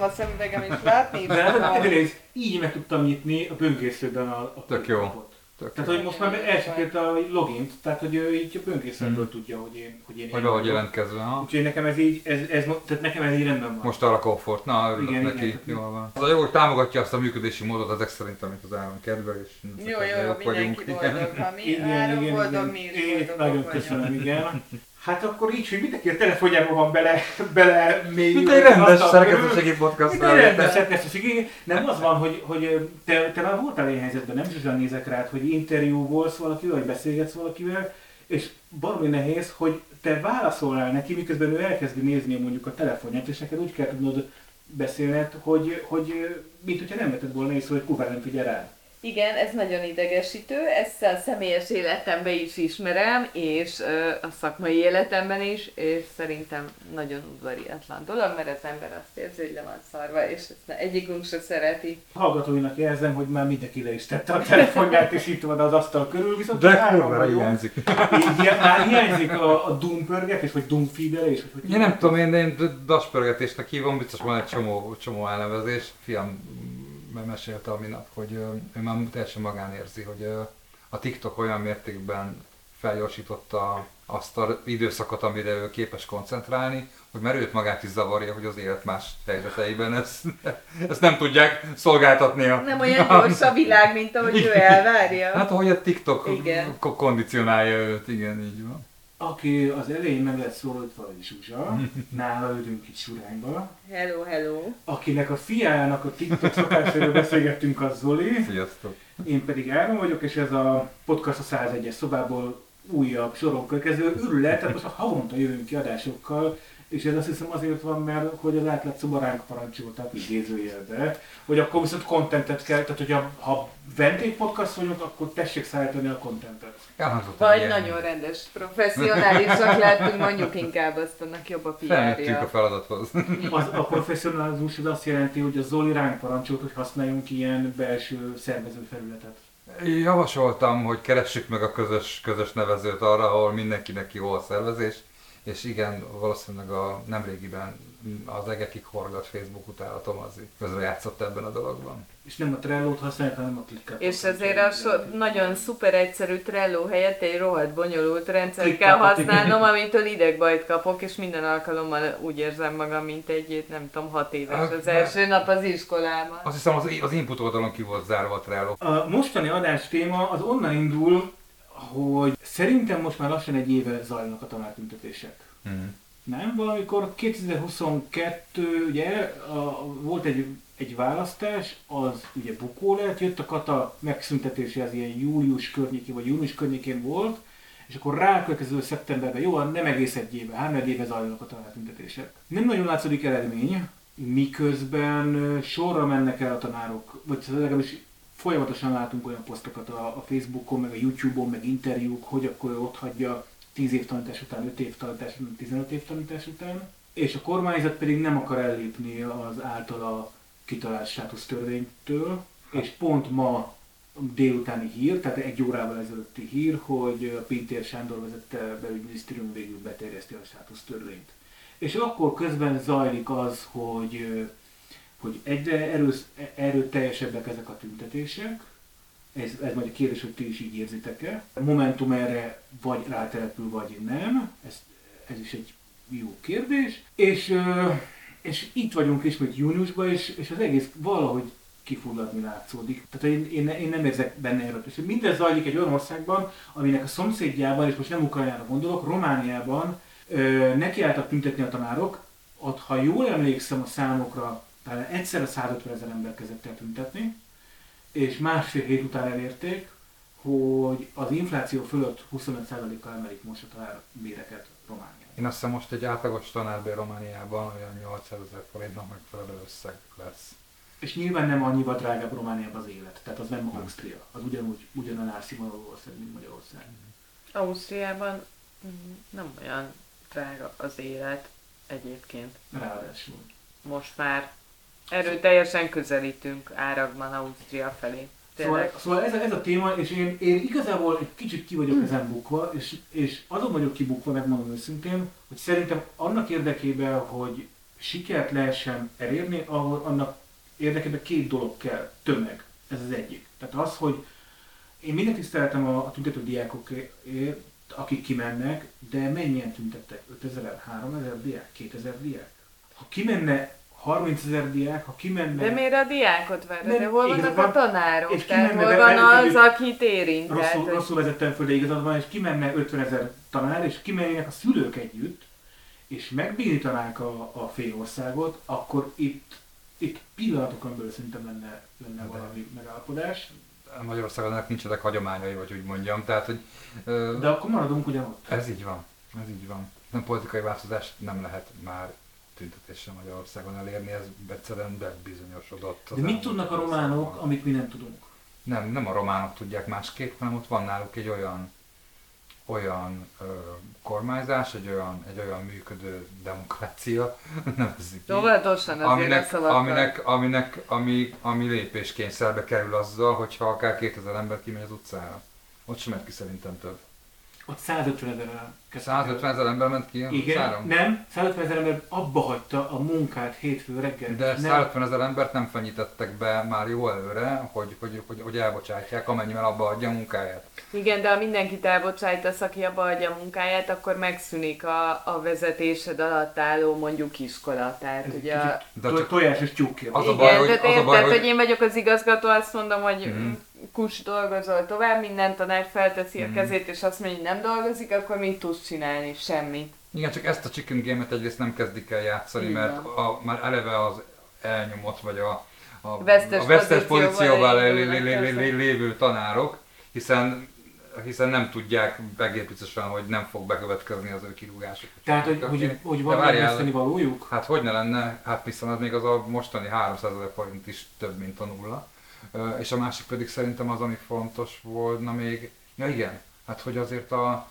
a szemüvegem is látni. De egyrészt így meg tudtam nyitni a böngészőben a Tök jó. lapot. Tehát, hogy most már elsikért a logint, tehát, hogy ő így a böngészőből tudja, hogy én Hogy valahogy jelentkezve, ha? Úgyhogy nekem ez így, tehát nekem ez így rendben van. Most arra komfort, na örülök Igen, neki, igen. jól van. Az a jó, hogy támogatja azt a működési módot, ezek szerintem, amit az Áron kedvel, és Jó, mindenki boldog, ha mi Áron boldog, mi is boldogok nagyon vagyunk. köszönöm, igen. Hát akkor így, hogy mindenki a telefonjában van bele mélyül. Mint egy rendes szerkesztőségi podcast. Mint egy rendes szerkesztőségi. Nem az van, hogy te már voltál ilyen helyzetben, nem Zsuzsán nézek rád, hogy interjú volsz valakivel, vagy beszélgetsz valakivel, és baromi nehéz, hogy te válaszolnál neki, miközben ő elkezdi nézni mondjuk a telefonját, és neked úgy kell tudnod beszélned, hogy mint hogyha nem vetted volna észre, hogy kurvára nem figyel rád. Igen, ez nagyon idegesítő, ezt a személyes életemben is ismerem, és a szakmai életemben is, és szerintem nagyon udvariatlan dolog, mert az ember azt érzi, hogy le van szarva, és ezt egyikünk se szereti. Hallgatóinak érzem, hogy már mindenki le is tette a telefonját, és itt van az asztal körül, viszont De hárman kurva vagyunk. hiányzik. Már hiányzik a Doom pörgetés, vagy Doom feederés, vagy hogy Én nem tudom, én daspörgetésnek hívom, biztos van egy csomó elnevezés. Fiam mesélte a minap, hogy ő már teljesen magán érzi, hogy a TikTok olyan mértékben felgyorsította azt az időszakot, amire ő képes koncentrálni, hogy már őt magát is zavarja, hogy az élet más helyzeteiben ezt nem tudják szolgáltatnia. Nem olyan gyors a világ, mint ahogy ő elvárja. Hát ahogy a TikTok Igen. kondicionálja őt, igen, így van. aki az elején meg lett szólítva, hogy Zsuzsa, nála ülünk itt Surányba. Hello, hello. Akinek a fiának a TikTok szokásairól beszélgettünk, az Zoli. Sziasztok. Én pedig Áron vagyok, és ez a podcast a 101-es szobából újabb soron következő ürület, tehát most havonta jövünk ki adásokkal, és ez azt hiszem azért van, mert hogy az átlag szoba ránk parancsoltak idézőjelbe, hogy akkor viszont contentet kell, tehát hogyha ha vendégpodcast vagyunk, akkor tessék szállítani a contentet. Vagy nagyon rendes, professzionálisak lehetünk, mondjuk inkább azt, annak jobb a Felnőttünk a PR-ja. feladathoz. A professzionalizmus az azt jelenti, hogy a Zoli ránk parancsolt, hogy használjunk ilyen belső szervezőfelületet. Javasoltam, hogy keressük meg a közös nevezőt arra, ahol mindenkinek jó a szervezés, és igen, valószínűleg a nemrégiben az egekig horgat Facebook utálatom az közrejátszott ebben a dologban. És nem a Trello-t használják, hanem a Click-et. És azért a nagyon szuper egyszerű Trello helyett egy rohadt bonyolult rendszert kell Click-et, használnom, amitől idegbajt kapok, és minden alkalommal úgy érzem magam, mint egy, nem tudom, 6 éves az első nap az iskolában. Azt hiszem az input oldalon ki volt zárva a Trello. A mostani adás téma az onnan indul, hogy szerintem most már lassan egy éve zajlanak a tanártüntetések. Nem? Valamikor 2022, ugye, volt egy választás, az ugye bukó lett, jött a kata megszüntetése, az ilyen július környékén, vagy június környékén volt, és akkor rákövetkező szeptemberben, jó, nem egész egy éve, 3 éve zajlanak a tanártüntetések. Nem nagyon látszódik eredmény, miközben sorra mennek el a tanárok, vagy legalábbis folyamatosan látunk olyan posztokat a Facebookon, meg a YouTube-on, meg interjúk, hogy akkor ott hagyja 10 év tanítás után, 5 év tanítás után, 15 év tanítás után, és a kormányzat pedig nem akar ellépni az általa kitalált státusztörvénytől, és pont ma délutáni hír, tehát 1 órával ezelőtti hír, hogy Pintér Sándor vezette belügyminisztérium végül beterjeszti a státusztörvényt. És akkor közben zajlik az, hogy egyre erőteljesebbek ezek a tüntetések. Ez majd a kérdés, hogy ti is így érzitek-e. A Momentum erre vagy rátelepül, vagy nem. Ez is egy jó kérdés. És itt vagyunk ismét júniusban, és az egész valahogy kifulladni látszódik. Tehát én nem érzek benne erőt. És mindez zajlik egy olyan országban, aminek a szomszédjában, és most nem Ukrajnára gondolok, Romániában nekiálltak tüntetni a tanárok. Ott, ha jól emlékszem a számokra, talán egyszerre 150 000 ember kezdett el tüntetni, és másfél hét után elérték, hogy az infláció fölött 25%-kal emelik most a tanárbéreket Romániában. Én azt hiszem most egy átlagos tanárbér Romániában olyan 800 000 forintnak megfelelő összeg lesz. És nyilván nem annyival drágább Romániában az élet, tehát az nem Ausztria, az ugyanolyan árszínvonalú ország, mint Magyarország. Ausztriában nem olyan drága az élet egyébként. Ráadásul. Most már erőteljesen közelítünk árakban Ausztria felé. Szóval ez a téma, és én igazából egy kicsit ki vagyok ezen bukva, és azon vagyok kibukva, megmondom őszintén, hogy szerintem annak érdekében, hogy sikert lehessen elérni, ahol annak érdekében 2 dolog kell, tömeg. Ez az egyik. Tehát az, hogy én minden tiszteletem a tüntető diákokért, akik kimennek, de mennyien tüntettek? 5000, 3000 diák, 2000 diák? Ha kimenne 30 000 diák, ha kimenne... De miért a diákot várod? De hol vannak igazad a tanárok? és Tehát kimenne hol van az, akit érint? Rosszul vezettem föl, de igazad van, és kimenne 50 000 tanár, és kimennének a szülők együtt, és megbénítanák a fél országot, akkor itt pillanatokon belül szerintem lenne valami megállapodás. Magyarországon nincsenek hagyományai, vagy úgy mondjam, tehát hogy... De akkor maradunk ugyanott. Ez így van, ez így van. Nem politikai változást nem lehet már tüntetéssel Magyarországon elérni, ez egyszerűen bebizonyosodott. De mit tudnak a románok, amit mi nem tudunk? Nem a románok tudják másképp, hanem ott van náluk egy olyan kormányzás, egy olyan működő demokrácia, nevezzük Óvatosan azért a szavakkal. ami lépéskényszerbe kerül azzal, hogyha akár 2000 ember kimegy az utcára. Ott sem megy ki szerintem több. Ott 150 000 150 000 ember ment ki az utcára? Nem, 150 000 ember abba hagyta a munkát hétfő reggel. De 150 000 embert nem fenyítettek be már jó előre, hogy elbocsátják, amennyivel abba hagyja a munkáját. Igen, de ha mindenkit elbocsájtasz, aki abba hagyja a munkáját, akkor megszűnik a vezetésed alatt álló mondjuk iskola. Tehát ugye tojás és tyúk. Az a baj, hogy én vagyok az igazgató, azt mondom, hogy kus, dolgozol tovább, minden tanár felteszi a kezét, és azt mondja, hogy nem dolgozik, akkor mit tudsz csinálni? Semmit. Igen, csak ezt a chicken game-et egyrészt nem kezdik el játszani, mert már eleve az elnyomott, vagy a vesztes pozícióban lévő tanárok, hiszen nem tudják egész hogy nem fog bekövetkezni az ő kirúgásuk. Tehát, hogy van veszteni valójuk? Hát hogy ne lenne, hát viszont még az a mostani 300 000 forint is több, mint a nulla. És a másik pedig szerintem az, ami fontos volna még, ja igen, hát hogy azért a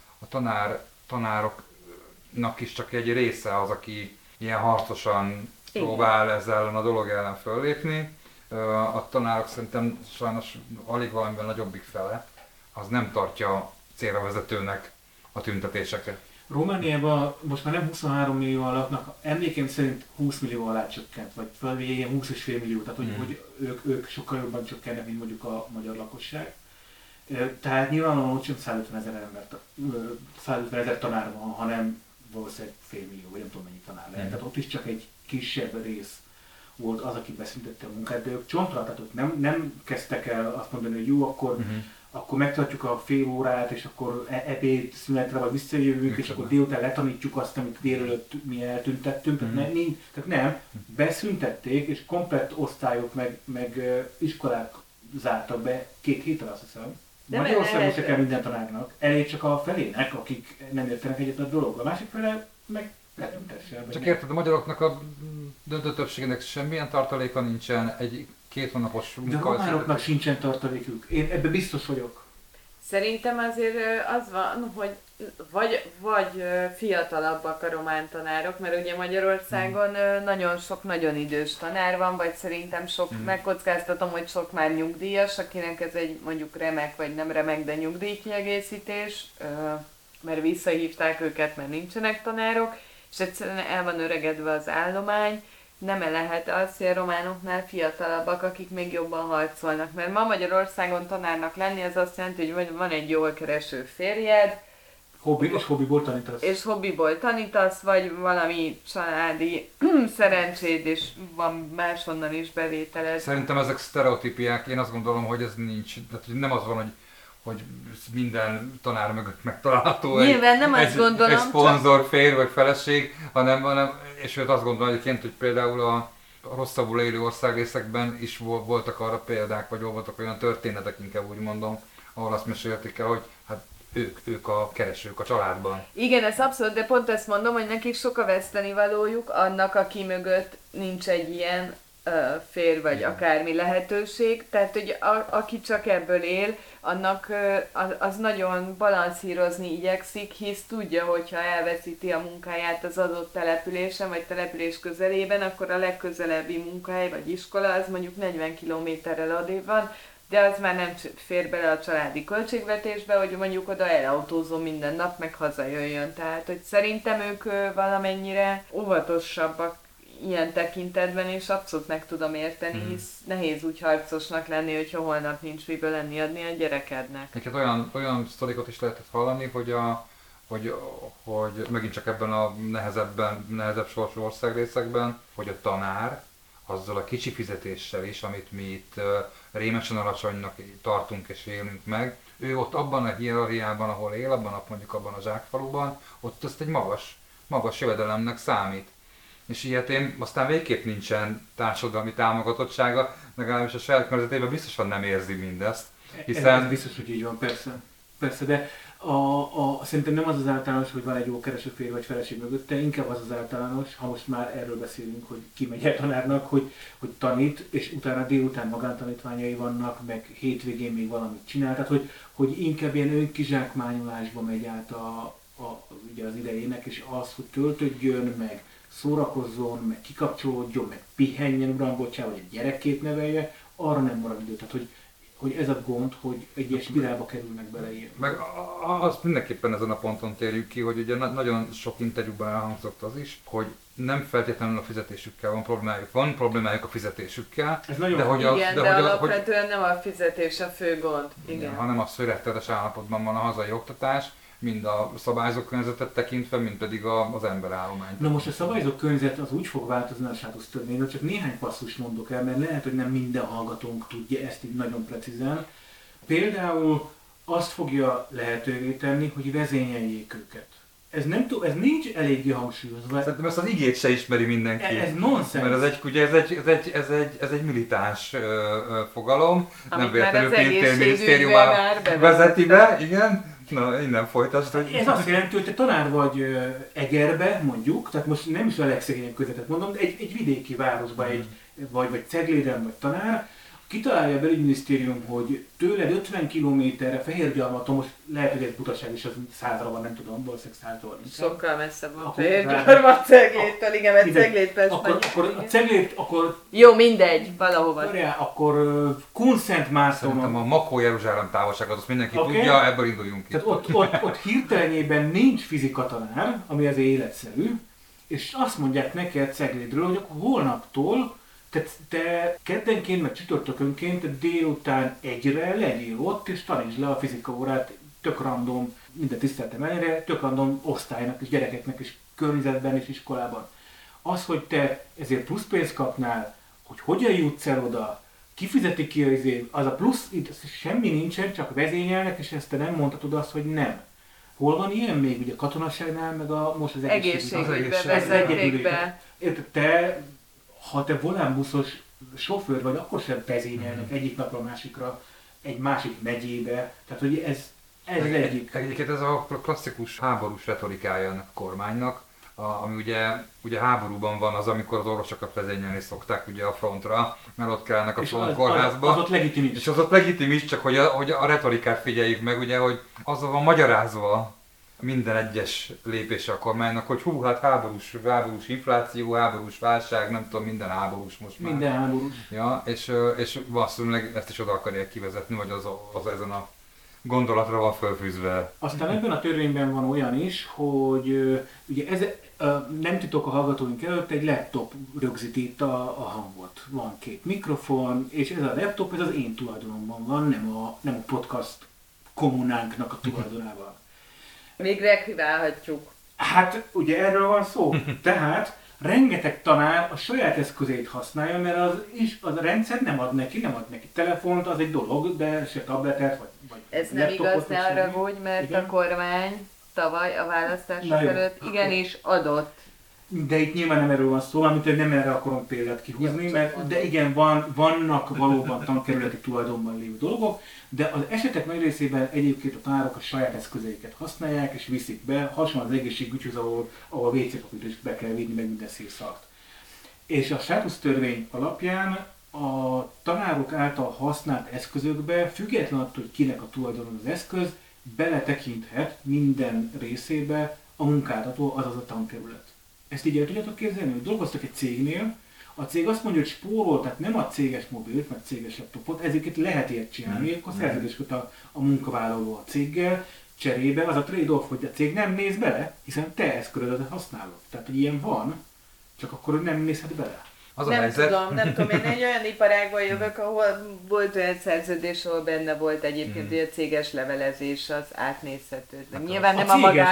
tanároknak is csak egy része az, aki ilyen harcosan próbál ezzel a dolog ellen föllépni. A tanárok szerintem sajnos alig valamiben nagyobbik fele, az nem tartja célra vezetőnek a tüntetéseket. Romániában most már nem 23 millióan laknak, emlékeim szerint 20 millió alá csökkent, vagy felvé ilyen 20,5 millió, tehát hogy ők sokkal jobban csökkennek, mint mondjuk a magyar lakosság. Tehát nyilvánvalóan ott sem 150 000 tanár van, hanem valószínűleg fél millió, vagy nem tudom mennyi tanár lehet. Tehát ott is csak egy kisebb rész volt az, aki beszüntette a munkát, de ők csontra, tehát ők nem kezdtek el azt mondani, hogy jó, akkor megtartjuk a fél órát, és akkor ebéd szünetre vagy visszajövünk, és akkor délután letanítjuk azt, amit délelőtt mi eltüntettünk. Tehát nem, beszüntették, és komplett osztályok meg iskolák zártak be 2 hétre, azt hiszem. Magyarországon se kell minden tanárnak, elég csak a felének, akik nem értenek egyet a dologgal. A másik fele meg letüntesse. Csak érted, a magyaroknak a döntő többségének semmilyen tartaléka nincsen, egy 2 hónapos munka. De a románoknak sincsen tartalékuk. Én ebben biztos vagyok. Szerintem azért az van, hogy vagy fiatalabbak a román tanárok, mert ugye Magyarországon nagyon sok nagyon idős tanár van, vagy szerintem megkockáztatom, hogy sok már nyugdíjas, akinek ez egy mondjuk remek, vagy nem remek, de nyugdíjkiegészítés, mert visszahívták őket, mert nincsenek tanárok, és egyszerűen el van öregedve az állomány. Nem lehet az, hogy a románoknál fiatalabbak, akik még jobban harcolnak. Mert ma Magyarországon tanárnak lenni, az azt jelenti, hogy van egy jól kereső férjed, és hobbiból tanítasz. És hobbiból tanítasz, vagy valami családi szerencséd, és van máshonnan is bevételed. Szerintem ezek sztereotípiák, én azt gondolom, hogy ez nincs. Tehát nem az van, hogy minden tanár mögött megtalálható egy szponzor, férj vagy feleség, hanem és őt azt gondolom egyébként, hogy például a rosszabbul élő országrészekben is voltak arra példák, vagy voltak olyan történetek, inkább úgy mondom, ahol azt mesélték el, hogy hát ők a keresők a családban. Igen, ez abszolút, de pont ezt mondom, hogy nekik sok a vesztenivalójuk annak, aki mögött nincs egy ilyen férj vagy akármi lehetőség, tehát hogy aki csak ebből él, annak az nagyon balanszírozni igyekszik, hisz tudja, hogyha elveszíti a munkáját az adott településen, vagy település közelében, akkor a legközelebbi munkahely vagy iskola az mondjuk 40 kilométerrel odébb van, de az már nem fér bele a családi költségvetésbe, hogy mondjuk oda elautózom minden nap, meg hazajöjjön. Tehát, hogy szerintem ők valamennyire óvatosabbak ilyen tekintetben is abszolút meg tudom érteni, hisz nehéz úgy harcosnak lenni, hogyha holnap nincs miből enni adni a gyerekednek. Neked olyan sztorikot is lehetett hallani, hogy megint csak ebben a nehezebb sorsú országrészekben, hogy a tanár azzal a kicsi fizetéssel is, amit mi itt rémesen alacsonynak tartunk és élünk meg, ő ott abban a hierarchiában, ahol él, mondjuk abban a zsákfaluban, ott ezt egy magas jövedelemnek számít. És ilyetén aztán végképp nincsen társadalmi támogatottsága, legalábbis a saját környezetében biztosan nem érzi mindezt. Hiszen... Ez biztos, hogy így van, persze, de szerintem nem az általános, hogy van egy jó kereső férj vagy feleség mögötte, inkább az általános, ha most már erről beszélünk, hogy kimegy el tanárnak, hogy tanít, és utána délután magántanítványai vannak, meg hétvégén még valamit csinál, tehát hogy inkább ilyen önkizsákmányolásba megy át ugye az idejének, és az, hogy töltödjön, meg szórakozzon, meg kikapcsolódjon, meg pihenjen, uram, bocsánat, vagy egy gyerekét nevelje, arra nem marad idő. Tehát, hogy ez a gond, hogy egy ilyen spirálba kerülnek bele ilyen. Meg azt mindenképpen ezen a ponton térjük ki, hogy ugye nagyon sok interjúban elhangzott az is, hogy nem feltétlenül a fizetésükkel van problémájuk a fizetésükkel. Ez nagyon de alapvetően nem a fizetés a fő gond. Igen. Hanem az, hogy rettenetes állapotban van a hazai oktatás, mind a szabályzó környezetet tekintve, mind pedig az emberállomány. Na most a szabályzó környezet az úgy fog változni a státusztörvényről, csak néhány passzust mondok el, mert lehet, hogy nem minden hallgatónk tudja ezt így nagyon precízen. Például azt fogja lehetővé tenni, hogy vezényeljék őket. Ez nincs eléggé hangsúlyozva. Szerintem ezt az igét se ismeri mindenki. Ez nonsens. Mert ez egy militáns fogalom, amit nem véletlenül pénzügyminisztérium vezeti be, igen. Na, innen folytasd, hogy... Ez azt jelenti, hogy te tanár vagy Egerbe, mondjuk, tehát most nem is a legszegényebb közvetet mondom, de egy vidéki városba, vagy Cegléden vagy tanár, kitalálja a belügyminisztérium, hogy tőled 50 kilométerre Fehérgyarmaton, most lehet, hogy egy butaság is az 100-ra van, nem tudom, valószínűleg 130. Sokkal messzebb van Fehérgyarmat Cegléttől, igen, mert Ceglét persze. Akkor a Ceglét, akkor... Jó, mindegy, valahova. Akkor Kunszent Mártonon... Szerintem a Makó-Jeruzsálem távolságot azt mindenki tudja, ebből induljunk ki. Tehát ott hirtelenjében nincs fizikatanár, ami azért életszerű, és azt mondják neked Ceglédről, hogy akkor holnaptól te keddenként, meg csütörtökönként délután 1-re legyél ott, és tanítsd le a fizika órát, tök random, minden tiszteletem ellenére, tök random osztálynak és gyerekeknek is környezetben és iskolában. Az, hogy te ezért plusz pénzt kapnál, hogy hogyan jutsz el oda, kifizeti ki az a plusz, itt semmi nincsen, csak vezényelnek, és ezt te nem mondhatod azt, hogy nem. Hol van ilyen még? Ugye a katonaságnál, meg most az egészségügybe vezették be. Érted, ha te volánbuszos sofőr vagy, akkor sem vezényelnek egyik napra a másikra, egy másik megyébe. Tehát, hogy ez egyik. Egyébként ez a klasszikus háborús retorikája a kormánynak, ami ugye háborúban van az, amikor az orvosokat vezényelni szokták ugye a frontra, mert ott kellnek a frontkórházba. Az ott legitim is. És az ott legitim is, csak hogy a retorikát figyeljük meg, ugye, hogy azzal van magyarázva minden egyes lépése a kormánynak, hogy hát háborús infláció, háborús válság, nem tudom, minden háborús most már. Minden háborús. Ja, és valószínűleg ezt is oda akarják kivezetni, vagy az ezen a gondolatra van fölfűzve. Aztán ebben a törvényben van olyan is, hogy ugye nem titok a hallgatóink előtt, egy laptop rögzíti itt a hangot. Van 2 mikrofon, és ez a laptop, ez az én tulajdonomban van, nem a podcast kommunánknak a tulajdonában. Még rekvirálhatjuk. Hát, ugye erről van szó. Tehát rengeteg tanár a saját eszközét használja, mert az a rendszer nem ad neki telefont, az egy dolog, de se tabletet, vagy ez nem igaz, ne arra hogy, mert igen? A kormány tavaly a választások előtt igenis adott. De itt nyilván nem erről van szó, amit nem erre akarom példát kihúzni, de igen, vannak valóban tankerületi tulajdonban lévő dolgok, de az esetek nagy részében egyébként a tanárok a saját eszközeiket használják és viszik be, hasonlóan az egészségügyhöz, ahol WC-papírt is be kell vinni, meg minden szírszart. És a státusztörvény alapján a tanárok által használt eszközökbe, függetlenül attól, hogy kinek a tulajdon az eszköz, beletekinthet minden részébe a munkáltató, azaz a tankerület. Ezt így el tudjátok képzelni, hogy dolgoztak egy cégnél, a cég azt mondja, hogy spórol, tehát nem a céges mobilt, meg céges laptopot, ezeket lehet ilyet csinálni, akkor szerződést köt a munkavállaló a céggel, cserébe az a trade-off, hogy a cég nem néz bele, hiszen te eszközödet használod. Tehát, hogy ilyen van, csak akkor nem nézhet bele. Az a helyzet. Nem tudom, én egy olyan iparágban jövök, ahol volt olyan szerződés, ahol benne volt egyébként, hogy a céges levelezés az átnézhető. Nyilván nem a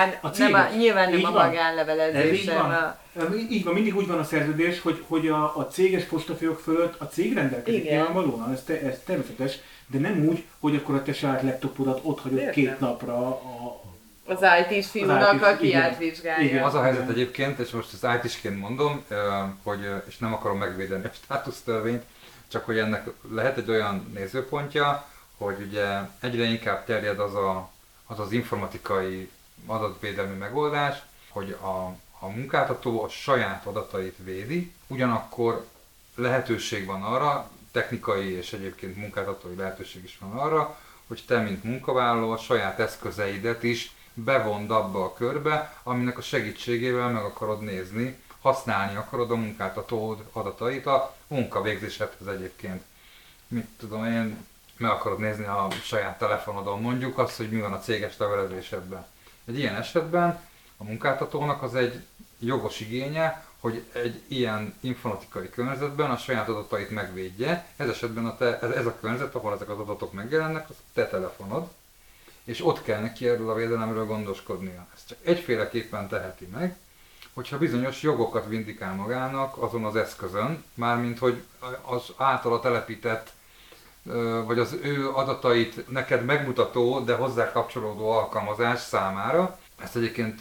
magánlevelezés. Így van, mindig úgy van a szerződés, hogy a céges postafiók fölött a cég rendelkezik nyilvánvalóan, ez természetes, de nem úgy, hogy akkor a te saját laptopodat ott hagyod 2 napra az IT-s fiúnak, aki átvizsgálja. Igen. Az a helyzet egyébként, és most ezt IT-sként mondom, hogy, és nem akarom megvédeni a státusztörvényt, csak hogy ennek lehet egy olyan nézőpontja, hogy ugye egyre inkább terjed az informatikai adatvédelmi megoldás, hogy a munkáltató a saját adatait védi, ugyanakkor lehetőség van arra, technikai és egyébként munkáltatói lehetőség is van arra, hogy te, mint munkavállaló, a saját eszközeidet is bevond abba a körbe, aminek a segítségével meg akarod nézni, használni akarod a munkáltatód adatait a munkavégzésedhez egyébként. Mit tudom én, meg akarod nézni a saját telefonodon mondjuk azt, hogy mi van a céges levelezésedben. Egy ilyen esetben a munkáltatónak az egy jogos igénye, hogy egy ilyen informatikai környezetben a saját adatait megvédje. Ez esetben ez a környezet, ahol ezek az adatok megjelennek, az a te telefonod, és ott kell neki erről a védelemről gondoskodnia. Ezt csak egyféleképpen teheti meg, hogyha bizonyos jogokat vindikál magának azon az eszközön, mármint hogy az általa telepített, vagy az ő adatait neked megmutató, de hozzá kapcsolódó alkalmazás számára. Ezt egyébként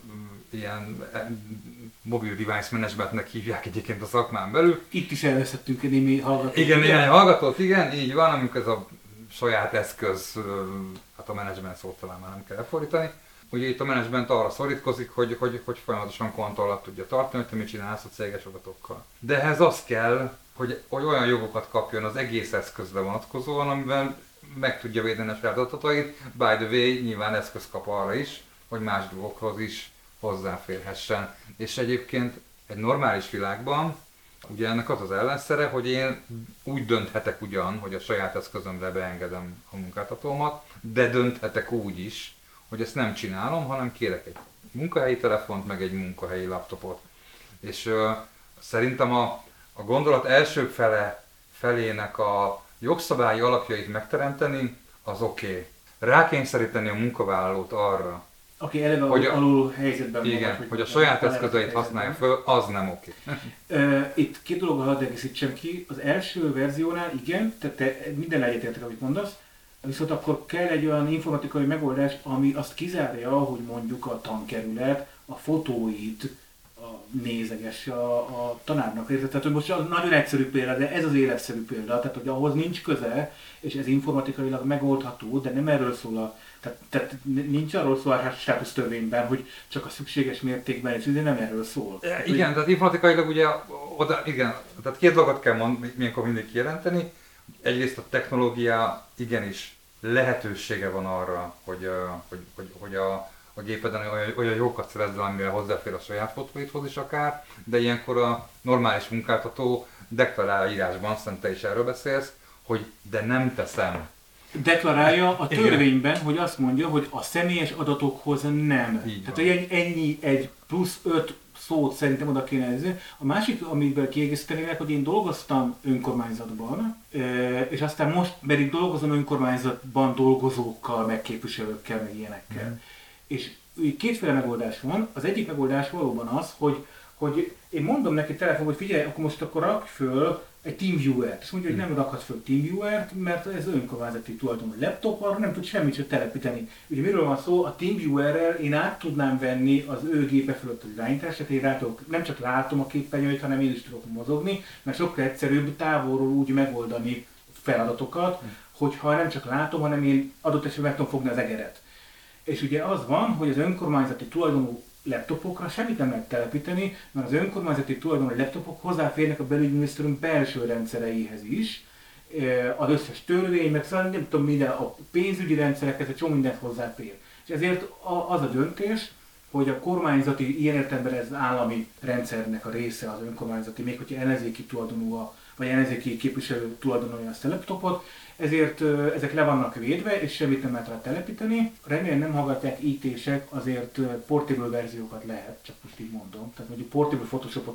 ilyen mobil device managementnek hívják egyébként a szakmán belül. Itt is elvesztettünk egy némi hallgatót. Igen, néhány hallgatót, igen, így van, amikor ez a saját eszköz, hát a menedzsment szót talán már nem kell elfordítani. Ugye itt a menedzsment arra szorítkozik, hogy folyamatosan kontroll alatt tudja tartani, hogy te mit csinálsz a céges adatokkal. De ehhez az kell, hogy olyan jogokat kapjon az egész eszközre vonatkozóan, amiben meg tudja védeni a saját adatait. By the way, nyilván eszköz kap arra is, hogy más dolgokhoz is hozzáférhessen. És egyébként egy normális világban ugye ennek az az ellenszere, hogy én úgy dönthetek ugyan, hogy a saját eszközömre beengedem a munkáltatómat, de dönthetek úgy is, hogy ezt nem csinálom, hanem kérek egy munkahelyi telefont, meg egy munkahelyi laptopot. És szerintem a gondolat első felének a jogszabályi alapjait megteremteni, az oké. Rákényszeríteni a munkavállalót arra, aki eleve alul helyzetben van. Igen, hogy a saját eszközeit használja föl, az nem oké. Itt 2 dologgal hadd egészítsem ki. Az első verziónál igen, te minden egyetértek, amit mondasz, viszont akkor kell egy olyan informatikai megoldás, ami azt kizárja, hogy mondjuk a tankerület a fotóit nézegesse a tanárnak. Tehát, hogy most nagyon egyszerű példa, de ez az életszerű példa, tehát hogy ahhoz nincs köze, és ez informatikailag megoldható, de nem erről szól tehát nincs arról szó a státusztörvényben, hogy csak a szükséges mértékben, és nem erről szól. Igen, tehát informatikailag ugye igen, tehát 2 dolgot kell ilyenkor mindig kijelenteni. Egyrészt a technológia igenis lehetősége van arra, hogy a gépeden olyan jókat szerezzel, amivel hozzáfér a saját fotóidhoz is akár, de ilyenkor a normális munkáltató deklarál írásban, szerintem te is erről beszélsz, hogy de nem teszem. Deklarálja a törvényben, igen, hogy azt mondja, hogy a személyes adatokhoz nem. Így tehát ennyi egy plusz 5 szót szerintem oda kéne nézni. A másik, amivel kiegészítenének, hogy én dolgoztam önkormányzatban, és aztán most pedig dolgozom önkormányzatban dolgozókkal, meg képviselőkkel, meg ilyenekkel. És 2 megoldás van. Az egyik megoldás valóban az, hogy én mondom neki telefonon, hogy figyelj, akkor rakj föl egy TeamViewer-t. És mondja, hogy nem rakhat föl TeamViewer-t, mert ez önkormányzati tulajdonú laptop, arra nem tud semmit sem telepíteni. Ugye miről van szó? A TeamViewer-rel én át tudnám venni az ő gépe fölött az irányítást, tehát én nem csak látom a képernyőt, hanem én is tudok mozogni, mert sokkal egyszerűbb távolról úgy megoldani feladatokat, hogyha nem csak látom, hanem én adott esetben meg tudom fogni az egeret. És ugye az van, hogy az önkormányzati tulajdonú laptopokra semmit nem lehet telepíteni, mert az önkormányzati tulajdonú laptopok hozzáférnek a belügyminisztérium belső rendszereihez is, az összes törvény, meg szóval nem tudom minden, a pénzügyi rendszerekhez, egy csomó mindent hozzáfér. És ezért az a döntés, hogy a kormányzati, ilyen értelemben ez állami rendszernek a része az önkormányzati, még hogyha ellenzéki tulajdonú, vagy ellenzéki képviselő tulajdonolja azt a laptopot, ezért ezek le vannak védve, és semmit nem lehet rá telepíteni. Remélem nem hallgatják IT-sek, azért portable verziókat lehet, csak most így mondom. Tehát mondjuk portable Photoshopot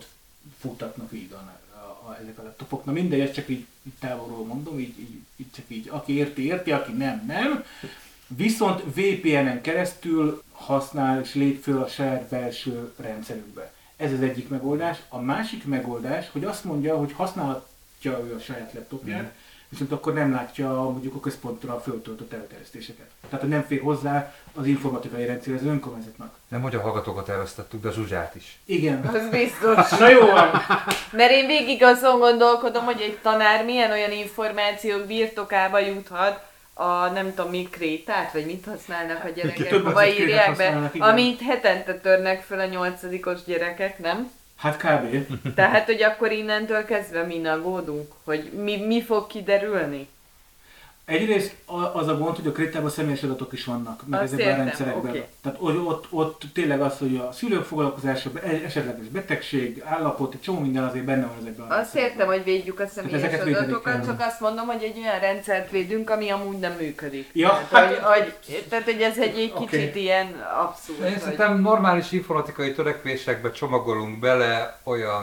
futtatnak így ezek a laptopok. Na mindegy, ezt csak így távolról mondom, így csak így, aki érti, aki nem. Viszont VPN-en keresztül használ és lép föl a saját belső rendszerükbe. Ez az egyik megoldás. A másik megoldás, hogy azt mondja, hogy használhatja ő a saját laptopját, viszont akkor nem látja mondjuk a központra föltöltött előterjesztéseket. Tehát, hogy nem fér hozzá az informatikai rendszerhez az önkormányzatnak. Nem, hogy a hallgatókat elvesztettük, de a Zsuzsát is. Igen. Az biztos. Na jó van. Mert én végig azon gondolkodom, hogy egy tanár milyen olyan információk birtokába juthat, a nem tudom mi krétát, vagy mit használnak a gyerekek, hova írják be, amit hetente törnek föl a 8-os gyerekek, nem? Hát kb. Tehát, hogy akkor innentől kezdve mi aggódunk, hogy mi fog kiderülni? Egyrészt az a gond, hogy a krétában személyes adatok is vannak, meg ezekben a rendszerekben. Okay. Tehát ott tényleg az, hogy a szülők foglalkozása, esetleges betegség, állapot, egy csomó minden azért benne van ezekben a Azt értem, hogy védjük a személyes adatokat, csak azt mondom, hogy egy olyan rendszert védünk, ami amúgy nem működik. Ja, tehát, hogy ez egy kicsit ilyen abszurd. Én szerintem normális informatikai törekvésekbe csomagolunk bele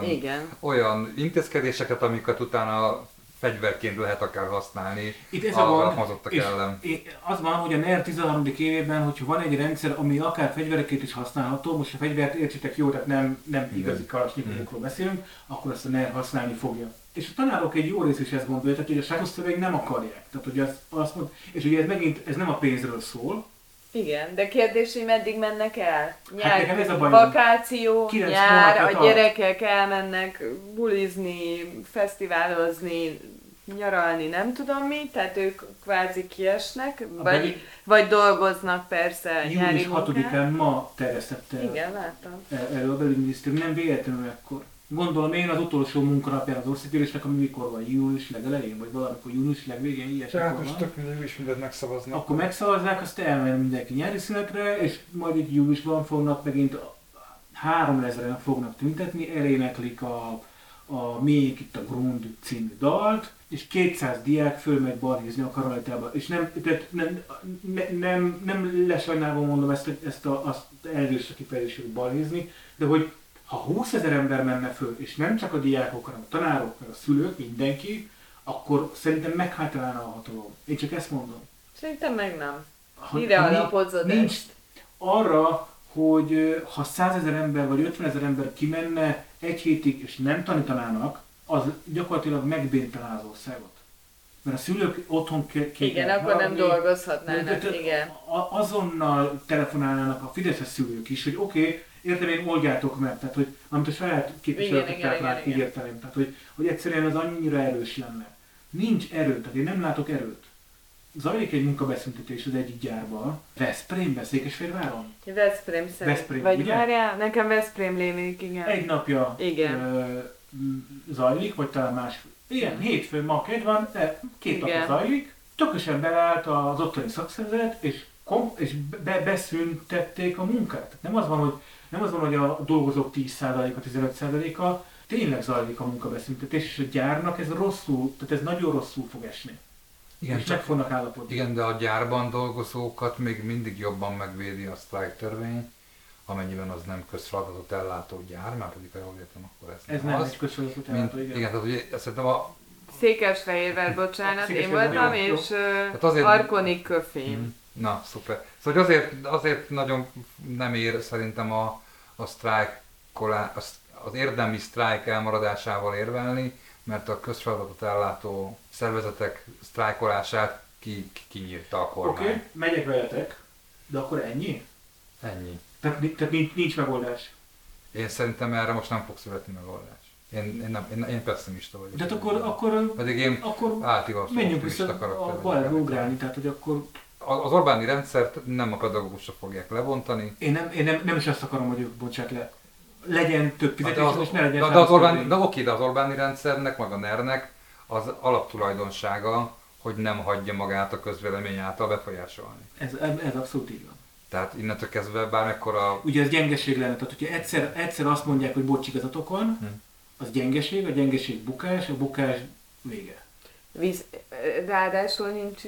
olyan intézkedéseket, amiket utána fegyverként lehet akár használni. Itt ez a alkalmazottak ellen. Az van, hogy a NER 13. évében, hogyha van egy rendszer, ami akár fegyvereként is használható, most a fegyvert értsétek jó, tehát nem igazi kalasnyikovokról beszélünk, akkor azt a NER használni fogja. És a tanárok egy jó rész is ezt gondolja, tehát hogy a sajtószöveg nem akarják. Tehát, hogy azt mond, és ugye ez nem a pénzről szól. Igen, de kérdés, hogy meddig mennek el? Nyár, hát ez a vakáció, nyár, a gyerekek elmennek bulizni, fesztiválozni, nyaralni, nem tudom mi, tehát ők kvázi kiesnek, vagy dolgoznak persze nyári munkát. Július 6-án ma terjesztette. Igen, láttam. Erről a belügyminisztérium, nem véletlenül ekkor. Gondolom én az utolsó munkanapján az országgyűlésnek, ami mikor van, július legelején, vagy valamikor július legvégén, ilyesmi. Tehát most tök mindegy is mindent megszavaznak. Akkor megszavazzák, azt elmennek mindenki nyári szünetre, és majd itt júliusban fognak megint 3000-en fognak tüntetni, eléneklik a Miénk itt a Grund című dalt, és 200 diák fölmegy balhézni a Karolitába. És nem lesajnálva mondom ezt az elvésre kifejezését balhézni, de hogy ha 20 000 ember menne föl, és nem csak a diákok, hanem a tanárok, meg a szülők, mindenki, akkor szerintem meghátrálna a hatalom. Én csak ezt mondom. Szerintem meg nem. Mire alapozod ezt? Arra, hogy ha 100 000 ember vagy 50 000 ember kimenne egy hétig és nem tanítanának, az gyakorlatilag megbéntaná az országot. Mert a szülők otthon igen, akkor nem dolgozhatnának, igen. Azonnal telefonálnának a fideszes szülők is, hogy oké, értem én, oldjátok meg, tehát hogy amit a saját képviselőket már ígértelem, tehát hogy egyszerűen az annyira erős lenne. Nincs erő, tehát én nem látok erőt. Zajlik egy munkabeszüntetés az egyik gyárban, Veszprémben, Székesfehérváron? Veszprém, vagy várjál, nekem Veszprém lévik, igen. Egy napja zajlik, vagy talán igen, hétfőn ma kedv van, de 2 napja zajlik. Tökösen beállt az ottani szakszervezet, és beszüntették a munkát. Tehát nem az van, hogy a dolgozók 10%-a, 15%-a, tényleg zajlik a munkabeszüntetés, és a gyárnak ez rosszul, tehát ez nagyon rosszul fog esni. Igen, és meg fognak állapodni. Igen, de a gyárban dolgozókat még mindig jobban megvédi a sztrájk törvény, amennyiben az nem közfeladatot ellátó gyár, már pedig ha jól értem, akkor ez nem egy közfeladatot ellátó, igen. Igen, tehát ugye szerintem a Székesfehérvár, bocsánat, én voltam, és Arkonik Köfén. Na, szuper. Szóval azért nagyon nem ér szerintem az érdemi sztrájk elmaradásával érvelni, mert a közfeladatot ellátó szervezetek sztrájkolását kinyírta a kormány. Oké, megyek veletek, de akkor ennyi? Ennyi. Tehát nincs megoldás? Én szerintem erre most nem fog születni megoldás. Én pessimista vagyok. De akkor pedig én átigazoló menjünk vissza a balra ugrálni, tehát hogy akkor... Az Orbáni rendszert nem a pedagógusok fogják lebontani. Én nem is azt akarom, hogy ők bontsák le. Legyen több fizetés, és ne legyen de az Orbáni rendszernek, meg a NER-nek az alaptulajdonsága, hogy nem hagyja magát a közvélemény által befolyásolni. Ez abszolút így van. Tehát innentől kezdve bármekkora... Ugye ez gyengeség lenne, tehát hogyha egyszer azt mondják, hogy bocs igazatokon, az gyengeség, a gyengeség bukás, a bukás vége. Ráadásul nincs is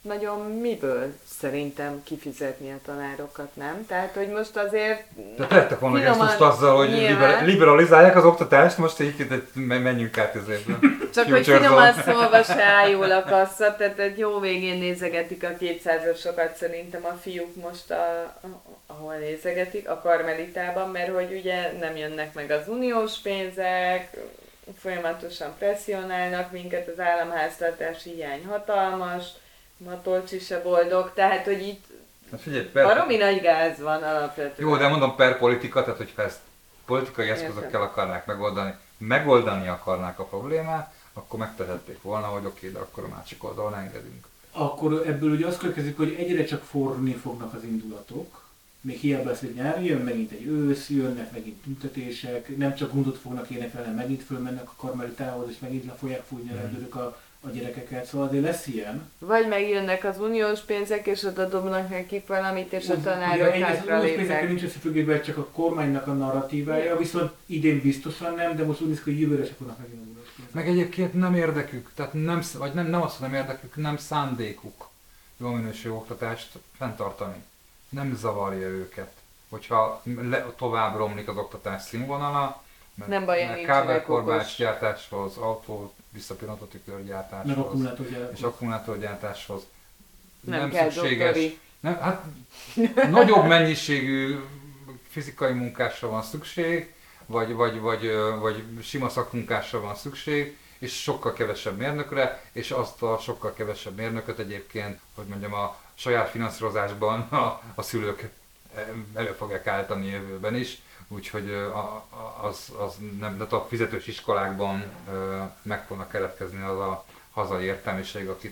nagyon miből szerintem kifizetni a tanárokat, nem? Tehát, hogy most azért... De tettek volna ezt most azzal, hogy nyilván, liberalizálják az oktatást, most így menjünk át ez évben. csak hogy finoman szólva se ájul a kassza, tehát egy jó végén nézegetik a 200-asokat szerintem a fiúk most, ahol nézegetik, a Karmelitában, mert hogy ugye nem jönnek meg az uniós pénzek, folyamatosan presszionálnak minket, az államháztartási hiány hatalmas, Matolcsi se boldog, tehát hogy itt baromi nagy gáz van alapvetően. Jó, de mondom per politika, tehát hogyha ezt politikai eszközökkel akarnák megoldani akarnák a problémát, akkor megtehették volna, hogy oké, de akkor a másik oldalon engedünk. Akkor ebből ugye azt következik, hogy egyre csak forni fognak az indulatok. Még hiába lesz egy nyár, jön megint egy ősz, jönnek megint tüntetések, nem csak gondot fognak énekelni, megint fölmennek a Karmelitához, és megint le fogják fújni a rendőrök a gyerekeket, szóval azért lesz ilyen. Vagy megjönnek az uniós pénzek, és oda dobnak nekik valamit, és a tanárok hátra az uniós lépnek. pénzekkel nincs összefüggésben, csak a kormánynak a narratívája, viszont idén biztosan nem, de most úgy néz ki, hogy jövőre se fognak megint az uniós pénzek. Meg egyébként nem érdekük, tehát nem azt, hogy nem érdekük, nem szándékuk jó minőségű oktatást fenntartani. Nem zavarja őket, hogyha tovább romlik az oktatás színvonala, nem baj, mert kábelkorbácsgyártáshoz, autó visszapillantó tükörgyártáshoz és akkumulátorgyártáshoz nem kell szükséges. Nem, hát nagyobb mennyiségű fizikai munkásra van szükség, vagy sima szakmunkásra van szükség, és sokkal kevesebb mérnökre, és azt a sokkal kevesebb mérnököt egyébként, hogy mondjam, a saját finanszírozásban a szülők elő fogják állítani jövőben is, úgyhogy nem a fizetős iskolákban meg fognak keletkezni az a hazai értelmiség, akit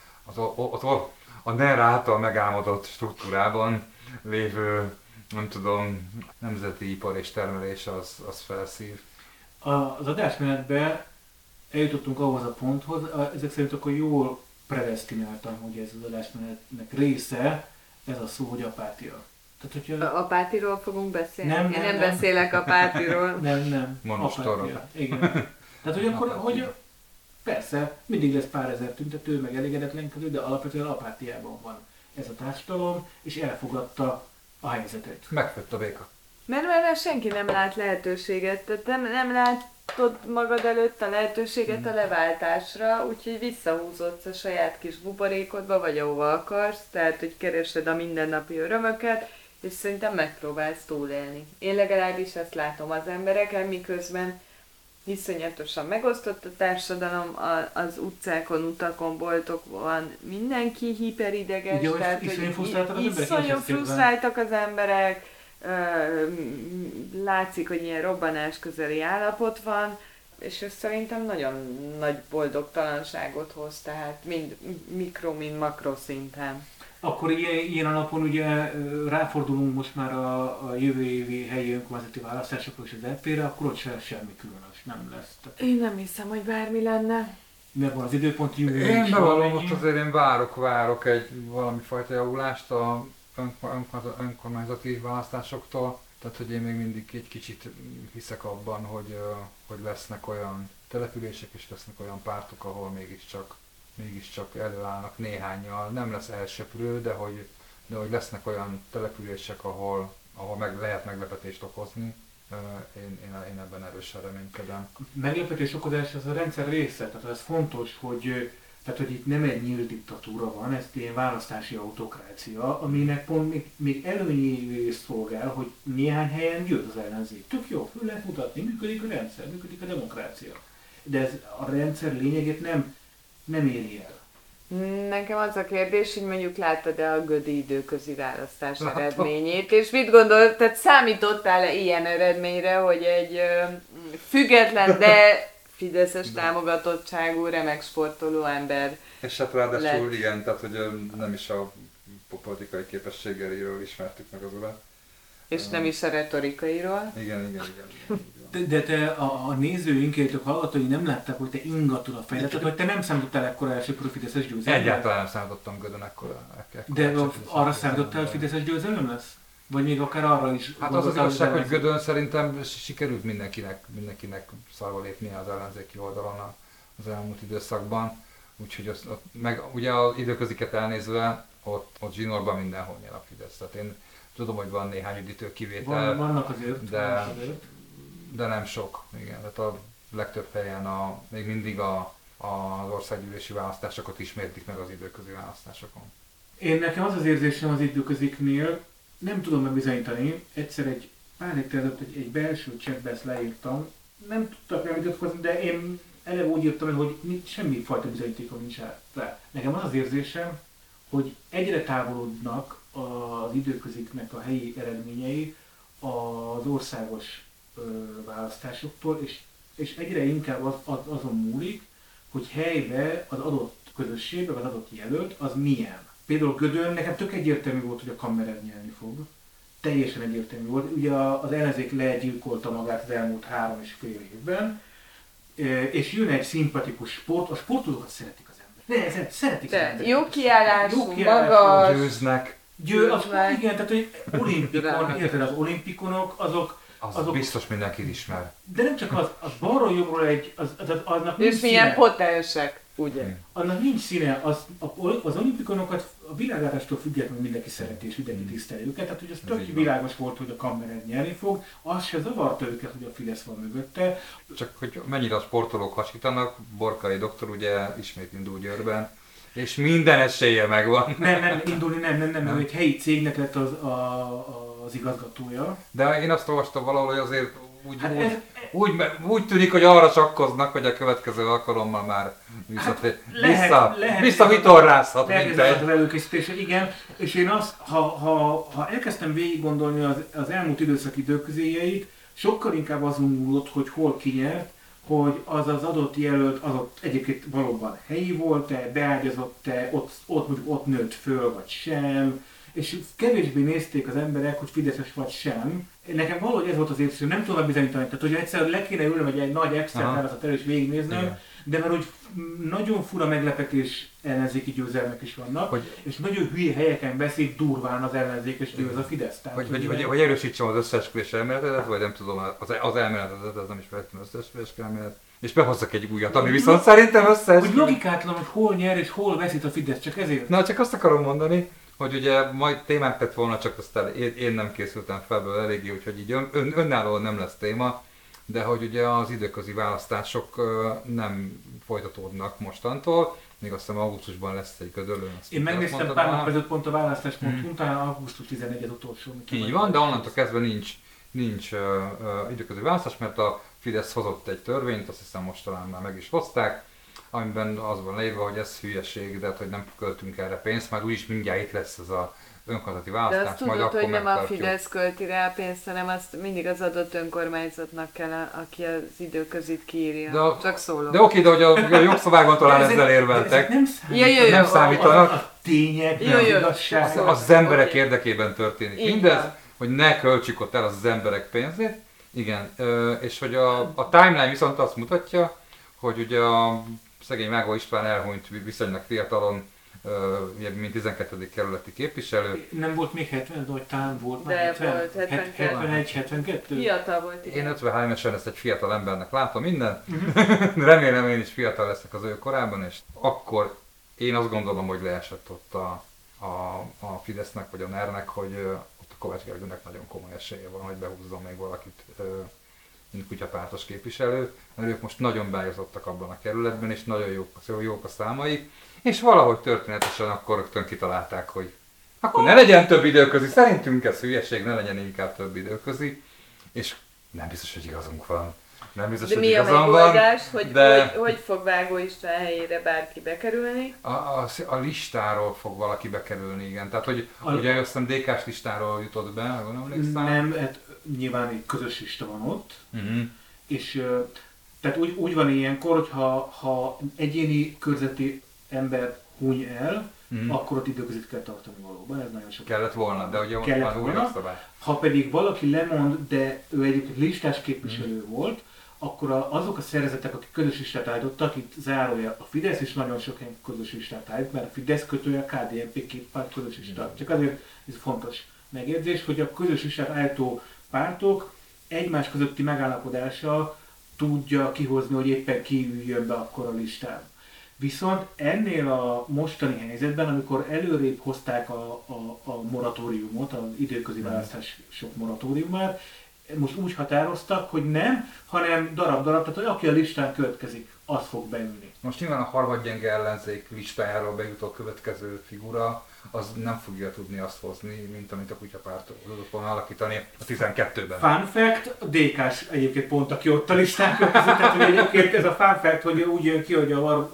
a NER által megálmodott struktúrában lévő, nem tudom, nemzeti ipar és termelés az felszív. Az adásmenetben eljutottunk ahhoz a ponthoz, ezek szerint akkor jól predesztináltam, hogy ez az adásmenetnek része, ez a szó, hogy apátia. Tehát, hogyha... Apátiról fogunk beszélni? Nem, Én nem beszélek apátiról. Nem. Monostorról. Igen. Tehát, hogy akkor, hogy persze, mindig lesz pár ezer tüntető, meg elégedetlenkedő, de alapvetően apátiában van ez a társadalom, és elfogadta a helyzetet. Megfött a béka. Mert senki nem lát lehetőséget, tehát nem látod magad előtt a lehetőséget a leváltásra, úgyhogy visszahúzódsz a saját kis buborékodba, vagy ahova akarsz, tehát hogy keresed a mindennapi örömöket, és szerintem megpróbálsz túlélni. Én legalábbis ezt látom az embereken, miközben iszonyatosan megosztott a társadalom, az utcákon, utakon, boltokon mindenki hiperideges, ugye, tehát iszonyú frusztráltak az emberek, látszik, hogy ilyen robbanás közeli állapot van, és ez szerintem nagyon nagy boldogtalanságot hoz, tehát mind mikro, mind makro szinten. Akkor ilyen alapon ugye ráfordulunk most már a jövő évi helyi önkormányzati választásokra és az EP-re, akkor ott semmi különös nem lesz. Tehát... Én nem hiszem, hogy bármi lenne. Mert van az időpont július. Én bevallom, most azért én várok egy valami fajta javulást a önkormányzati választásoktól. Tehát, hogy én még mindig egy kicsit hiszek abban, hogy lesznek olyan települések és lesznek olyan pártok, ahol mégiscsak előállnak néhánnyal. Nem lesz elsöprő, de hogy lesznek olyan települések, ahol lehet meglepetést okozni. Én ebben erősen reménykedem. A meglepetés okozás az a rendszer része, tehát ez fontos, hogy itt nem egy nyílt diktatúra van, ez ilyen választási autokrácia, aminek pont még előnyévé szolgál, hogy néhány helyen győz az ellenzék. Tök jó, föl lehet mutatni, működik a rendszer, működik a demokrácia. De ez a rendszer lényegét nem éri el. Nekem az a kérdés, hogy mondjuk láttad-e a Gödi időközi választás eredményét, és mit gondolt, tehát számítottál-e ilyen eredményre, hogy egy független, de fideszes támogatottságú, remek sportoló ember és hát ráadásul igen, tehát hogy nem is a politikai képességeiről ismertük meg az urat. És nem is a retorikairól. Igen. De te a nézőink, illetve a hallgatói nem látták, hogy te ingatod a fejedet, tehát hogy te nem számítottál ekkora elsőprő fideszes győzelem. Egyáltalán nem számítottam Gödön ekkora. De arra számítottál, hogy fideszes győzelem lesz? Vagy még akár arra is? Hát az igazság, hogy Gödön szerintem sikerült mindenkinek szarva lépnie az ellenzéki oldalon az elmúlt időszakban. Úgyhogy meg ugye az időköziket elnézve, ott zsinórban mindenhol nyer a Fidesz. Tehát én tudom, hogy van néhány üdítő kivétel, Vannak azért. de nem sok. Igen, tehát a legtöbb helyen még mindig az országgyűlési választásokat ismétlik meg az időközi választásokon. Nekem az érzésem az időköziknél, nem tudom megbizonyítani, egyszer egy pár héttel ezelőtt egy belső chatbe ezt leírtam, nem tudtak rá vitatkozni, de én eleve úgy írtam, hogy semmi fajta bizonyítékom nincs rá. Nekem az érzésem, hogy egyre távolodnak az időköziknek a helyi eredményei az országos választásoktól, és egyre inkább azon múlik, hogy helybe az adott közösség, vagy az adott jelölt, az milyen. Például Gödön nekem tök egyértelmű volt, hogy a Kammerer nyerni fog. Teljesen egyértelmű volt. Ugye az ellenzék legyilkolta magát az elmúlt 3,5 évben, és jön egy szimpatikus sport, a sportolókat szeretik az emberek. Szeretik az emberek. Jó kiállású, magas. Győznek. Igen, tehát hogy olimpikon, érted, az olimpikonok, azok biztos mindenki ismer. De nem csak az balról jobbról aznak nincs és milyen potensek, ugye? Annak nincs színe, az olimpikonokat a világárástól függetlenül mindenki szereti és mindenki tiszteli őket, tehát hogy az tök világos volt, hogy a Kammerer nyerni fog, az se zavarta őket, hogy a Fidesz van mögötte. Csak hogy mennyire a sportolók hasítanak, Borkai doktor ugye ismét indul Győrben, és minden esélye megvan. Nem, indulni nem, egy helyi cégnek lett az igazgatója. De én azt olvastam valahol, hogy azért úgy tűnik, hogy arra sakkoznak, hogy a következő alkalommal már visszavitorrázhat mindent. Az előkészítése, igen. És én azt, ha elkezdtem végig gondolni az elmúlt időszak időközéjeit, sokkal inkább azon múlott, hogy hol kinyert, hogy az adott jelölt, az ott egyébként valóban helyi volt-e, beágyazott-e, ott nőtt föl, vagy sem, és kevésbé nézték az emberek, hogy fideszes vagy sem. Nekem valahogy ez volt az érzésem, nem tudom bizonyítani, tehát hogy egyszer le kéne ülnöm egy nagy Excel-táblázat elő és végignéznem, de mert hogy nagyon fura meglepetés ellenzéki győzelmek is vannak, és nagyon hülye helyeken beszél durván az ellenzék és győz a Fidesz. Hogy erősítsem az összeesküvés elméletedet, vagy nem tudom, az elméletedet, az nem is feltétlenül összeesküvés elmélet, és behozzak egy újat, ami viszont szerintem összeesküvés. Hogy logikátlan, hogy hol nyer és hol veszít a Fidesz, csak ezért. Na, csak azt akarom mondani, hogy ugye majd témánk lett volna, csak azt én nem készültem fel belőle eléggé, úgyhogy így önállóan nem lesz téma, de hogy ugye az időközi választások nem folytatódnak mostantól, még azt hiszem augusztusban lesz egy Gödöllőn. Én megnéztem pár nap ezelőtt pont a választást, utána augusztus 11 az utolsó. Így van, de onnantól kezdve nincs időközi választás, mert a Fidesz hozott egy törvényt, azt hiszem most talán már meg is hozták, amiben az van leírva, hogy ez hülyeség, de hogy nem költünk erre pénzt, majd úgyis mindjárt itt lesz ez az önkormányzati választás, de azt majd tudod, akkor hogy nem a megtartjuk. Fidesz költi rá a pénzt, hanem azt mindig az adott önkormányzatnak kell, aki az időközit kiírja. Csak szólok. De oké, de hogy a jogszabályban talán ezzel érveltek. Nem számítanak. A tények, az igazság. Az emberek érdekében történik mindez, hogy ne költsük ott el az emberek pénzét. Igen, és hogy a timeline viszont azt mutatja, hogy ugye a szegény Mágó István elhunyt viszonylag fiatalon, mint 12. kerületi képviselő. Nem volt még 70, vagy talán volt már 70? Volt, 71-72? Fiatal volt, igen. Én 53 esen ezt egy fiatal embernek látom minden. Remélem én is fiatal leszek az ő korában, és akkor én azt gondolom, hogy leesett ott a Fidesznek, vagy a NER-nek, hogy ott a Kovács Gergőnek nagyon komoly esélye van, hogy behúzzon még valakit, mint kutyapártos képviselő, mert ők most nagyon beágyazottak abban a kerületben, és nagyon jók a számaik, és valahogy történetesen akkor rögtön kitalálták, hogy akkor ne legyen több időközi, szerintünk ez hülyeség, ne legyen inkább több időközi, és nem biztos, hogy igazunk van. Nem biztos, de hogy mi a megoldás, hogy, de... hogy fog Vágó István helyére bárki bekerülni? A listáról fog valaki bekerülni, igen. Tehát, hogy ugye azt hiszem DK-s listáról jutott be, ha nem emlékszem. Nem, hát nyilván egy közös lista van ott, és tehát úgy van ilyenkor, hogy ha egyéni körzeti ember huny el, akkor ott időközit kell tartani valóban, ez nagyon sok. Kellett volna, de ugye van új jogszabály. Ha pedig valaki lemond, de ő egyébként listás képviselő volt, akkor azok a szervezetek, akik közös listát állítottak, itt zárója a Fidesz is nagyon sok helyen közös listát állít, mert a Fidesz kötője a KDNP két párt közös listát. Csak azért ez fontos megjegyzés, hogy a közös listát állító pártok egymás közötti megállapodással tudja kihozni, hogy éppen ki üljön be akkor a listán. Viszont ennél a mostani helyzetben, amikor előrébb hozták a moratóriumot, az időközi választások moratóriumát, most úgy határoztak, hogy nem, hanem darab-darab, tehát hogy aki a listán következik, az fog beülni. Most nyilván a harmadgyenge ellenzék listájáról bejutott következő figura, az nem fogja tudni azt hozni, mint amit a kutyapárt tudott volna alakítani a 12-ben. Fun fact, a DK-s egyébként pont, aki ott a listán következik, tehát hogy egyébként ez a fun fact, hogy úgy jön ki, hogy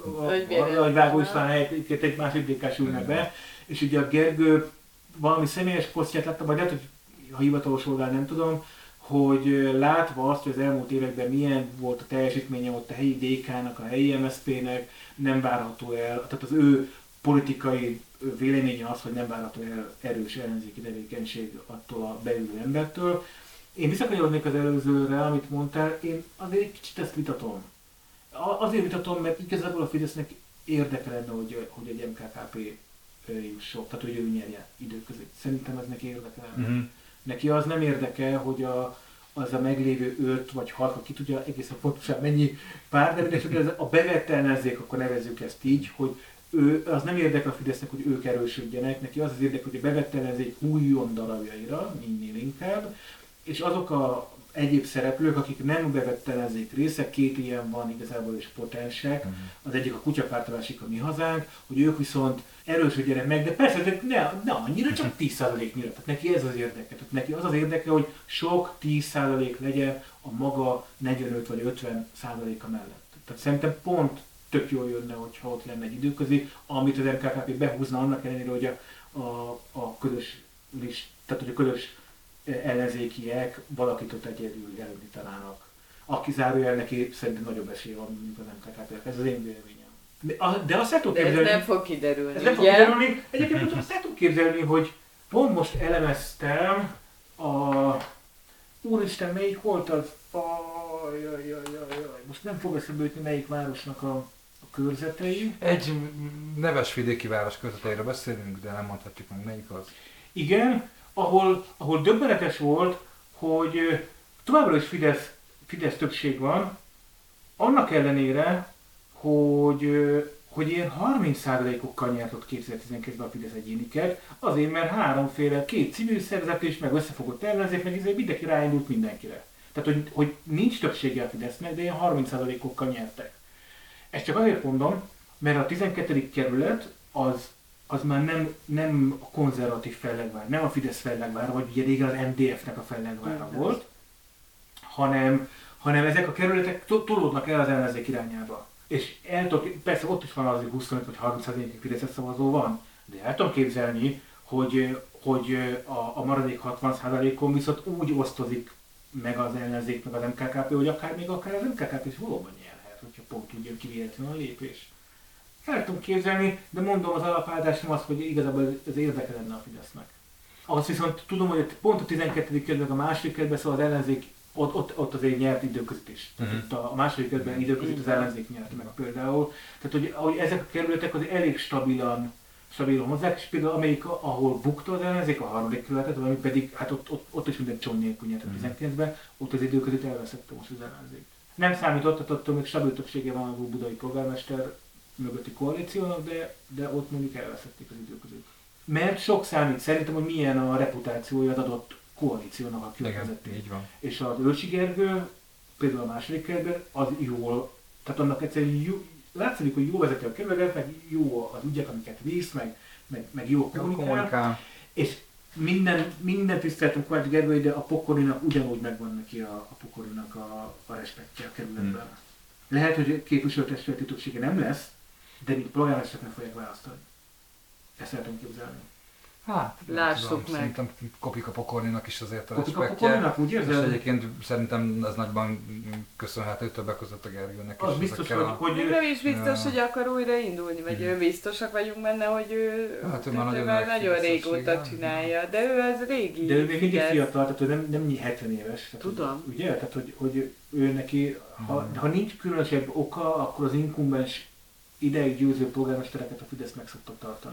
a Vágó István helyett egy másik DK-s ülnek be, és ugye a Gergő valami személyes posztját láttam, vagy lehet, hogy a hivatalos oldal nem tudom, hogy látva azt, hogy az elmúlt években milyen volt a teljesítménye ott a helyi DK-nak, a helyi MSZP-nek, nem várható el, tehát az ő politikai véleménye az, hogy nem várható el erős ellenzéki tevékenység attól a beülő embertől. Én visszakanyarodnék az előzőre, amit mondtál, én azért egy kicsit ezt vitatom. Azért vitatom, mert igazából a Fidesznek érdeke lenne, hogy egy MKKP jusson, tehát hogy ő nyerje időközött. Szerintem ez neki érdeke lenne. Neki az nem érdeke, hogy az a meglévő 5 vagy 6, ki tudja egészen pontosan mennyi pár, de mindesetre a bevett ellenzék, akkor nevezzük ezt így, hogy az nem érdekel a Fidesznek, hogy ők erősödjenek, neki az érdeke, hogy a bevett ellenzék hújjon darabjaira, minél inkább, és azok a egyéb szereplők, akik nem bevett ellenzék része, két ilyen van igazából is potensek, az egyik a kutyapárt, a másik a Mi Hazánk, hogy ők viszont erősödjenek meg, de persze ne annyira, csak 10%-nyira. Tehát neki ez az érdeke. Tehát neki az az érdeke, hogy sok 10% legyen a maga 45 vagy 50%-a mellett. Tehát szerintem pont tök jól jönne, hogyha ott lenne egy időközi, amit az MKKP behúzna annak ellenére, hogy a közös tehát hogy a közös ellenzékiek valakit ott egyedül elindítanának. Aki zárójel neki szerintem nagyobb esélye van, mint az MKKP. Ez az én véleményem. De azt el tudom képzelni... ez nem fog kiderülni, ez nem fog kiderülni. Egyébként azt el tudom képzelni, hogy pont most elemeztem úristen, melyik volt az? Most nem fog eszembe jutni, melyik városnak a körzetei. Egy neves vidéki város körzeteire beszélünk, de nem mondhatjuk meg, melyik az. Igen, ahol döbbenetes volt, hogy továbbra is Fidesz többség van, annak ellenére, hogy ilyen 30%-okkal nyert ott 2012-ben a Fidesz egyéniket, azért mert két civil szervezet is, meg összefogott ellenzék, meg ezért mindenki ráindult mindenkire. Tehát, hogy nincs többsége a Fidesznek, de ilyen 30%-okkal nyertek. Ezt csak azért mondom, mert a 12. kerület az már nem a konzervatív fellegvár, nem a Fidesz fellegvára, vagy ugye régen az MDF-nek a fellegvára volt, hanem ezek a kerületek tolódnak el az ellenzék irányába. És persze ott is van az, hogy 25 vagy 30% Fideszes szavazó van, de el tudom képzelni, hogy a maradék 60%-on viszont úgy osztozik meg az ellenzék, meg az MKKP, hogy akár az MKKP is valóban nyerhet, hogyha pont úgy jön ki véletlenül a lépés. El tudom képzelni, de mondom, az alapállásom az, hogy igazából ez érdeke lenne a Fidesznek. Azt viszont tudom, hogy pont a 12. kerületben, a második kerületben, szóval az ellenzék ott azért nyert időközött is. Tehát a második kerületben időközött az ellenzék nyert meg például. Tehát, hogy ezek a kerületek azért elég stabilan hozzák, és például amelyik, ahol bukta az ellenzék, a harmadik kerületet, ami pedig, hát ott is minden csont nélkül nyert a 19-ben, ott az időközött elveszette most az ellenzék. Nem számított, tehát attól még stabil többsége van a budai polgármester mögötti koalíciónak, de ott mondjuk elveszették az időközött. Mert sok számít szerintem, hogy milyen a reputációja az adott koalíciónak, aki vezették. És az Őrsi Gergő, például a második kerületben, az jól, tehát annak egyszerűen látszik, hogy jó vezeti a kerületet, meg jó az ügyek, amiket visz, meg jó kommunikál. És minden tiszteletem Kovács Gergely, de a Pokorinak ugyanúgy megvan neki a Pokorinak a respektje a kerületben. Lehet, hogy képviselőtestületi többsége nem lesz, de mint polgármesterek meg fogják választani. Ezt el tudom képzelni. Hát, lássuk meg. Szerintem kopik a Pokorninak is azért a respektje. Kopik a Pokorninak, úgy érzed? És egyébként szerintem ez nagyban köszönhető többek között a Gergőnek. Az biztos, hogy... Nem is biztos, hogy akar újra indulni, vagy biztosak vagyunk benne, hogy ő nagyon régóta csinálja, de ő az régi. De ő még mindig fiatal, tehát ő nem 70 éves. Tehát, tudom. Ugye? Tehát, hogy ő neki, ha nincs különösebb oka, akkor az inkumbens ideig győző polgármestereket a Fidesz meg szokta tartani.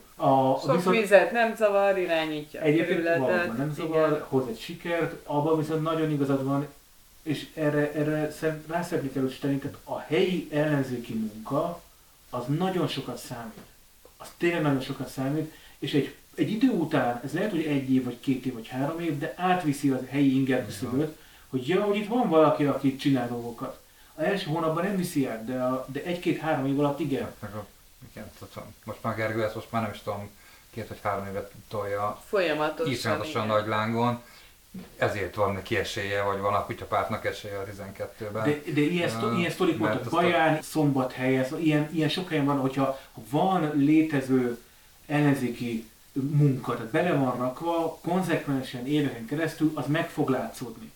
Sok vizet nem zavar, irányítja a kerületet. Valóban nem zavar, hoz egy sikert, abban viszont nagyon igazad van, és erre rá szeretnék erősíteni, tehát a helyi ellenzéki munka az nagyon sokat számít. Az tényleg nagyon sokat számít, és egy idő után, ez lehet, hogy 1 év, vagy 2 év, vagy 3 év, de átviszi a helyi inger küszöböt, hogy itt van valaki, aki csinál dolgokat. Az első hónapban nem viszi át, de 1-2-3 év alatt igen. Igen, most már Gergő ezt most már nem is tudom, 2 vagy 3 évet tolja iszonyatosan nagy lángon. Ezért van neki esélye, vagy van a kutyapártnak esélye a 12-ben. De ilyen sztorik voltak Baján, Szombathely, ilyen sok helyen van, hogyha van létező ellenzéki munka, tehát bele van rakva, konzekvensen éveken keresztül, az meg fog látszódni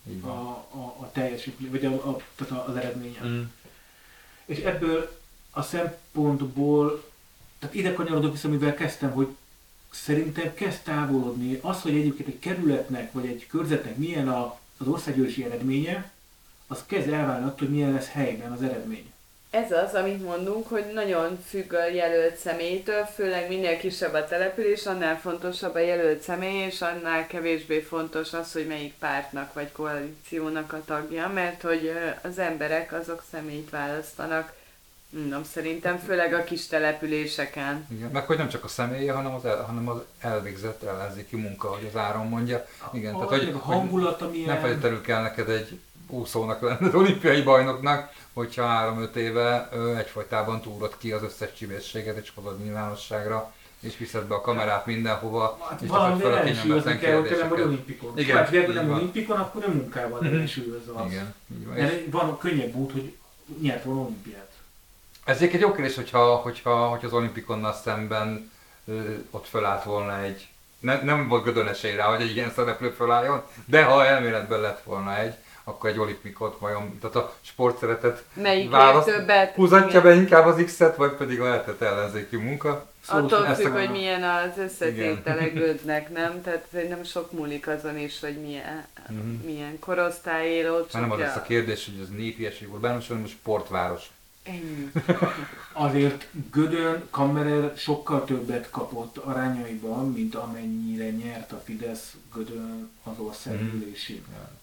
a teljesítmény, vagy tehát az eredményen. És ebből a szempontból, tehát ide kanyarodok vissza, mivel kezdtem, hogy szerintem kezd távolodni az, hogy egyébként egy kerületnek vagy egy körzetnek milyen az országgyűlési eredménye, az kezd elválni attól, hogy milyen lesz helyben az eredmény. Ez az, amit mondunk, hogy nagyon függ a jelölt személytől, főleg minél kisebb a település, annál fontosabb a jelölt személy, és annál kevésbé fontos az, hogy melyik pártnak vagy koalíciónak a tagja, mert hogy az emberek azok személyt választanak. Nem, szerintem főleg a kis településeken. Igen, meg hogy nem csak a személye, hanem az elvégzett ellenzéki munka, hogy az Áron mondja. Igen, tehát hogy hangulat, milyen... nem feltétlenül kell neked egy úszónak lenni, az olimpiai bajnoknak, hogyha 3-5 éve egyfajtában túrod ki az összes csibészséget, és hozod nyilvánosságra, és viszed be a kamerát mindenhova, hát és teszed fel a kényelmetlen kérdéseket. Vagy olimpikon. Igen, hát ha nem olimpikon, akkor nem munkával teljesülsz az. Igen, így van. Van könnyebb út, hogy nyert volna olimpiát. Ez egy jó kérdés, hogyha az olimpikonnal szemben ott fölállt volna egy, nem volt Gödön esély rá, hogy egy ilyen szereplő fölálljon, de ha elméletben lett volna egy, akkor egy olimpikot vajon, tehát a sportszeretet húzatja be inkább az X-et, vagy pedig lehetett ellenzéki munka. Attól függ, hogy milyen az összetétele Gödnek, nem? Tehát nem sok múlik azon is, hogy milyen korosztály él ott. Nem az lesz a kérdés, hogy ez népiesség urbánus, hanem sportváros. Ennyi. Azért Gödön Kammerer sokkal többet kapott arányaiban, mint amennyire nyert a Fidesz Gödön az országgyűlésén.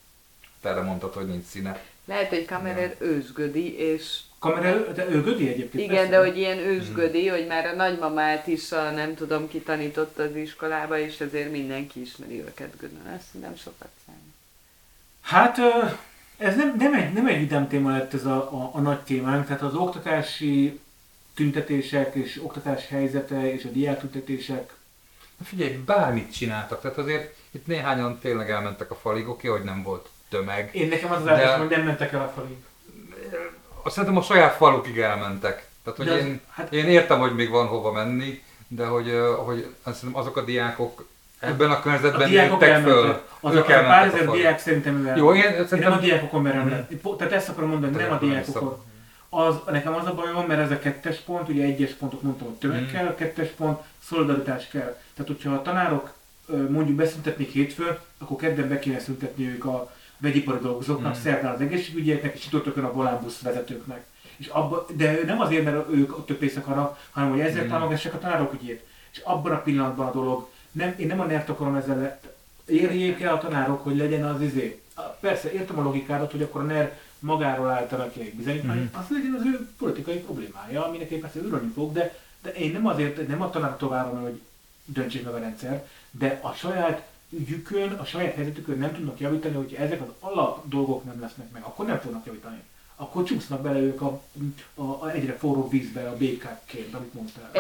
Te erre mondtad, hogy nincs színe. Lehet, hogy Kammerer ősgödi, és... Kammerer, de ő gödi egyébként. Igen, persze. De hogy ilyen ősgödi, hogy már a nagymamát is nem tudom ki tanította az iskolába, és ezért mindenki ismeri őket Gödön. Ez nem sokat számít. Hát... Ez nem egy vidám téma lett ez a nagy témánk, tehát az oktatási tüntetések és oktatás helyzete és a diáktüntetések. Figyelj, bármit csináltak, tehát azért itt néhányan tényleg elmentek a falig, oké, hogy nem volt tömeg. Én nekem az állatom, hogy nem mentek el a falig. Szerintem a saját falukig elmentek. Tehát, hogy én értem, hogy még van hova menni, de hogy azok a diákok ebben a környezetben nőttek föl. Az a pár ezer diák szerintem mivel. Jó, nem a diákokon merem le. Tehát ezt akarom mondani, nem a diákokon. Nekem az a bajom, mert ez a 2-es pont, ugye 1-es pontot mondtam, hogy tömeg kell, a 2-es pont szolidaritás kell. Tehát, hogyha a tanárok mondjuk beszüntetnék hétfőn, akkor kedden be kéne szüntetni ők a vegyipari dolgozóknak, szerdán az egészségügyieknek és csütörtökön a volánbusz vezetőknek. De nem azért, mert ők több pénzt akarnak, hanem hogy ezzel támogassák a tanárok ügyét. És abban a pillanatban a dolog, én nem a NER-t akarom ezzel, érjék el a tanárok, hogy legyen az Persze, értem a logikádat, hogy akkor a NER magáról állítanak ki egy bizonyítványt, az legyen az ő politikai problémája, aminek én persze örülni fog, de én nem a tanároktól várom, hogy döntsék meg a rendszer, de a saját ügyükön, a saját helyzetükön nem tudnak javítani, hogyha ezek az alap dolgok nem lesznek meg, akkor nem fognak javítani. Akkor csúsznak bele ők a egyre forróbb vízbe a békákként, amit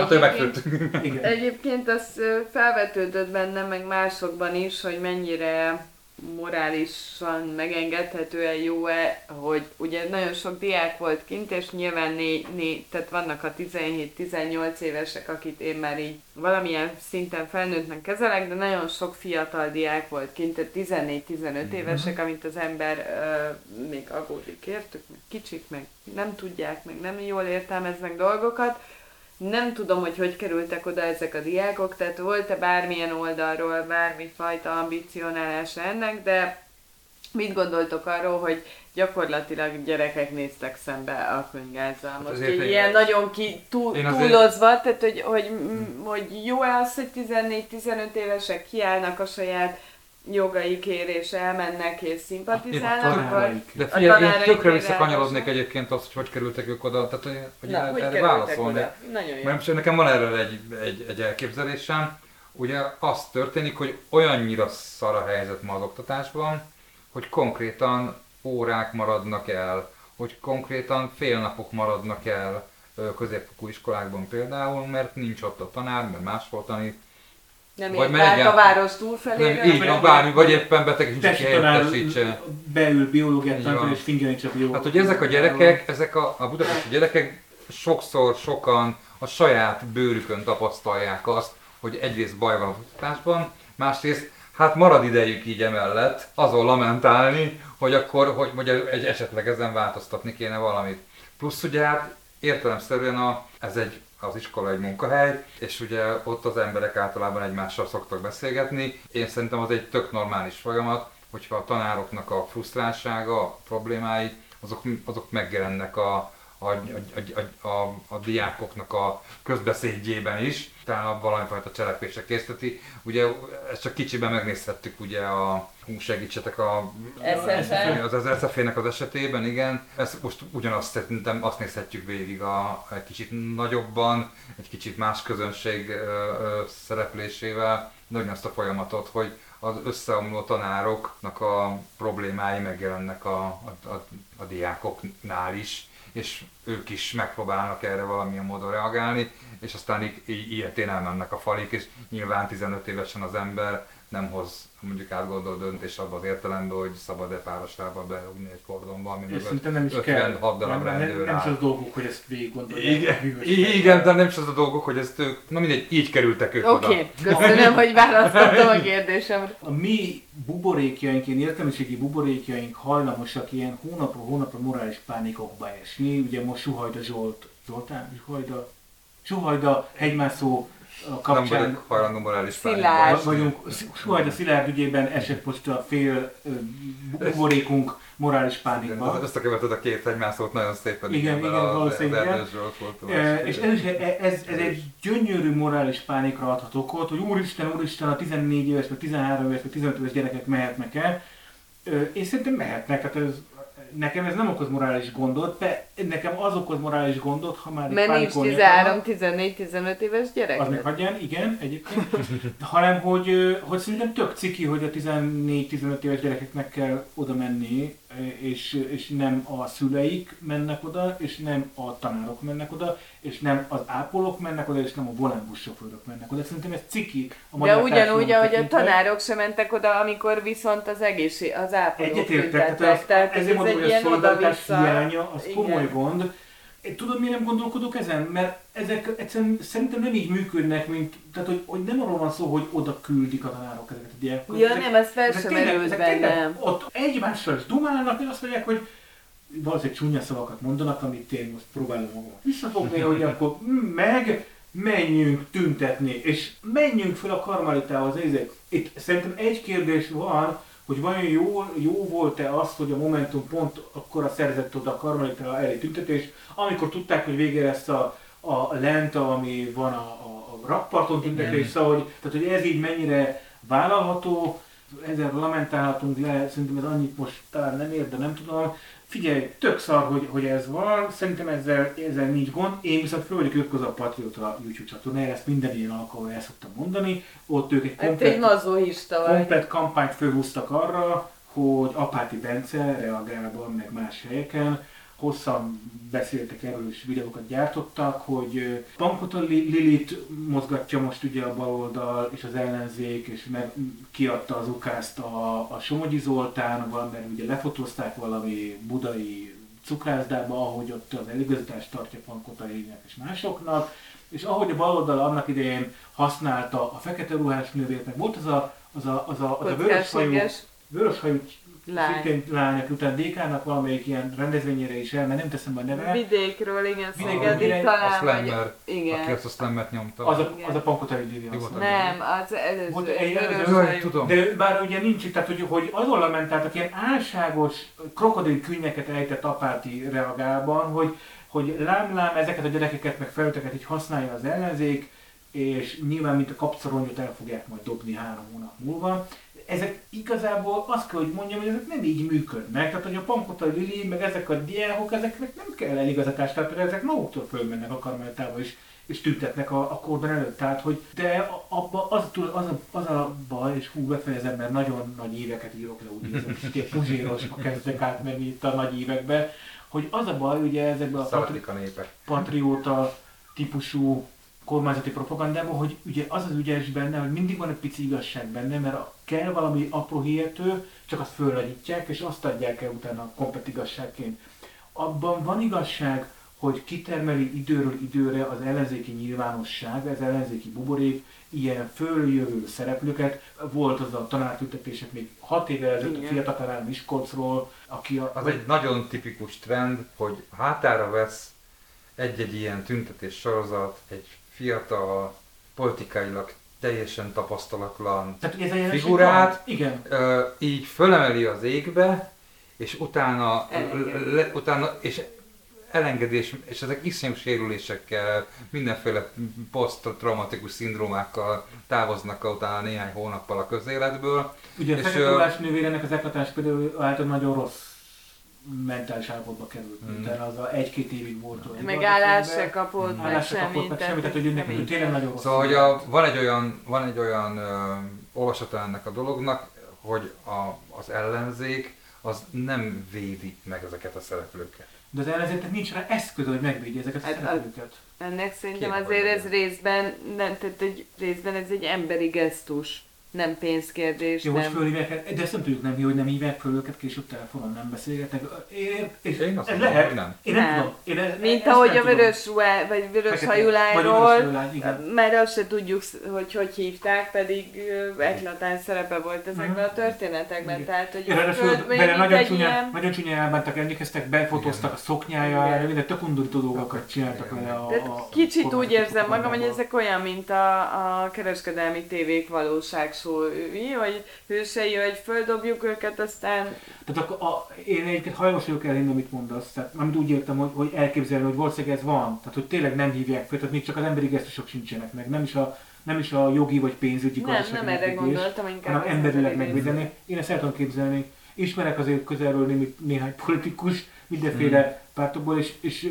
mondtál. Egyébként az felvetődött bennem, meg másokban is, hogy mennyire morálisan megengedhetően jó-e, hogy ugye nagyon sok diák volt kint, és nyilván tehát vannak a 17-18 évesek, akit én már így valamilyen szinten felnőttnek kezelek, de nagyon sok fiatal diák volt kint, tehát 14-15 évesek, amit az ember még aggódik értük, meg kicsik, meg nem tudják, meg nem jól értelmeznek dolgokat. Nem tudom, hogy kerültek oda ezek a diákok, tehát volt-e bármilyen oldalról bármifajta ambicionálása ennek, de mit gondoltok arról, hogy gyakorlatilag gyerekek néztek szembe a könyvgázzal? Most ilyen nagyon túlozva, tehát hogy jó-e az, hogy 14-15 évesek kiállnak a saját jogaikért és elmennek és szimpatizálnak, vagy de figyelj, én tökre tanáraikért visszakanyarodnék egyébként azt, hogy kerültek ők oda, tehát hogy erre kerültek válaszolni. oda? Nagyon jó. Mert nekem van erről egy elképzelésem. Ugye az történik, hogy olyannyira szar a helyzet ma az oktatásban, hogy konkrétan órák maradnak el, hogy konkrétan félnapok maradnak el középfokú iskolákban például, mert nincs ott a tanár, mert máshol tanít. Nem ért át a város túlfelére. Így van, bármi, vagy éppen beteg, és nincs helyettesítse. Beül biológiát tanítani, és fingerítse a biológiát. Hát, hogy ezek a gyerekek, ezek a budapesti gyerekek sokan a saját bőrükön tapasztalják azt, hogy egyrészt baj van a oktatásban, másrészt hát marad idejük így emellett azon lamentálni, hogy akkor, hogy esetleg ezen változtatni kéne valamit. Plusz ugye hát értelemszerűen az iskola egy munkahely, és ugye ott az emberek általában egymással szoktak beszélgetni. Én szerintem az egy tök normális folyamat, hogyha a tanároknak a frusztráltsága, a problémái, azok megjelennek a diákoknak a közbeszédjében is, talán valamifajta cselekvésre készíteti. Ugye ezt csak kicsiben megnézhettük ugye segítsetek az SZF-nek az esetében, igen. Ezt most ugyanazt szerintem azt nézhetjük végig egy kicsit nagyobban, egy kicsit más közönség szereplésével, nagyon azt a folyamatot, hogy az összeomló tanároknak a problémái megjelennek a diákoknál is, és ők is megpróbálnak erre valamilyen módon reagálni, és aztán ilyetén elmennek a falik, és nyilván 15 évesen az ember nem hoz mondjuk átgondolt döntés abban az értelemben, hogy szabad-e pároslába berúgni egy kordonba, ami mögött 56 darab rendőr áll. Nem is az dolguk, hogy ezt végig gondolják. Igen, de nem is az a dolgok, hogy ezt ők, na mindegy, így kerültek ők oda. Oké, köszönöm, hogy választottam a kérdésemre. A mi buborékjaink, ilyen értelmiségi buborékjaink hajlamosak ilyen hónapra morális pánikokba esni. Ugye most Suhajda hegymászó kapcsán nem vagyok hajlandó morális pánikba. Suhajda Szilárd ügyében esett most a fél buborékunk morális pánikba. Összeköveted a két hegymászót nagyon szépen. Igen, valószínűleg. És ez egy gyönyörű morális pánikra adhat okot, hogy úristen, a 14 éves, vagy 13 éves, vagy 15 éves gyerekek mehetnek el. Én szerintem mehetnek, hát nekem ez nem okoz morális gondot, de nekem az okoz morális gondot, ha már mert nincs 13, 14, 15 éves gyerek? Az meg hagyján, igen, egyébként. Hanem, hogy szerintem tök ciki, hogy a 14-15 éves gyerekeknek kell oda menni, és nem a szüleik mennek oda, és nem a tanárok mennek oda, és nem az ápolók mennek oda, és nem a volánbuszsofőrök mennek oda. Szerintem ez ciki a magyar de ugyanúgy, ahogy a tanárok sem mentek oda, amikor viszont az ápolók tüntettek. Tehát ezért mondom, hogy a szolidaritás hiánya az komoly gond. Tudod, miért nem gondolkodok ezen? Mert ezek egyszerűen szerintem nem így működnek, tehát hogy nem arról van szó, hogy oda küldik a tanárok ezeket a diákokat. Ja, nem, ez fel sem merült bennem. Ott egymással is dumálnak, és azt mondják, hogy valószínűleg csúnya szavakat mondanak, amit én most próbálom magamat visszafogni, hogy akkor menjünk tüntetni, és menjünk fel a Karmelitához. Itt szerintem egy kérdés van, hogy vajon jó volt-e az, hogy a Momentum pont akkora szerzett oda a Karmelita elé tüntetést, amikor tudták, hogy vége lesz a lenta, ami van a rakparton tüntetés, szóval, tehát hogy ez így mennyire vállalható, ezzel lamentálhatunk le, szerintem ez annyit most talán nem ér, de nem tudom. Figyelj, tök szar, hogy ez van, szerintem ezzel nincs gond. Én viszont föl vagyok ötköz a Patriota YouTube csatornájára, ezt minden ilyen alkalommal el szoktam mondani. Ott ők egy komplet kampányt fölhúztak arra, hogy Apáti Bence reagálban, meg más helyeken hosszan beszéltek erről, és videókat gyártottak, hogy Pankota Lilit mozgatja most ugye a baloldal és az ellenzék, és kiadta az ukázt a Somogyi Zoltán, mert ugye lefotózták valami budai cukrászdába, ahogy ott az eligazítást tartja Pankota Lilitnek és másoknak, és ahogy a baloldal annak idején használta a fekete ruhás nővért, meg volt az a vöröshajú lány, aki utána DK-nak valamelyik ilyen rendezvényére is mert nem teszem a neve. Vidékről, igen, Szegedi talán. A Slammer, aki azt a Slammert nyomta. Az a Pankota Lili. Nem, az előző. Tudom. De bár ugye nincs itt, tehát hogy azon lamentáltak, ilyen álságos krokodil künnyeket ejtett Apáti reagálban, hogy lám ezeket a gyerekeket meg felületeket így használja az ellenzék, és nyilván mint a kapszaronyot el fogják majd dobni 3 hónap múlva. ezek igazából azt kell, hogy mondjam, hogy ezek nem így működnek. Tehát, hogy a Pankota Lili, meg ezek a diákok, ezeknek nem kell eligazatás, tehát ezek maguktól fölmennek a karmeltába és tüntetnek a kordon előtt. Tehát, hogy de abba az a baj, és befejezem, mert nagyon nagy éveket írok le, úgy érzem, és ilyen puzsérosba kezdek átmenni itt a nagy évekbe, hogy az a baj, ugye ezekben a patrióta típusú kormányzati propagandában, hogy ugye az ügyes benne, hogy mindig van egy pici igazság benne, mert kell valami apró hihető, csak azt fölnagyítják, és azt adják el utána komplet igazságként. Abban van igazság, hogy kitermeli időről időre az ellenzéki nyilvánosság, az ellenzéki buborék, ilyen följövő szereplőket. Volt az a tanártüntetések még 6 évvel ezelőtt a fiatal tanár Miskolcról, aki az egy nagyon tipikus trend, hogy hátára vesz egy-egy ilyen tüntetés sorozat, egy fiatal, politikailag teljesen tapasztalatlan figurát, igen. Így fölemeli az égbe, és utána és elengedés, és ezek iszonyú sérülésekkel, mindenféle poszttraumatikus szindrómákkal távoznak utána néhány hónappal a közéletből. Ugye a Fekete Balázs nővérének az eklatás például által nagyon rossz mentális állapotba került, utána az 1-2 évig volt. Megállás se kapott, meg semmit. Tehát, hogy ő tényleg nagyon rossz. Szóval, hogy van egy olyan olvasata ennek a dolognak, hogy az ellenzék az nem védi meg ezeket a szereplőket. De az ellenzéknek nincs rá eszköz, hogy megvédje ezeket a szereplőket. Ennek szerintem azért ez részben ez egy emberi gesztus. Nem pénzkérdés, jó, nem. Most fölhívják, de ezt nem tudjuk nem, hogy nem hívják föl őket, később telefonon nem beszélgetnek. Én azt ez mondom, lehet. hogy nem. Én nem tudom. Mint ahogy a vörös ruhá, vagy vörös hajulányról, mert azt se tudjuk, hogy hívták, pedig eklatáns szerepe volt ezekben a történetekben. Tehát, hogy vele nagyon csúnyán elbántak, emlékeztek, befotóztak a szoknyájára, minden tök undorító dolgokat csináltak vele a kicsit úgy érzem magam, hogy ezek olyan, mint a kereskedelmi tévék valóság hogy hősei, hogy földobjuk őket, aztán... Tehát én egyébként hajlamos vagyok elhinni, amit mondasz. Tehát, amit úgy értem, hogy elképzelni, hogy valószínűleg ez van. Tehát, hogy tényleg nem hívják fel, tehát még csak az emberi gesztusok sincsenek meg. Nem is a jogi vagy pénzügyi gazdasági nem erre gondoltam, inkább hanem emberileg megvédeni. Én ezt el tudom képzelni. Ismerek azért közelről néhány politikus, mindenféle pártokból, és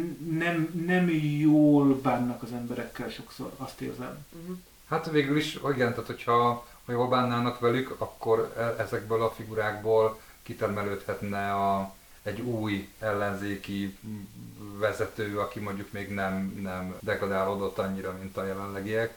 nem jól bánnak az emberekkel sokszor, azt érzem. Hát végül is, igen, tehát hogyha jól bánnának velük, akkor ezekből a figurákból kitermelődhetne egy új ellenzéki vezető, aki mondjuk még nem degradálódott annyira, mint a jelenlegiek.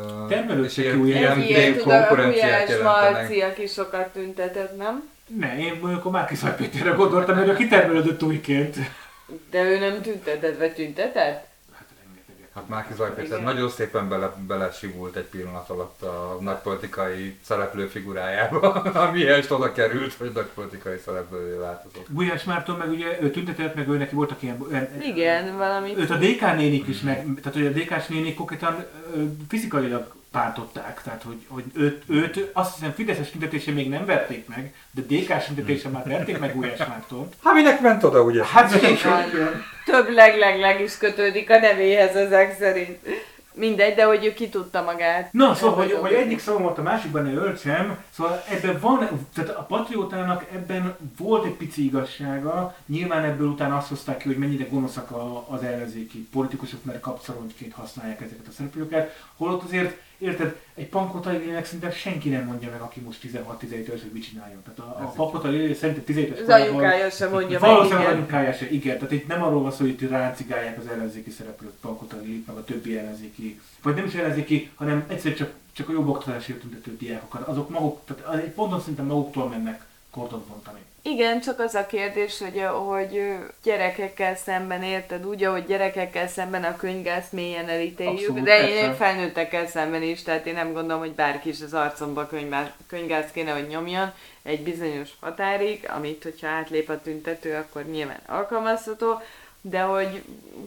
És ilyen konkurenciát jelentenek. Marci, aki sokat tüntetett, nem? Ne, én mondjuk a Márki-Szaj Péterre gondoltam, hogy a kitermelődött újként. De ő nem tüntetett, vagy tüntetett? Hát Márki-Szaj Péter nagyon szépen belesivult egy pillanat alatt a nagypolitikai szereplő figurájába, amihez oda került, hogy nagypolitikai szereplővé változott. Gulyás Márton meg ugye ő tüntetett, meg ő neki voltak ilyen... Igen, valami... Őt a DK nénik is tehát hogy a DK-s nénik konkrétan fizikailag bántották, tehát hogy őt azt hiszem Fideszes tüntetése még nem verték meg, de DK-s tüntetése már verték meg Gulyás Mártont. Hát minek ment oda, ugye? Hát több leg is kötődik a nevéhez ezek szerint. Mindegy, de hogy ő ki tudta magát. Na, szóval, hogy egyik szavam volt a másikban ne öltsem, szóval ebben van, tehát a patriótának ebben volt egy pici igazsága, nyilván ebből utána azt hozták ki, hogy mennyire gonoszak az ellenzéki politikusok, mert kapszaroncsként használják ezeket a szereplőket, holott azért, érted, egy Pankota Lilinek szinte senki nem mondja meg, aki most 16-17 éves, hogy mit csináljon. Tehát a Pankota Lili szerintem 17 éves az anyukája sem mondja meg, valószínűleg az anyukája sem, igen. Tehát itt nem arról van szó, hogy itt ráncigálják az ellenzéki szereplőt, Pankota Lilit, meg a többi ellenzéki, vagy nem is ellenzéki, hanem egyszerűen csak a jobb oktatásért tüntető diákokat. Azok maguk, tehát egy ponton szinte maguktól mennek kordont bontani. Igen, csak az a kérdés, hogy gyerekekkel szemben érted, úgy, ahogy gyerekekkel szemben a könyvgázt mélyen elítéljük, abszolút, de persze. én felnőttekkel szemben is, tehát én nem gondolom, hogy bárki is az arcomba könyvgázt kéne, hogy nyomjon egy bizonyos határig, amit, hogyha átlép a tüntető, akkor nyilván alkalmazható, de hogy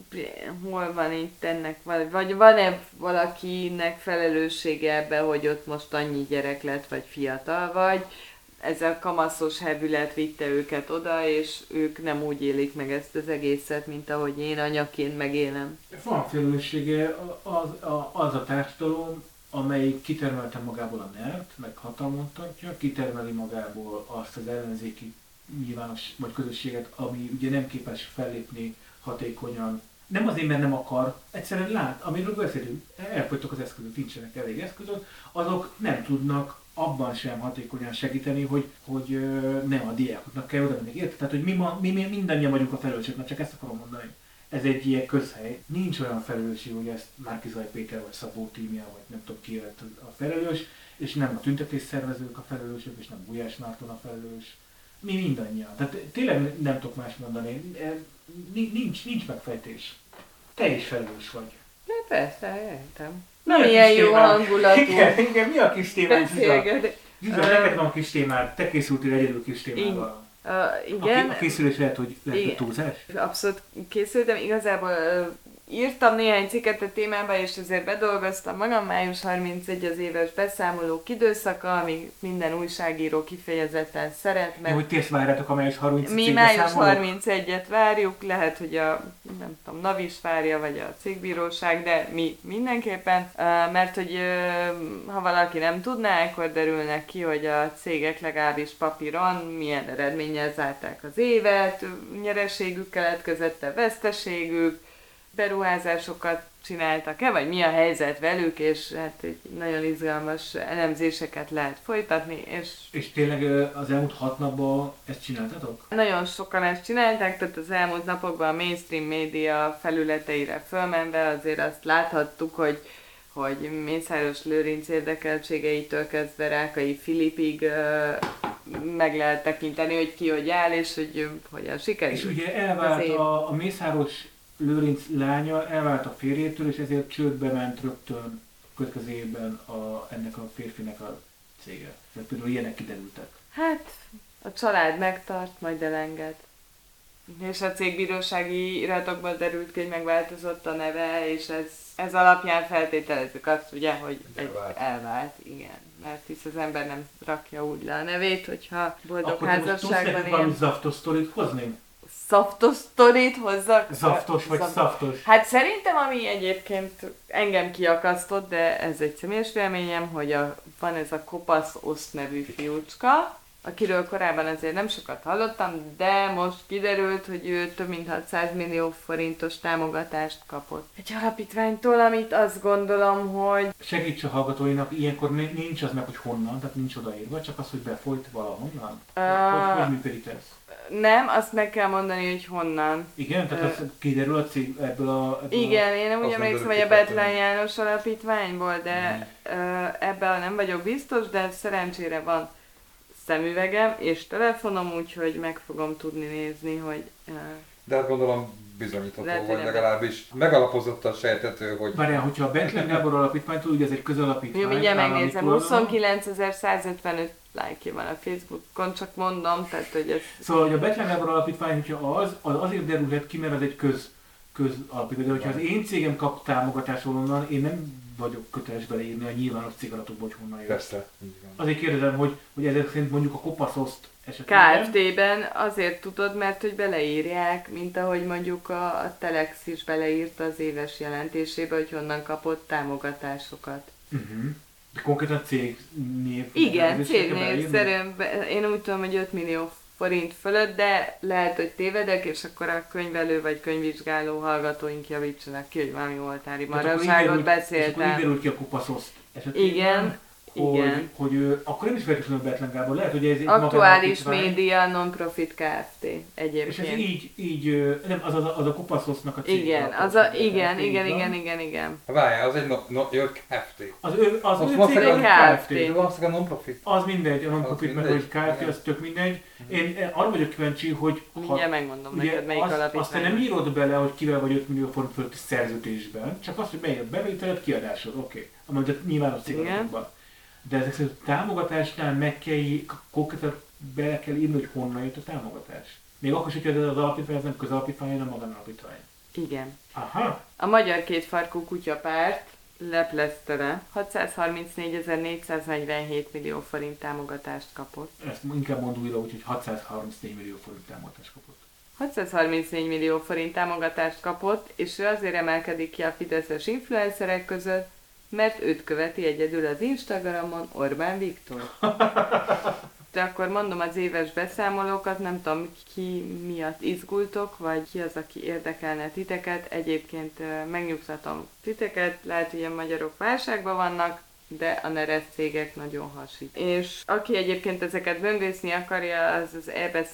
hol van itt ennek, vagy van-e valakinek felelőssége ebben, hogy ott most annyi gyerek lett, vagy fiatal vagy, ez a kamaszos hevület vitte őket oda, és ők nem úgy élik meg ezt az egészet, mint ahogy én anyaként megélem. Van felelőssége az a társadalom, amelyik kitermelte magából a NER-t, meg hatalmon tartja, kitermeli magából azt az ellenzéki nyilvános vagy közösséget, ami ugye nem képes fellépni hatékonyan. Nem azért, mert nem akar, egyszerűen lát, amiről beszélünk, elfogytak az eszközök, nincsenek elég eszközök, azok nem tudnak abban sem hatékonyan segíteni, hogy nem a diákoknak kell oda menni. Érted? Tehát, hogy mi mindannyian vagyunk a felelősök, na csak ezt akarom mondani. Ez egy ilyen közhely. Nincs olyan felelősség, hogy ezt Márki-Zay Péter vagy Szabó Tímea, vagy nem tudom ki lett a felelős, és nem a tüntetésszervezők a felelősök, és nem Gulyás Márton a felelős. Mi mindannyian. Tehát tényleg nem tudok más mondani. Nincs megfejtés. Te is felelős vagy. De persze, értem. Na milyen jó hangulatú. Igen, mi a kis témád? Zsuzsa, neked van a kis témád, te készültél egyedül kis témával. Igen. A készülés lehet, hogy túlzás? Abszolút készültem. Igazából írtam néhány cikket a témába, és ezért bedolgoztam magam. Május 31 az éves beszámolók időszaka, ami minden újságíró kifejezetten szeret. Mert hogy ti ezt várjátok a május 31 mi május 31-et várjuk, lehet, hogy nem tudom, NAV is várja, vagy a cégbíróság, de mi mindenképpen, mert hogy ha valaki nem tudná, akkor derülnek ki, hogy a cégek legalábbis papíron milyen eredménnyel zárták az évet, nyereségük keletkezett-e, veszteségük, beruházásokat csináltak-e, vagy mi a helyzet velük, és hát egy nagyon izgalmas elemzéseket lehet folytatni, És tényleg az elmúlt 6 napban ezt csináltatok? Nagyon sokan ezt csinálták, tehát az elmúlt napokban a mainstream média felületeire fölmenve azért azt láthattuk, hogy Mészáros Lőrinc érdekeltségeitől kezdve Rákai Filipig meg lehet tekinteni, hogy ki hogy áll, és hogy hogyan sikerül. És ugye elvált a Mészáros Lőrinc lánya, elvált a férjétől, és ezért csődbe ment rögtön következő évben ennek a férfinek a cége. Tehát például ilyenek kiderültek. Hát, a család megtart, majd elenged. És a cégbírósági iratokban derült ki, hogy megváltozott a neve, és ez alapján feltételezzük azt, ugye, hogy elvált, igen. Mert hisz az ember nem rakja úgy le a nevét, hogyha boldog házasságban él. Akkor tudsz zaftos sztorit hozni? Szaftos sztorit hozzak? Zaftos vagy szaftos? Hát szerintem, ami egyébként engem kiakasztott, de ez egy személyes véleményem, hogy van ez a Kopasz Oszt nevű fiúcska, akiről korábban azért nem sokat hallottam, de most kiderült, hogy ő több mint 600 millió forintos támogatást kapott egy alapítványtól, amit azt gondolom, hogy... Segíts a hallgatóinak, ilyenkor nincs az meg, hogy honnan, tehát nincs odaírva, csak az, hogy befolyt valahonnan. Hogy működik ez? Nem, azt meg kell mondani, hogy honnan. Igen? Tehát az kiderül a cég ebből igen, én nem úgy emlékszem, hogy a Bethlen János alapítványból, de ebben nem vagyok biztos, de szerencsére van szemüvegem és telefonom, úgyhogy meg fogom tudni nézni, hogy... De hát gondolom bizonyítható, vagy legalábbis megalapozottan sejthető, hogy... Várjál, hogyha a Bethlen Gábor alapítványtól, ugye ez egy közalapítvány... Jó, mindjárt megnézem, 29.155 like van a Facebookon, csak mondom, tehát hogy ez... Szóval, hogy a Bethlen Gábor alapítvány, hogyha az azért derülhet ki, mert az egy közalapítvány, de hogyha az én cégem kap támogatást onnan, én nem vagyok köteles beleírni a nyilvános cégadatokba, hogy honnan jön. Persze. Azért kérdezem, hogy ezek szerint mondjuk a Kopasz Oszt esetében... Kft-ben azért tudod, mert hogy beleírják, mint ahogy mondjuk a Telex is beleírta az éves jelentésébe, hogy honnan kapott támogatásokat. Konkrétan cégnév? Igen, cégnév szerint. Én úgy tudom, hogy 5 millió forint fölött, de lehet, hogy tévedek, és akkor a könyvelő vagy könyvvizsgáló hallgatóink javítsanak ki, hogy valami oltári marasságot beszéltem. És akkor így derült ki a Kopasz Oszt esetében. Igen. Igen. Hogy akkor nem is feltétlenül Bethlen Gábor, lehet, hogy ez egy aktuális média non-profit Kft. Egyébként. És ez így nem, az a Kopasz Osztnak a cég. Igen. Várjál, az egy Kft. Az cég Kft. Valószínűleg non-profit. Az mindegy, a non-profit meg hogy Kft. Az tök mindegy. Én arra vagyok kíváncsi, hogy... Mindjárt megmondom neked, melyik alapítvány. Azt te nem írod bele, hogy kivel vagy 5 millió forint fölötti szerződésben, csak azt, hogy melyik a bevételed, kiadásod, oké. Amely nyilvános cégadatokban. De ezek szerint a támogatásnál konkrétan bele kell írni, hogy honnan jött a támogatás. Még akkor is, hogy ez az alapítvány, ez nem közalapítvány, hanem magánalapítvány. Igen. Aha. A Magyar Kétfarkú Kutyapárt lepleztere 634.447 millió forint támogatást kapott. Ezt inkább mondd újra, úgyhogy 634 millió forint támogatást kapott. 634 millió forint támogatást kapott, és ő azért emelkedik ki a fideszes influencerek között, mert őt követi egyedül az Instagramon Orbán Viktor. De akkor mondom az éves beszámolókat, nem tudom ki miatt izgultok, vagy ki az, aki érdekelne titeket. Egyébként megnyugtatom titeket, lehet, hogy a magyarok válságban vannak, de a neres cégek nagyon hasít. És aki egyébként ezeket böngészni akarja, az az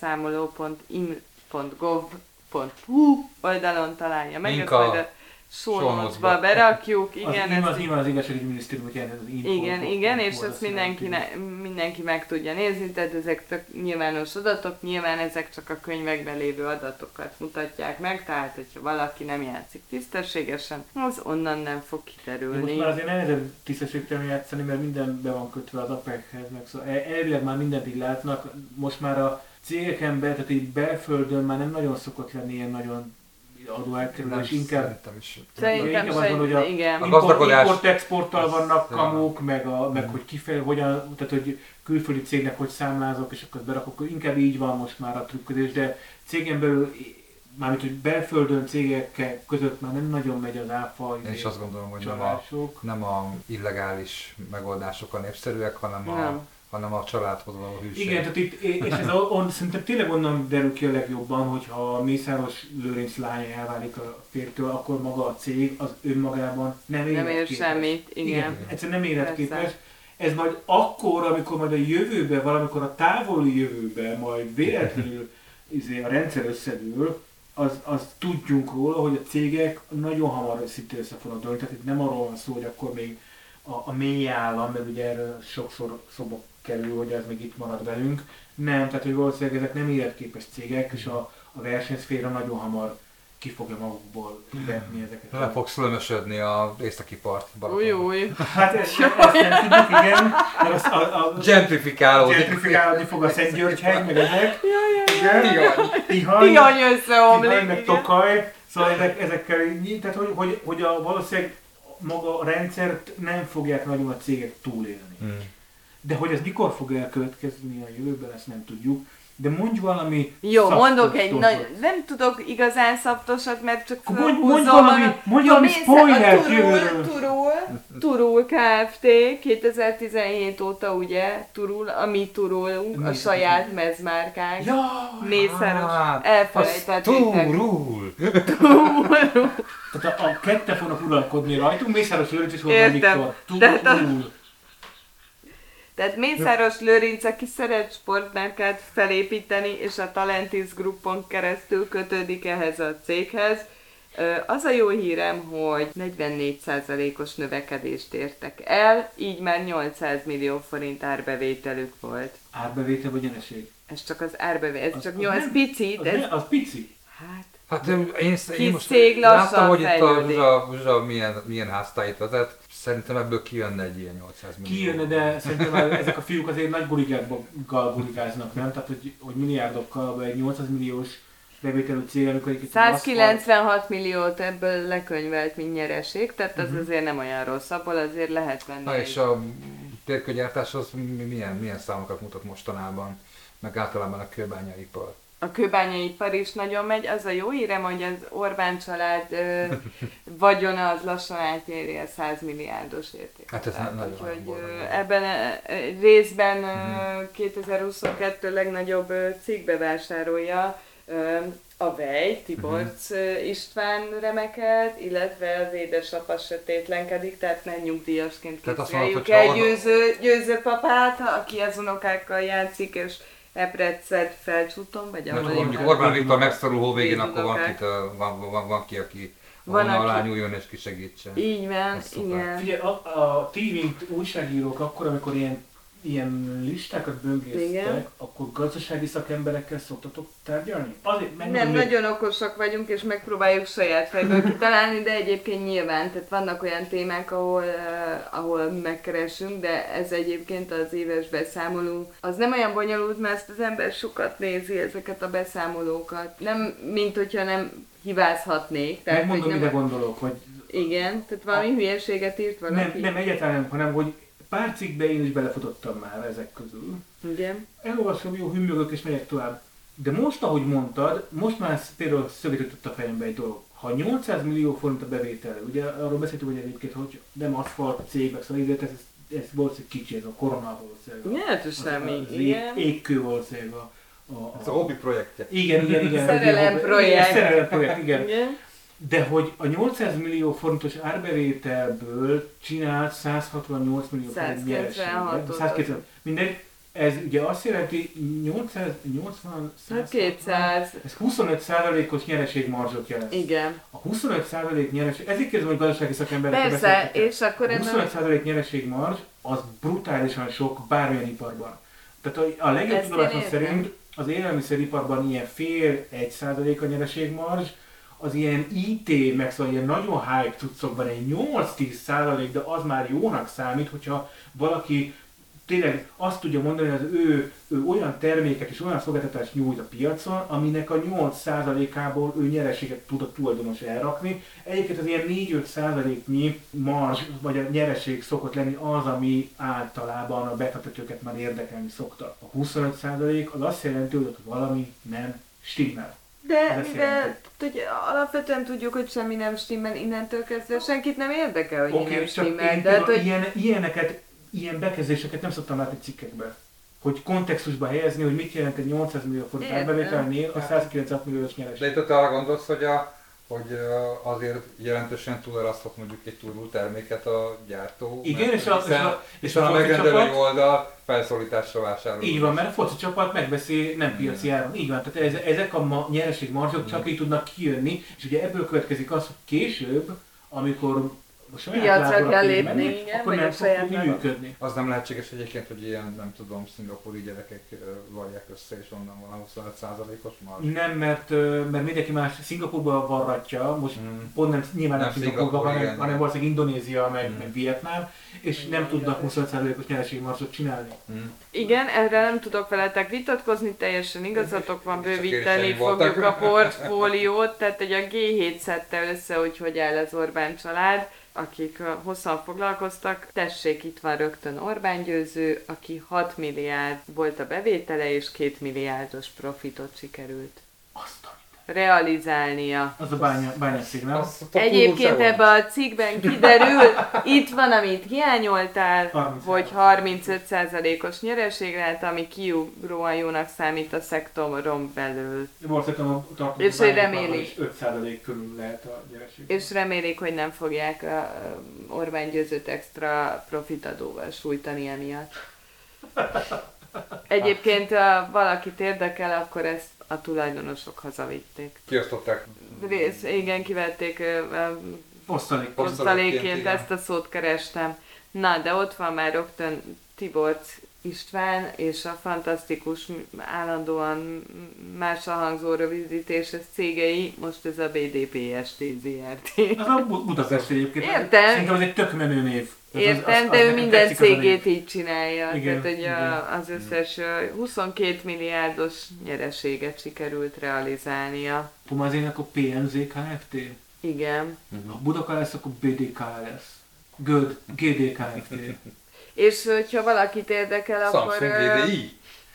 ebeszámoló.im.gov.hu oldalon találja meg, ezt majd a show berakjuk. Igen, az igazságügyminisztériumot jelent, az igen, és ezt mindenki meg tudja nézni, tehát ezek csak nyilvános adatok, nyilván ezek csak a könyvekben lévő adatokat mutatják meg, tehát hogyha valaki nem játszik tisztességesen, az onnan nem fog kiterülni. Most már azért nehezebb tisztességtelen játszani, mert minden be van kötve az APEC-hez, meg szóval elvileg már mindent így látnak, most már a cégeken belül, tehát így belföldön már nem nagyon szokott lenni ilyen nagyon adóelkerülés, inkább Szerintem hogy a igen. import-exporttal vannak kamuk, meg hogy kifeje, hogyan, tehát hogy külföldi cégnek hogy számlázok, és akkor berakok, inkább így van most már a trükközés, de cégen belül, mármint hogy belföldön cégek között már nem nagyon megy az áfa. Én is azt gondolom, hogy nem a illegális megoldások a népszerűek, hanem a családhoz való hűség. Igen, tehát itt, és ez szerintem tényleg onnan derül ki a legjobban, hogyha Mészáros Lőrinc lánya elválik a férjtől, akkor maga a cég az önmagában nem ér semmit. Igen, egyszerűen nem életképes. Ez majd akkor, amikor majd a jövőben, valamikor a távoli jövőben majd véletlenül a rendszer összedől, az tudjunk róla, hogy a cégek nagyon hamar szinte össze fognak dőlni. Tehát itt nem arról van szó, hogy akkor még a mély állam, mert ugye erről sokszor szóba kerül, hogy ez még itt marad velünk. Nem, tehát hogy valószínűleg ezek nem életképes cégek, és a versenyszféra nagyon hamar ki fogja magukból vetni ezeket. Le fogsz lömösödni a északi part. Új. Hát ezt nem tudjuk, igen. Gentrifikálódni fog a Szentgyörgyhegy, meg ezek. Tihany összeomlik. Tihany, meg Tokaj. Szóval ezekkel így, tehát hogy valószínűleg maga a rendszert nem fogják nagyon a cégek túlélni. De hogy ez mikor fog elkövetkezni a jövőben, ezt nem tudjuk. De mondj valami jó, mondok egy nem tudok igazán szaptosat, mert csak mondj valami spoilert jövőről. Turul Kft. 2017 óta ugye, a mi turulunk, a saját mezmárkánk. Mészáros, elfelejtettétek. Turul! Tehát a ketten fognak uralkodni rajtunk, Mészáros Lőrinc és Orbán Viktor. Turul! Tehát Mészáros Lőrinc, aki szeret sportmárkát felépíteni, és a Talentis Groupon keresztül kötődik ehhez a céghez. Az a jó hírem, hogy 44%-os növekedést értek el, így már 800 millió forint árbevételük volt. Árbevétel vagy nyereség? Ez csak az árbevétel, ez csak 8 pici. Az pici? Hát én most láttam, hogy itt a Zsuzsa milyen háztáit vezet. Szerintem ebből kijönne egy ilyen 800 millió. Kijönne, de szerintem ezek a fiúk azért nagy gurigákkal gurigáznak, nem? Tehát, hogy milliárdokkal, egy 800 milliós bevételű cég, amikor egy 196 milliót ebből lekönyvelt, mint nyereség, tehát az azért nem olyan rossz, abból azért lehet venni. Na és a térkőgyártás az milyen számokat mutat mostanában, meg általában a kőbányaipar? A kőbányaipar is nagyon megy. Az a jó hírem, hogy az Orbán család vagyona az lassan átéri a 100 milliárdos értéket. Hát ez nagyon ebben részben 2022 legnagyobb cégbevásárolja a Vej, Tiborcs István remekelt, illetve az édesapa sötétlenkedik, tehát nem nyugdíjasként képzeljük el győző papát, aki az unokákkal játszik, és Epretszed felcsúton, vagy ahol mondjuk Orbán Viktor megszorul hóvégén, akkor van ki, aki alá nyúljon és kisegítsen. Így van, igen. Figyelj, a TV újságírók akkor, amikor ilyen listákat böngésztek, akkor gazdasági szakemberekkel szoktatok tárgyalni? Nem, nagyon okosak vagyunk, és megpróbáljuk saját fejből kitalálni, de egyébként nyilván, tehát vannak olyan témák, ahol megkeresünk, de ez egyébként az éves beszámoló. Az nem olyan bonyolult, mert ezt az ember sokat nézi ezeket a beszámolókat. Nem, mint hogyha nem hibázhatnék. Megmondom, mire gondolok, hogy... Igen, tehát valami hülyeséget írt valaki. Nem egyáltalán nem, hanem hogy pár cikkbe én is belefutottam már ezek közül. Igen. Elolvasom, jó, hümmögök és megyek tovább. De most, ahogy mondtad, most már például szögített a fejembe egy dolog. Ha 800 millió forint a bevétel, ugye arról beszéltünk, hogy egyébként, hogy nem aszfalt cégek, szóval ez valószínűleg kicsi, ez a korona valószínűleg. Jelentősen még, az igen. égkő valószínűleg Ez a hobbi projektje. Igen. Szerelem projekt. Szerelem projekt, igen. Igen. De hogy a 800 millió forintos árbevételből csinált 168 millió forint nyereséget. 190. Mindegy, ez ugye azt jelenti 880, 200. Ez 25%-os nyereségmarzsot jelent. Igen. A 25% nyereség, ezért kérdezem, hogy gazdasági szakemberek Persze, és akkor a 25% nyereségmarzs az brutálisan sok bármilyen iparban. Tehát a legjobb tudomásom szerint az élelmiszeriparban ilyen fél 1% a nyereségmarzs, az ilyen IT, meg szóval ilyen nagyon hype cuccokban egy 8-10%, de az már jónak számít, hogyha valaki tényleg azt tudja mondani, hogy az ő olyan terméket és olyan szolgáltatást nyújt a piacon, aminek a 8%-ából ő nyereséget tud a tulajdonos elrakni. Egyébként az ilyen 4-5%-nyi marzs vagy a nyereség szokott lenni az, ami általában a befektetőket már érdekelni szokta. A 25% az azt jelenti, hogy ott valami nem stimmel. De mivel alapvetően tudjuk, hogy semmi nem stimmel, innentől kezdve senkit nem érdekel, hogy nem stimmel. De hogy ilyen bekezdéseket nem szoktam látni cikkekben. Hogy kontextusba helyezni, hogy mit jelent egy 800 millió forint árbevételnél a 196 milliós nyereség. De itt arra gondolsz, hogy azért jelentősen túlerasztott mondjuk egy túlult terméket a gyártó. Igen, és a megrendelői oldal felszólításra vásárol. Így van, mert a foci csapat megbeszél nem piaci áron. Így van, tehát ezek a nyereségmarzsok csak így tudnak kijönni, és ugye ebből következik az, hogy később, amikor piacra kell lépni, igen, akkor nem fog tudni működni. Az nem lehetséges egyébként, hogy ilyen, nem tudom, szingapúri gyerekek varják össze, és onnan van a 25%-os marzs? Nem, mert mindenki más Szingapúrban varratja, most pont nem, nyilván nem Szingapúrban, hanem valószínűleg Indonézia, meg Vietnám, és nem tudnak 25%-os nyereségmarzsot csinálni. Igen, erre nem tudok veletek vitatkozni, teljesen igazatok van, bővíteni fogjuk a portfóliót, tehát hogy a G7 szedte össze, hogy áll az Orbán család, akik hosszan foglalkoztak. Tessék, itt van rögtön Orbán Győző, aki 6 milliárd volt a bevétele, és 2 milliárdos profitot sikerült realizálnia. Az a bányaszíg, nem? Egyébként ebben a cikkben kiderül, itt van, amit hiányoltál, 30%. hogy 35%-os nyereségre, ami kiugróan jónak számít a szektoron belül. Valószínűleg a és hogy remélik, 5% körül lehet a nyereség. És remélik, hogy nem fogják Orbán Győzőt extra profitadóval sújtani emiatt. Egyébként, ha valakit érdekel, akkor ezt a tulajdonosok hazavitték. Kiosztották. Igen, kivették osztalékként, ezt a szót kerestem. Na, de ott van már rögtön Tiborcs István, és a fantasztikus, állandóan mással hangzó rövidítéses cégei, most ez a BDPST ZRT. Az a Budapest egyébként. Értem. Szerintem az egy tök menő név. Értem, de ő minden cégét így csinálja. Igen, tehát, hogy az összes 22 milliárdos nyereséget sikerült realizálnia. Pomazének a PMZ Kft? Igen. A Budaka lesz, akkor BDK lesz. GD Kft. És hogyha valakit érdekel, akkor... Samsung GDI?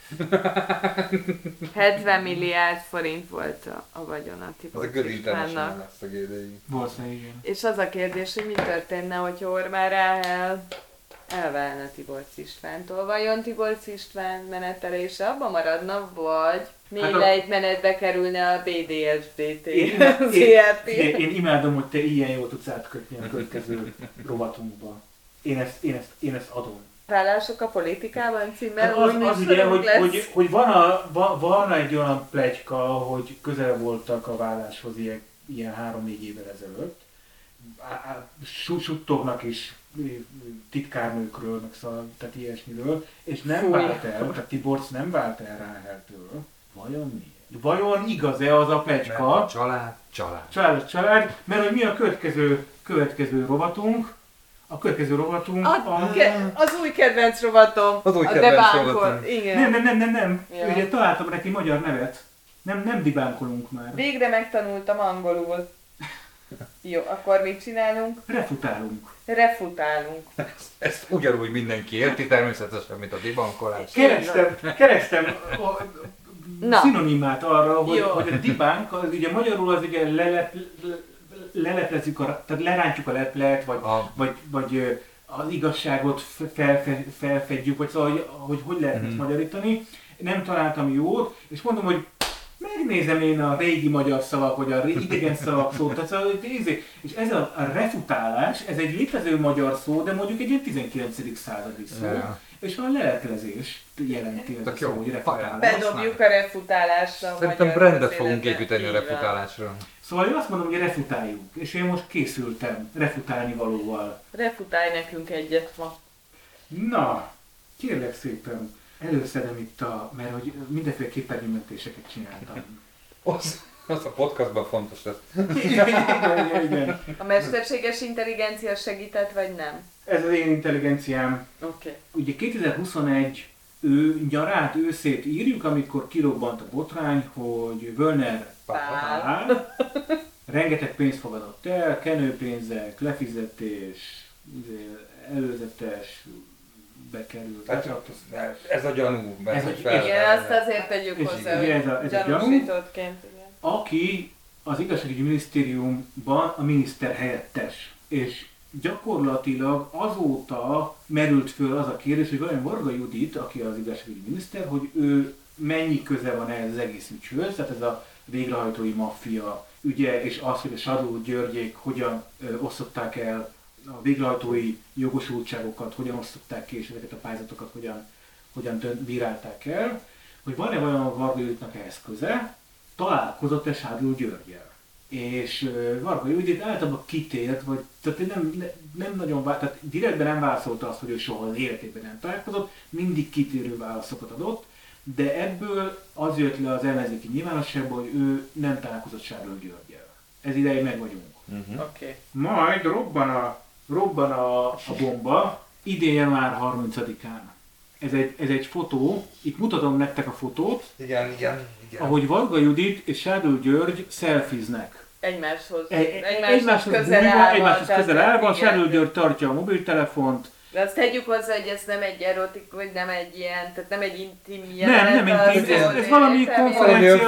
70 milliárd forint volt a vagyona Az a Good International lesz a GDI. Valószínűleg igen. És az a kérdés, hogy mi történne, hogyha Orbán elválna Tiborcs Istvántól. Vajon Tiborcs István menetelése abban maradna, vagy még lejtmenetbe kerülne a BDSDT ZRT? Én imádom, hogy te ilyen jól tudsz átkötni a következő rovatunkba. Én ezt adom. Vállások a politikában címmel az ugye, hogy van egy olyan pletyka, hogy közel voltak a válláshoz ilyen 3-4 évvel ezelőtt. Suttognak is titkárnőkről, meg szóval, tehát ilyesmiről, és nem vált el, tehát Tiborcs nem vált el Ráheltől. Vajon miért? Vajon igaz-e az a pletyka? Család, mert hogy mi a következő rovatunk? A következő rovatunk az új kedvenc rovatom. Az új kedvenc rovatom. Igen. Nem. Ja. Ugye találtam neki magyar nevet. Nem dibánkolunk már. Végre megtanultam angolul. Jó, akkor mit csinálunk? Refutálunk. Ezt ugyanúgy mindenki érti, természetesen, mint a dibánkolás. Kerestem szinonimát arra, hogy a dibánk, az ugye magyarul az ugye leleplezzük, tehát lerántjuk a leplet, vagy az igazságot felfedjük, vagy szóval, hogy lehet ezt magyarítani. Nem találtam jót, és mondom, hogy megnézem én a régi magyar szavak, vagy a idegen szavak szót, tehát szóval, és ez a refutálás, ez egy létező magyar szó, de mondjuk egy ilyen 19. századi szó, és a leleplezés jelenti ez a szó, hogy refutálás. Bedobjuk a refutálásra. Szerintem brandet fogunk építeni a refutálásra. Szóval én azt mondom, hogy refutáljuk, és én most készültem refutálni valóval. Refutálj nekünk egyet ma. Na, kérlek szépen, előszedem itt mert hogy mindenféle képernyőmentéseket csináltam. Az a podcastban fontos lesz. Igen. A mesterséges intelligencia segített, vagy nem? Ez az én intelligenciám. Oké. Ugye 2021 nyarát, őszét írjuk, amikor kirobbant a botrány, hogy Völner Pál rengeteg pénzt fogadott el, kenőpénzek, lefizetés, előzetes, bekerült, betartóztatás. Ez a gyanú. Igen, azt azért tegyük hozzá, hogy gyanúsítottként. Aki az igazságügyi minisztériumban a miniszter helyettes. És gyakorlatilag azóta merült föl az a kérdés, hogy vajon Varga Judit, aki az igazságügyi miniszter, hogy ő mennyi köze van ehhez az egész ügyhöz, tehát ez a végrehajtói maffia ügye, és az, hogy a Sadó Györgyék hogyan osztották el a végrehajtói jogosultságokat, hogyan osztották ki, és ezeket a pályázatokat hogyan bírálták el, hogy van-e olyan Varga Juditnak ehhez köze, találkozott-e Sádl Györggyel. És Varga Judit általában kitért, vagy tehát nem nagyon tehát direktben nem válaszolta azt, hogy ő soha az életében nem találkozott, mindig kitérő válaszokat adott, de ebből az jött le az ellenzéki nyilvánosságból, hogy ő nem találkozott Sádl Györggyel. Ez ideig meg vagyunk. Okay. Majd robban a bomba idén január 30-án. Ez egy fotó, itt mutatom nektek a fotót. Igen. Ahogy Varga Judit és Sádl György szelfiznek. Egymáshoz közel állva, Sádl György tartja a mobiltelefont. De azt tegyük hozzá, hogy ez nem egy erotik, vagy nem egy ilyen, tehát nem egy intim jelenet. Nem intim, ez valami konferencia,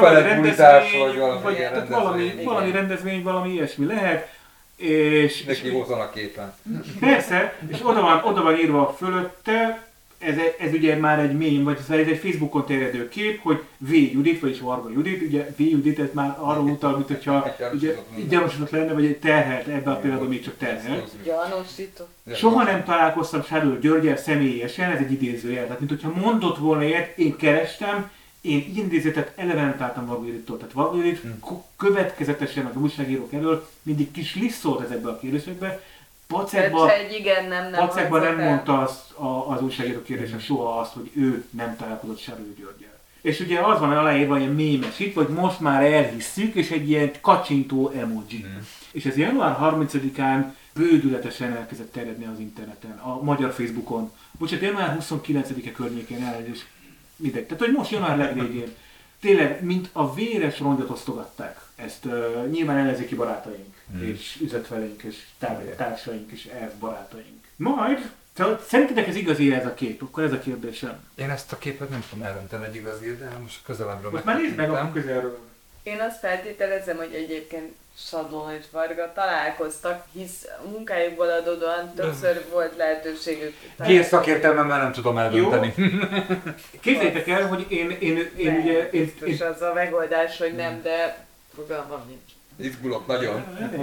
vagy valami rendezvény, valami ilyesmi lehet. És neki hozzon a képen. Persze, és oda van írva fölötte, ez ugye már egy mém, vagy ez egy Facebookon terjedő kép, hogy V. Judit, vagyis Varga Judit, ugye V. Judit, ez már arra utal, mint hogyha gyanúsított lenne, vagy terhelt, ebben a pillanatban még csak terhelt. Gyanúsított. Soha nem találkoztam Sádl Györggyel személyesen, ez egy idézőjel, tehát mint hogyha mondott volna ilyet, én kerestem, én idézetet elementáltam Varga Judittól, tehát Varga Judit következetesen az újságírók elől mindig kis liszolt ezekbe a kérdésekbe. Pacekban nem mondta az újságíró kérdésen soha azt, hogy ő nem találkozott Sádl Györggyel. És ugye az van aláírva, ilyen mémesít, hogy most már elhisszük, és egy ilyen kacsintó emoji. És ez január 30-án bődületesen elkezdett terjedni az interneten, a magyar Facebookon. Bocsánat, január 29-e környékén elnézést, mindegy. Tehát, hogy most január legvégén. Tényleg, mint a véres rongyot osztogatták. Ezt nyilván ellenzéki barátaink, és üzletfeleink, és társaink, és barátaink. Majd, szerintetek ez igazi ez a kép? Akkor ez a kérdésem. Én ezt a képet nem tudom eldönteni, hogy igazi, de most közelebbről most már nézd meg a közelről. Én azt feltételezem, hogy egyébként Sadl és Varga találkoztak, hisz a munkájukból adódóan többször volt lehetőségük. Gérszakértelmemmel nem tudom eldönteni. Képzeljétek el, hogy én ugye... És az a megoldás, hogy nem, de fogalmam nincs. Izgulok nagyon.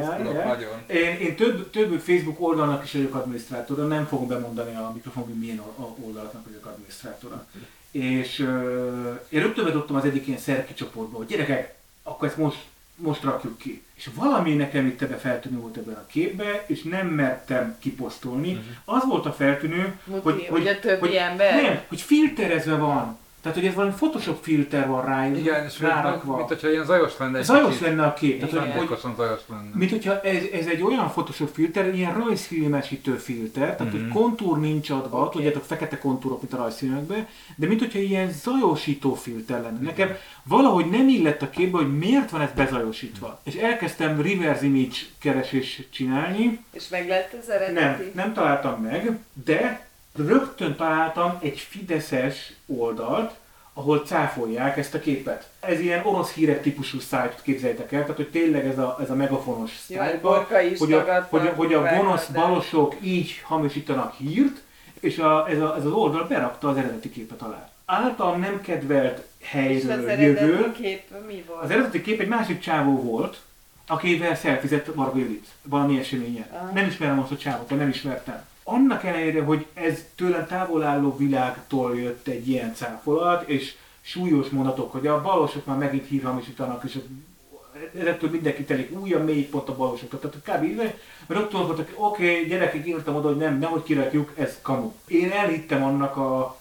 Én több Facebook oldalnak is vagyok adminisztrátora, nem fogom bemondani a mikrofon, hogy milyen oldalaknak vagyok adminisztrátora. És én rögtön bedobtam az egyik ilyen szerki csoportba, hogy gyerekek, akkor ezt most rakjuk ki. És valami nekem itt ebbe feltűnő volt ebben a képbe, és nem mertem kiposztolni. Az volt a feltűnő, hogy a többi ember? Nem, hogy filterezve van. Tehát, hogy ez valami Photoshop filter van rárakva. Mint hogyha ilyen zajos lenne. Zajos lenne a kép. Mint hogyha ez egy olyan Photoshop filter, ilyen rajzfilmesítő filter, tehát hogy kontúr nincs adva, tudjátok, fekete kontúrok, mint a rajzfilmekben, de mint hogyha ilyen zajosító filter lenne. Nekem valahogy nem illett a képbe, hogy miért van ez bezajosítva. És elkezdtem reverse image keresést csinálni. És meg lett ez eredeti? Nem találtam meg, de rögtön találtam egy fideszes oldalt, ahol cáfolják ezt a képet. Ez ilyen orosz hírek típusú szájtot képzeljétek el, tehát hogy tényleg ez a megafonos szájba, hogy a gonosz balosok így hamisítanak hírt, és ez az oldal berakta az eredeti képet alá. Általam nem kedvelt helyről jövő. Az eredeti kép mi volt? Az eredeti kép egy másik csávó volt, akivel szelfizett Varga Judit valami eseményen. Nem ismerem azt a csávót, nem ismertem. Annak ellenére, hogy ez tőlem távol álló világtól jött egy ilyen cáfolat, és súlyos mondatok, hogy a balosok már megint hírhamisítanak, és ezettől mindenki telik újabb mély pont a balosokra. Tehát kb. Rögtön azt mondtak, oké, gyerekek, írtam oda, hogy nehogy kirakjuk, ez kamu. Én elhittem annak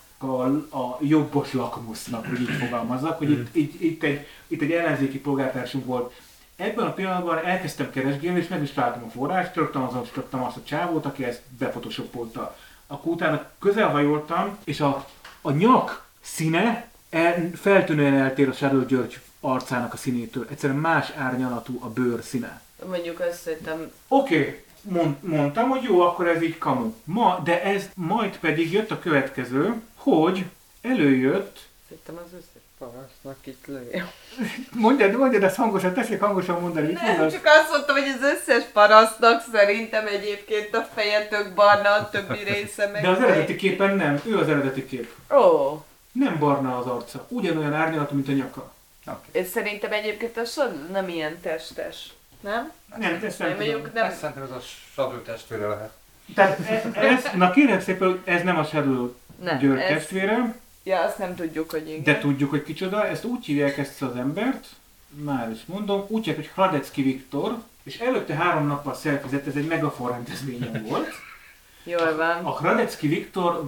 a jobbos lakmusznak, hogy így fogalmazzak, hogy itt egy ellenzéki polgártársunk volt. Ebben a pillanatban elkezdtem keresgélni, és meg is találtam a forrást, rögtön azonosítottam azt a csávót, aki ezt befotoshopolta. Akkor utána közelhajoltam, és a nyak színe feltűnően eltér a Sárdai György arcának a színétől. Egyszerűen más árnyalatú a bőr színe. Mondjuk azt szerintem... Oké, mondtam, hogy jó, akkor ez így kamu. De ez majd pedig jött a következő, hogy előjött... Szerintem az összes parasztnak itt lője. Mondjad ezt hangosan, tessék hangosan mondani. Nem, csak azt mondtam, hogy az összes parasztnak szerintem egyébként a feje tök barna, a többi része meg... De az eredeti képen nem, ő az eredeti kép. Ó. Nem barna az arca, ugyanolyan árnyalatú, mint a nyaka. Okay. És szerintem egyébként a Sadó nem ilyen testes, nem? Nem, ezt nem tudom. Ezt szerintem ez a Sadó testvére lehet. Tehát na kérem szépen, hogy ez nem a Sadó György testvére. Ja, azt nem tudjuk, hogy igen. De tudjuk, hogy kicsoda. Ezt úgy hívják ezt az embert, már is mondom, úgy hívják, hogy Hradecki Viktor, és előtte 3 nappal szelfizett, ez egy megafon rendezvényen volt. Jól van. A Hradecki Viktor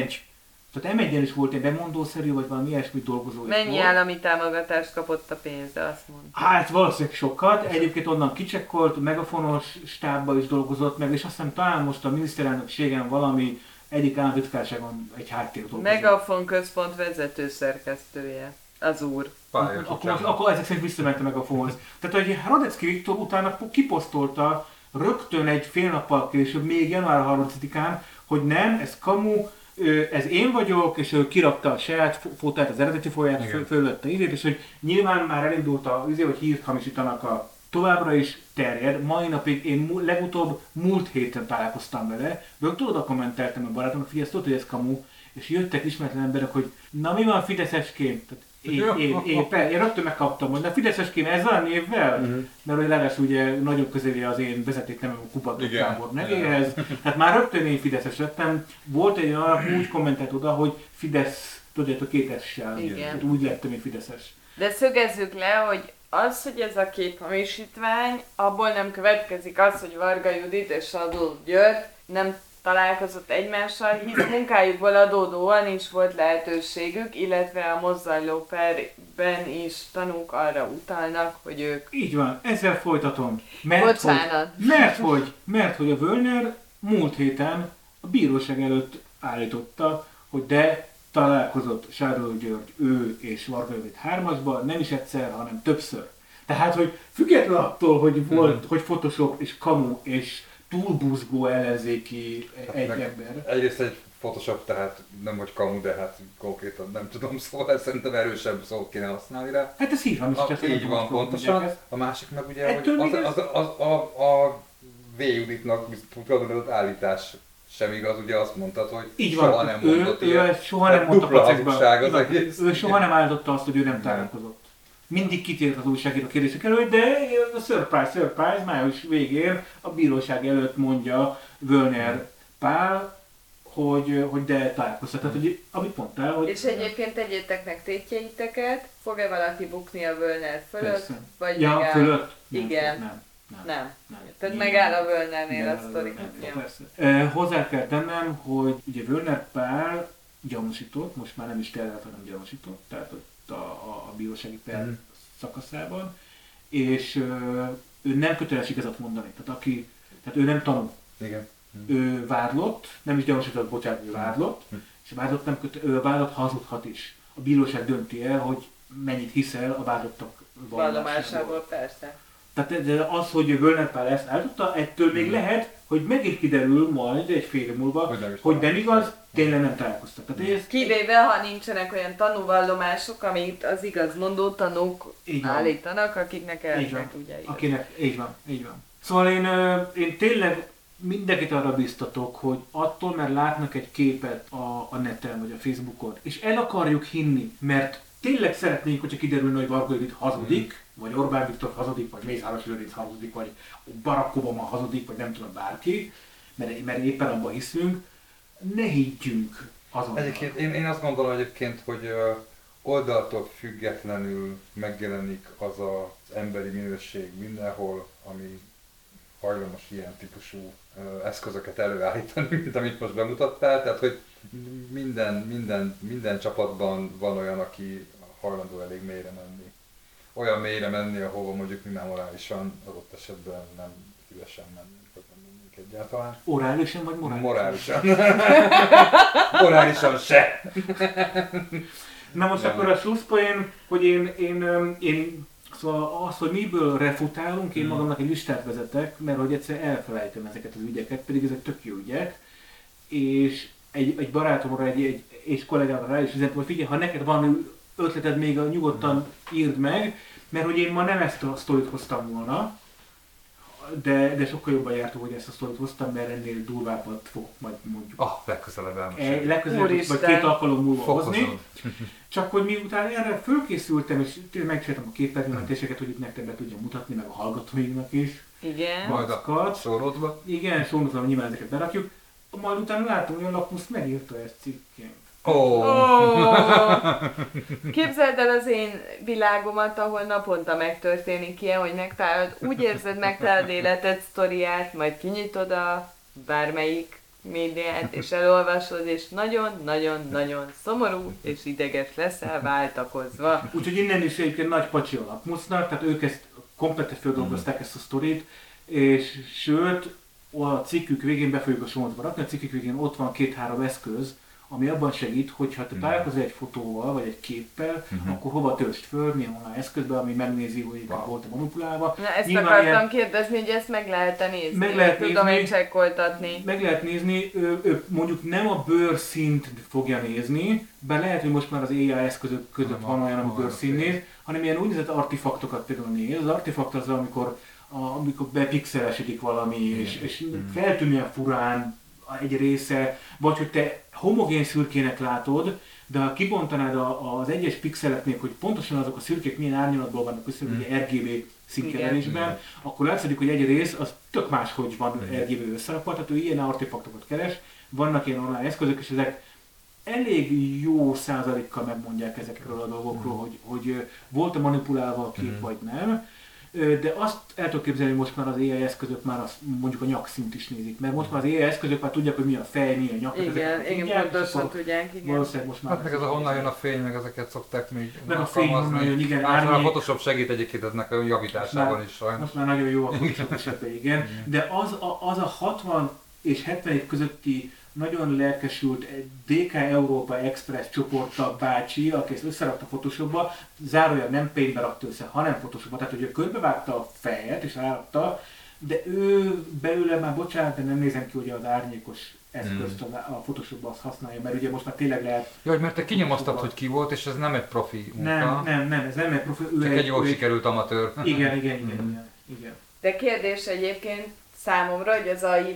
tehát M1-en is volt egy bemondószerű, vagy valami ilyesmi dolgozó. Mennyi állami támogatást kapott a pénzre, azt mondta? Hát valószínűleg sokat, egyébként onnan kicsekkolt, megafonos stábban is dolgozott meg, és azt hiszem talán most a miniszterelnökségen valami egyik államtitkárságon egy háttér dolgozott. Megafon központ vezető szerkesztője, az úr. Akkor ezek szerint visszament a Megafonhoz. Tehát, hogy Hradecki Viktor utána kiposztolta rögtön egy fél nappal később, még január 30-án, hogy nem, ez kamu, ez én vagyok, és ő kirakta a saját fotóját, az eredeti fotóját, fölötte ízét, és hogy nyilván már elindult hogy hírt hamisítanak továbbra is terjed. Mai napig én legutóbb múlt héten találkoztam vele, rögtön oda kommenteltem a barátomnak, figyelj, tudod, hogy ez kamu, és jöttek ismeretlen emberek, hogy na mi van fideszeském? Én rögtön megkaptam, hogy na fideszeském ezzel a névvel? Mert hogy legalábbis ugye nagyon közeli az én vezetéknemem a Kubatok Gábor nevéhez. Tehát már rögtön én fideszes lettem. Volt egy olyan, úgy kommentelt oda, hogy Fidesz, tudjátok, 2 S-sel. Úgy lettem én fideszes. De szögezzük le, hogy az, hogy ez a képhamisítvány, abból nem következik az, hogy Varga Judit és Sadó György nem találkozott egymással, hisz munkájukból adódóan is volt lehetőségük, illetve a most zajló perben is tanúk arra utalnak, hogy ők... Így van, ezzel folytatom. Bocsánat. Mert hogy a Wöllner múlt héten a bíróság előtt állította, hogy de találkozott Sárdai György, ő és Varga Judit 3-asban, nem is egyszer, hanem többször. Tehát, hogy független attól, hogy volt, hogy Photoshop és kamu és túlbuzgó ellenzéki ember. Egyrészt egy Photoshop, tehát nem vagy kamu, de hát konkrétan nem tudom, szóval szerintem erősebb szót kéne használni rá. Hát ez hívom is. Így van, pontosan. A másik meg ugye, hogy a V. Juditnak az állítás sem igaz, ugye azt mondtad, hogy így soha van, nem mondott ő soha nem mondta hazugság az egész. Ő soha nem állította azt, hogy ő nem találkozott. Mindig kitért az újságíró kérdések előtt, de a surprise, május végén a bíróság előtt mondja Wöllner Pál, hogy de találkoztat. Tehát, hogy amit mondtál, hogy... És egyébként tegyétek meg tétjeiteket, fog-e valaki bukni a Wöllner fölött? Persze. Vagy ja, megáll? fölött? Igen. Nem. Tehát megáll a Wöllnernél a sztori. Hozzá kell tennem, hogy ugye Wöllner Pál gyanúsított, most már nem is terelt, hanem gyanúsított, tehát a bírósági per szakaszában, és ő nem köteles igazat mondani, tehát ő nem tanul. Igen. Ő vádlott, nem is gyanúsított, bocsánat, ő vádlott, és ő vádlott hazudhat is. A bíróság dönti el, hogy mennyit hiszel a vádlottak vallomásából. Persze. Tehát de az, hogy Völner Pál ezt állította, ettől még lehet, hogy megint kiderül majd egy fél év múlva, hogy nem igaz, tényleg nem találkoztak. Tehát ez... Kivéve, ha nincsenek olyan tanúvallomások, amit az igazmondó tanúk állítanak, akiknek el se tudja igaz. Akinek, így van. Szóval én tényleg mindenkit arra biztatok, hogy attól, mert látnak egy képet a neten vagy a Facebookon, és el akarjuk hinni, mert tényleg szeretnénk, hogyha kiderülne, hogy Varga Judit hazudik, vagy Orbán Viktor hazudik, vagy Mészáros Lőrinc hazudik, vagy Barack Obama hazudik, vagy nem tudom bárki, mert éppen abban hiszünk, ne higgyünk azonnal. Egyébként én azt gondolom egyébként, hogy oldaltól függetlenül megjelenik az az emberi minőség mindenhol, ami hajlamos ilyen típusú eszközöket előállítani, mint amit most bemutattál, tehát hogy minden csapatban van olyan, aki hajlandó elég mélyre menni. Olyan mélyre menni, ahova mondjuk mi már morálisan adott esetben nem szívesen mennénk, vagy nem mennénk egyáltalán. Orálisan vagy morálisan? Morálisan se. Na most akkor a slusszpoén, hogy én szóval az, hogy miből refutálunk, én magamnak egy listát vezetek, mert hogy egyszer elfelejtem ezeket az ügyeket, pedig ezek tök jó ügyek, és egy barátomra, és kollégámra rá is üzentem, hogy figyelj, ha neked van ötleted, még nyugodtan írd meg, mert hogy én ma nem ezt a sztorit hoztam volna, de sokkal jobban jártam, hogy ezt a sztorit hoztam, mert ennél durvábbat fogok majd mondjuk. Legközelebb elmesélni. Legközelebb, vagy 2 alkalom múlva hozni. Csak hogy miután erre fölkészültem, és megcsináltam a képernyőmentéseket, hogy itt nektek be tudjam mutatni, meg a hallgatóinknak is. Igen. Majd a sorozatba. Igen, sorozatban nyilván ezeket berakjuk. Majd utána látom, hogy a Lakmusz megírta ezt cikként. Képzeld el az én világomat, ahol naponta megtörténik ilyen, hogy megtalálod, úgy érzed, megtalálod életed sztoriát, majd kinyitod a bármelyik médiát, és elolvasod, és nagyon-nagyon-nagyon szomorú és ideges leszel váltakozva. Úgyhogy innen is egyébként nagy pacsi a Lakmusznak, tehát ők ezt kompletten földolgozták ezt a sztorit, és sőt, a cikkük végén be fogjuk a sorozatba rakni, a cikkük végén ott van 2-3 eszköz, ami abban segít, hogyha te találkozol egy fotóval vagy egy képpel, akkor hova töltsd föl, milyen online eszközbe, ami megnézi, hogy volt-e manipulálva. Na, ezt akartam kérdezni, hogy ezt meg lehet nézni? Meg lehet tudom nézni, én csekkoltatni. Meg lehet nézni, ő mondjuk nem a bőrszint fogja nézni, bár lehet, hogy most már az AI eszközök között van olyan, ami bőrszín néz, hanem ilyen úgynevezett artefaktokat például néz. Az artefakt az, amikor bepixelesedik valami, és feltűnően furán egy része, vagy hogy te homogén szürkének látod, de ha kibontanád az egyes pixeleknél, hogy pontosan azok a szürkék milyen árnyalatból vannak össze, ugye RGB színkeverésben, akkor látszik, hogy egy rész az tök máshogy van RGB összerakva, tehát ő ilyen artefaktokat keres, vannak ilyen online eszközök, és ezek elég jó százalékkal megmondják ezekről a dolgokról, hogy volt-e manipulálva a kép, vagy nem. De azt el tudok képzelni, hogy most már az AI eszközök már mondjuk a nyakszint is nézik, mert most már az AI eszközök már tudják, hogy mi a fej, mi a nyak. Igen, pontosan tudják, igen. Valószínűleg most már... Hát meg ez a honnan jön a fény, meg ezeket szokták még meg a fény honnan jön, igen. A Photoshop segít egyébként ennek a javításában is sajnos. Most már nagyon jó a Photoshop esetben, igen. De az a 60 és 70 közötti nagyon lelkesült DK Európa Express csoporttag bácsi, aki ezt összerakta Photoshopba, zárójel nem Paintbe rakta össze, hanem Photoshopba, tehát hogy ő körbevágta a fejet és rárakta, de ő belőle már bocsánat, de nem nézem ki, hogy az árnyékos eszközt a Photoshopban azt használja, mert ugye most már tényleg lehet... Jaj, mert te kinyomoztad, hogy ki volt, és ez nem egy profi munka. Nem, ez nem egy profi. Csak egy jól sikerült amatőr. Igen. De kérdés egyébként számomra, hogy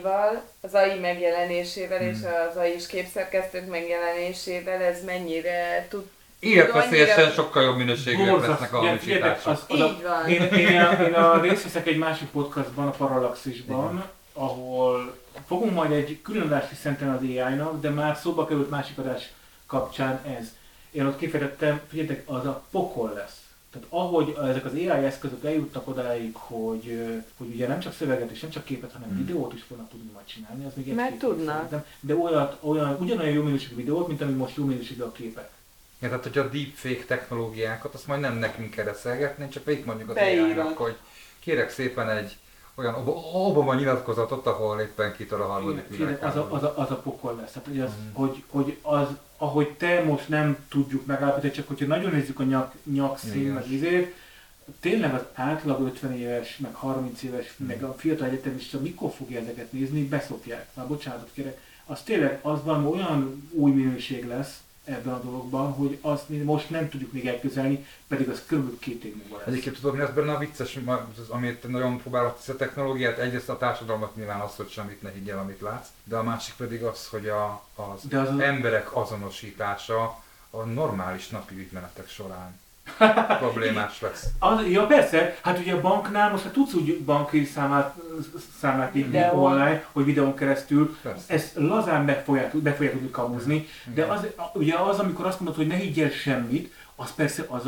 az AI megjelenésével és az AI-s képszerkesztők megjelenésével ez mennyire tud... Életveszélyesen sokkal jobb minőségűek lesznek a hamisítások. Így van. Én részt veszek egy másik podcastban, a Parallaxisban, ahol fogunk majd egy külön adást is szentelni az AI-nak, de már szóba került másik adás kapcsán ez. Én ott kifejtettem, figyeljetek, az a pokol lesz. Tehát ahogy ezek az AI eszközök eljuttak odáig, hogy ugye nem csak szöveget és nem csak képet, hanem videót is fognak tudni majd csinálni, az még egy mert tudnak. De ugyanolyan jó minőségű videót, mint ami most jó minőségű a képek. Ja, tehát hogy a deepfake technológiákat, azt majd nem nekünk kell reszelgetni, csak végig mondjuk az AI-nak, hogy kérek szépen egy olyan Obama nyilatkozatot, ahol éppen kitör a harmadik világháború. Az a pokol lesz. Tehát, hogy ahogy te most nem tudjuk megállapítani, csak hogyha nagyon nézzük a nyakszín, meg izét, tényleg az átlag 50 éves, meg 30 éves, meg a fiatal egyetemista mikor fogja ezeket nézni, beszopják. Már bocsánatot kérek. Az tényleg az valami olyan új minőség lesz ebben a dologban, hogy azt mi most nem tudjuk még elképzelni, pedig az kb. 2 év múlva lesz. Egyébként tudod, mi az benne a vicces, amit nagyon próbálok a technológiát, egyrészt a társadalmat nyilván az, hogy semmit ne higgyel, amit látsz, de a másik pedig az, hogy az emberek azonosítása a normális napi ügymenetek során problémás lesz. Ja persze, hát ugye a banknál most tudsz úgy banki számlát írni online, hogy videón keresztül, persze. Ezt lazán be fogják tudni kamuzni, de ugye az, amikor azt mondod, hogy ne higgyél semmit, az persze az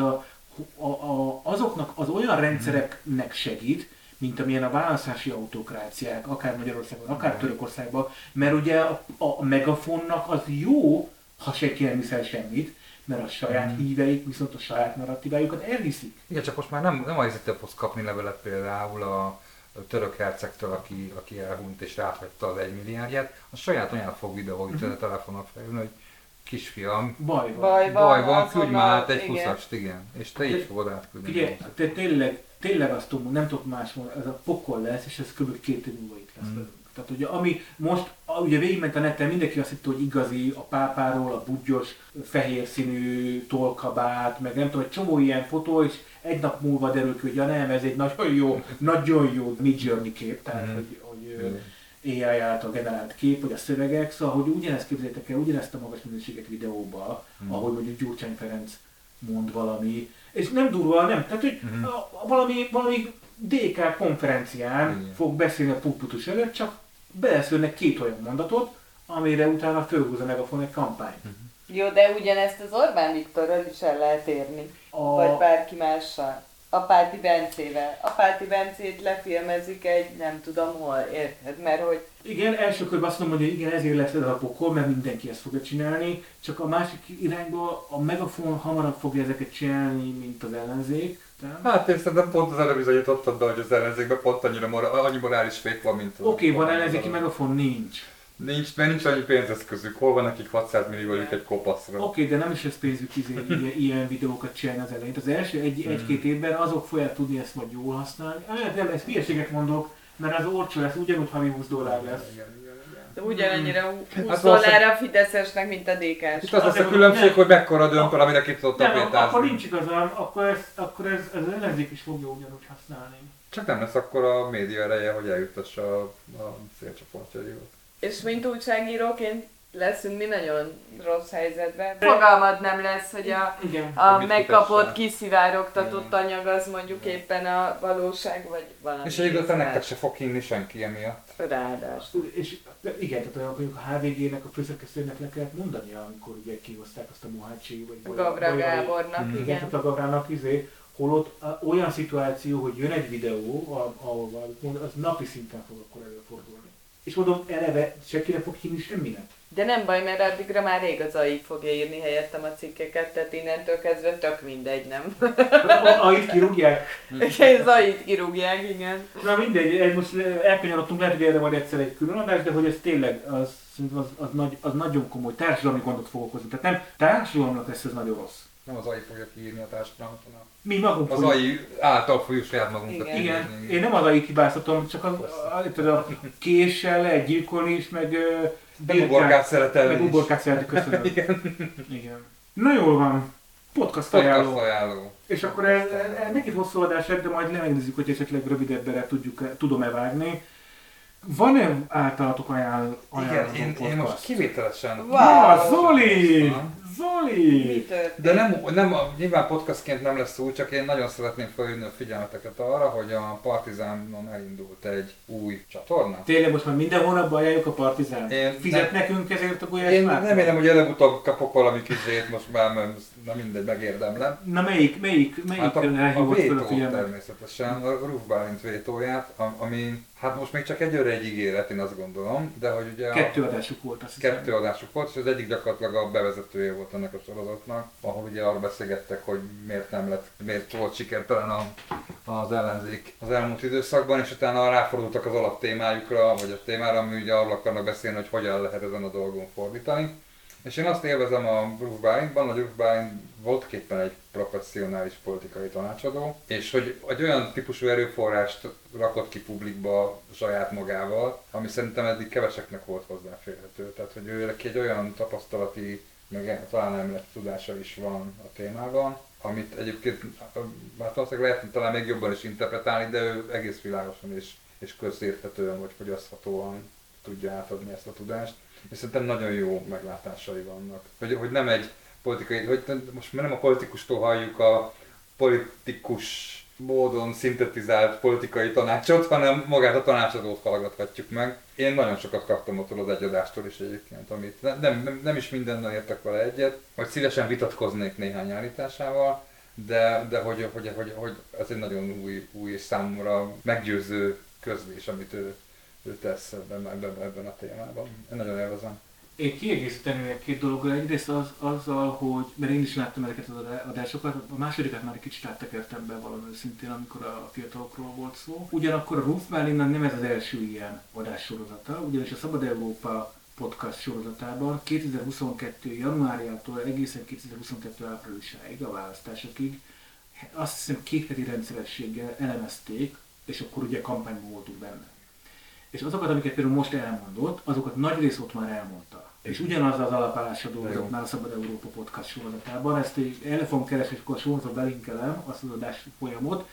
azoknak az olyan rendszereknek segít, mint amilyen a választási autokráciák, akár Magyarországon, akár Törökországban, mert ugye a megafonnak az jó, ha senki nem hiszel semmit, mert a saját híveik viszont a saját narratívájukat elviszik. Igen, csak most már nem az itt fogsz kapni levelet például a török hercegtől, aki elhunyt és ráthagyta az 1 milliárdját, a saját anyára fog videóítani a telefonok felülni, hogy kisfiam, baj van, küldj már át egy puszast, igen. És te így fogod átküldni. Figyelj, te tényleg azt tudom, nem tudok más mondani, ez a pokol lesz, és ez kb. 2 év múlva itt lesz velünk. Tehát ugye ami most, ugye végigment a neten, mindenki azt hitte, hogy igazi a pápáról, a budgyos, fehér színű tollkabát, meg nem tudom, egy csomó ilyen fotó, és egy nap múlva derül ki, hogy ja nem, ez egy nagyon jó Midjourney kép, tehát hogy AI által generált kép, vagy a szövegek, szóval hogy ugyanezt képzeljétek el, ugyanezt a magas minőséget videóba, ahogy mondjuk Gyurcsány Ferenc mond valami, és nem durva, nem, tehát hogy valami DK konferencián fog beszélni a pulpitus előtt, csak beleszülnek 2 olyan mondatot, amire utána fölhúz a megafon egy kampány. Jó, de ugyanezt az Orbán Viktorral is el lehet érni. Vagy bárki mással. Apáti Bencével. Apáti Bencét lefilmezik egy nem tudom hol, érted? Mert hogy... Igen, első körben azt mondom, hogy igen, ezért lesz ez a pokol, mert mindenki ezt fogja csinálni, csak a másik irányból a megafon hamarabb fogja ezeket csinálni, mint az ellenzék. Hát én szerintem pont az előbb bizonyítottad be, hogy az ellenzékben pont annyi morális fék van, mint az... Oké, van ellenzéki megafon, nincs. Nincs, mert nincs annyi pénzeszközük. Hol van nekik 600 milliójuk egy kopaszra? Oké, de nem is lesz pénzük ilyen videókat csinálni az elején. Az első egy-két évben azok fogják tudni ezt majd jól használni. Nem, ezt hülyeséget mondok, mert az olcsó lesz, ugyanúgy havi $20 lesz. De ugyanannyira $20 a Fideszesnek, mint a DK-s. Itt az lesz a különbség, hogy mekkora dömpöl, amire ki tudod tapétázni. Akkor nincs igazán, akkor ez ellenzék is fogja ugyanúgy használni. Csak nem lesz akkor a média ereje, hogy eljuttassa a célcsoportjaikat. És mint újságíróként leszünk mi nagyon rossz helyzetben. Fogalmad nem lesz, hogy a megkapott, kiszivárogtatott anyag az mondjuk éppen a valóság, vagy valami. És egyébként nektek se fog hinni senki emiatt. Ráadásul. És igen, tehát mondjuk a HVG-nek, a főszerkesztőnek le kellett mondania, amikor ugye kihozták azt a Mohácsi, vagy Gavra Gábornak, igen. Igen, tehát a Gavrának holott olyan szituáció, hogy jön egy videó, ahol az napi szinten fog akkor előfordulni. És mondom, eleve senki nem fog hinni semminek. De nem baj, mert addigra már rég az AI fogja írni helyettem a cikkeket, tehát innentől kezdve tök mindegy, nem? AI-t kirúgják? Az AI-t kirúgják, igen. Na mindegy, most elkanyarodtunk, lehet, hogy erre majd egyszer egy külön adás, de hogy ez tényleg az nagyon komoly társadalmi gondot fog okozni. Tehát nem társadalomnak lesz ez nagyon rossz. Nem az AI fogja kiírni a társadalmat, mi magunk az AI által fogjuk saját magunkat kiírni. Igen, én nem az AI-t hibáztatom, csak a késsel lehet gyilkolni is, meg uborkát szeretelni. Meg uborkát szeretni, köszönöm. Igen. Na jól van. Podcast ajánló. És akkor megint hosszú adás, de majd megnézzük, hogy esetleg rövidebbre tudom-e vágni. Van-e általatok ajánló podcast? Igen, én most kivételesen... Wow, Zoli! De nem, nyilván podcastként nem lesz úgy, csak én nagyon szeretném felhívni a figyelmeteket arra, hogy a Partizánon elindult egy új csatorna. Tényleg most már minden hónapban ajánljuk a Partizán? Fizet nekünk ezért a Gulyás Márton? Én nem érem, hogy előbb-utóbb kapok valami kizét, most már na mindegy, megérdemlem. Na melyik hát a vétó természetesen, a Ruf Bálint vétóját, ami hát most még csak egy ígéret, én azt gondolom, de hogy ugye... 2 adásuk volt, azt hiszem. 2 adásuk volt, és az egyik gyakorlatilag a bevezetője volt ennek a sorozatnak, ahol ugye arra beszélgettek, hogy miért volt sikertelen az ellenzék az elmúlt időszakban, és utána ráfordultak az alaptémájukra, vagy a témára, ami ugye arról akarnak beszélni, hogy hogyan lehet ezen a dolgon fordítani. És én azt élvezem a Bruce Bryantban, hogy Bruce Bryant voltaképpen egy professzionális politikai tanácsadó, és hogy egy olyan típusú erőforrást rakott ki publikba saját magával, ami szerintem eddig keveseknek volt hozzáférhető. Tehát, hogy ő egy olyan tapasztalati, meg talán elméleti tudása is van a témában, amit egyébként hát valószínűleg lehet talán még jobban is interpretálni, de ő egész világosan és közérthetően vagy fogyaszthatóan tudja átadni ezt a tudást. És szerintem nagyon jó meglátásai vannak. Hogy nem egy politikai, hogy most nem a politikustól halljuk a politikus módon szintetizált politikai tanácsot, hanem magát a tanácsadót hallgathatjuk meg. Én nagyon sokat kaptam attól az egyadástól is egyébként, amit nem is mindennel értek vele egyet, vagy szívesen vitatkoznék néhány állításával, de hogy ez egy nagyon új és számomra meggyőző közlés, amit ő tesz ebben a témában. Én nagyon élvezem. Én kiegészítenék két dologgal. Egyrészt azzal, hogy, mert én is láttam ezeket az adásokat, a másodikat már egy kicsit áttekertem be valami őszintén, amikor a fiatalokról volt szó. Ugyanakkor a Ruth Málinnak nem ez az első ilyen adássorozata, ugyanis a Szabad Európa podcast sorozatában 2022. januárjától egészen 2022. áprilisáig, a választásokig, azt hiszem 2 heti rendszerességgel elemezték, és akkor ugye kampányban voltunk benne. És azokat, amiket például most elmondott, azokat nagy rész ott már elmondta. És ugyanaz az alapállása dolgozott már a Szabad Európa podcast sorozatában. Ezt el fogom keresni, és akkor a sorozatban belinkelem azt az adás folyamot.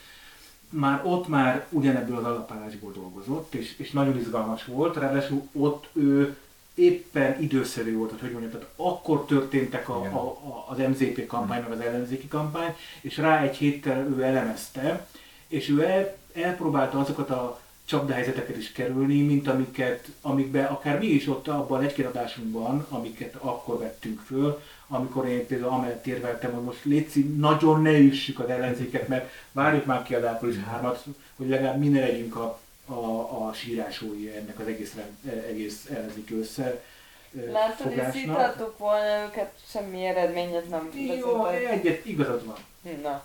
Ott már ugyanebből az alapállásból dolgozott, és nagyon izgalmas volt. Ráadásul ott ő éppen időszerű volt, hogy mondjam, tehát akkor történtek az MZP kampány, meg az ellenzéki kampány, és rá egy héttel ő elemezte, és ő elpróbálta azokat a csapdahelyzeteket is kerülni, mint amikben akár mi is ott abban egy-két adásunkban, amiket akkor vettünk föl, amikor én például amellett érveltem, hogy most létszik, nagyon ne üssük az ellenzéket, mert várjuk már ki az április 3-at, hogy legalább mi ne legyünk a sírásói ennek az egész ellenzéki Látod, hogy szítottuk volna őket, semmi eredményet nem jó, egyet igazad van. Na.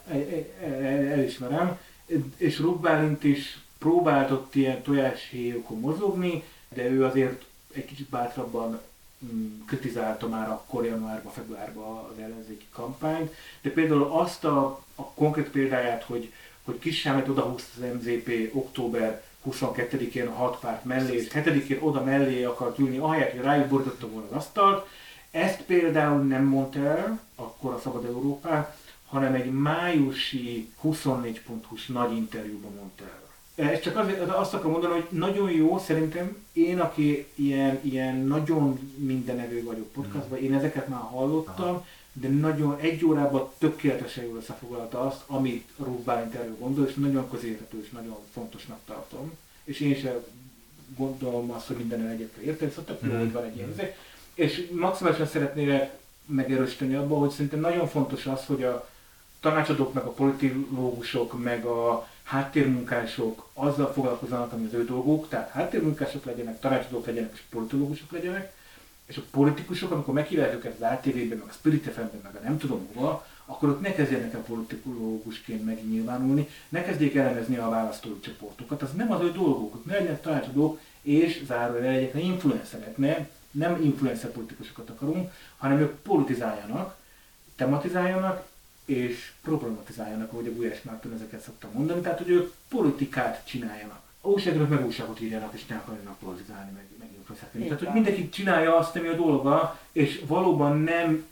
Elismerem. És Ruth Bálint is próbált ott ilyen tojáshéjokon mozogni, de ő azért egy kicsit bátrabban kritizálta már akkor januárban, februárban az ellenzéki kampányt. De például azt a konkrét példáját, hogy Kis Sámet odahúzta az MZP október 22-én a 6 párt mellé, és 7-én oda mellé akart ülni, ahelyett, hogy rájuk borította volna az asztalt. Ezt például nem mondta el akkor a Szabad Európát, hanem egy májusi 24.hu-s nagy interjúban mondta el. Ez csak azért, azt akarom mondani, hogy nagyon jó, szerintem én, aki ilyen nagyon mindenevő vagyok podcastban, én ezeket már hallottam, de nagyon egy órában tökéletesen jól összefoglalta azt, amit Ruth Bálint erről gondol, és nagyon közérthető és nagyon fontosnak tartom. És én sem gondolom azt, hogy mindenről egyet érteni, szóval tök jó, hogy van egy ilyen izé. És maximálisan szeretnélek megerősíteni abban, hogy szerintem nagyon fontos az, hogy a tanácsadók, meg a politológusok, meg a háttérmunkások azzal foglalkozzanak, ami az ő dolguk, tehát háttérmunkások legyenek, tanácsadók legyenek és politológusok legyenek, és a politikusok, amikor meghívják őket az ATV-ben, meg a Spirit FM-ben, meg a nem tudom hova, akkor ott ne kezdjenek el politikológusként megnyilvánulni, ne kezdjék elemezni a választói csoportokat, az nem az ő dolguk, ne legyenek tanácsadók, és zárójelben legyenek influencerek, nem influencer politikusokat akarunk, hanem ők politizáljanak, tematizáljanak, és problematizáljanak, ahogy a Gulyás Márton ezeket szoktam mondani, tehát hogy ők politikát csináljanak. A újságírók meg újságot írjanak, és ne akarjanak politizálni, meg influencerkedni. Tehát, hogy mindenki csinálja azt, ami a dolga, és valóban nem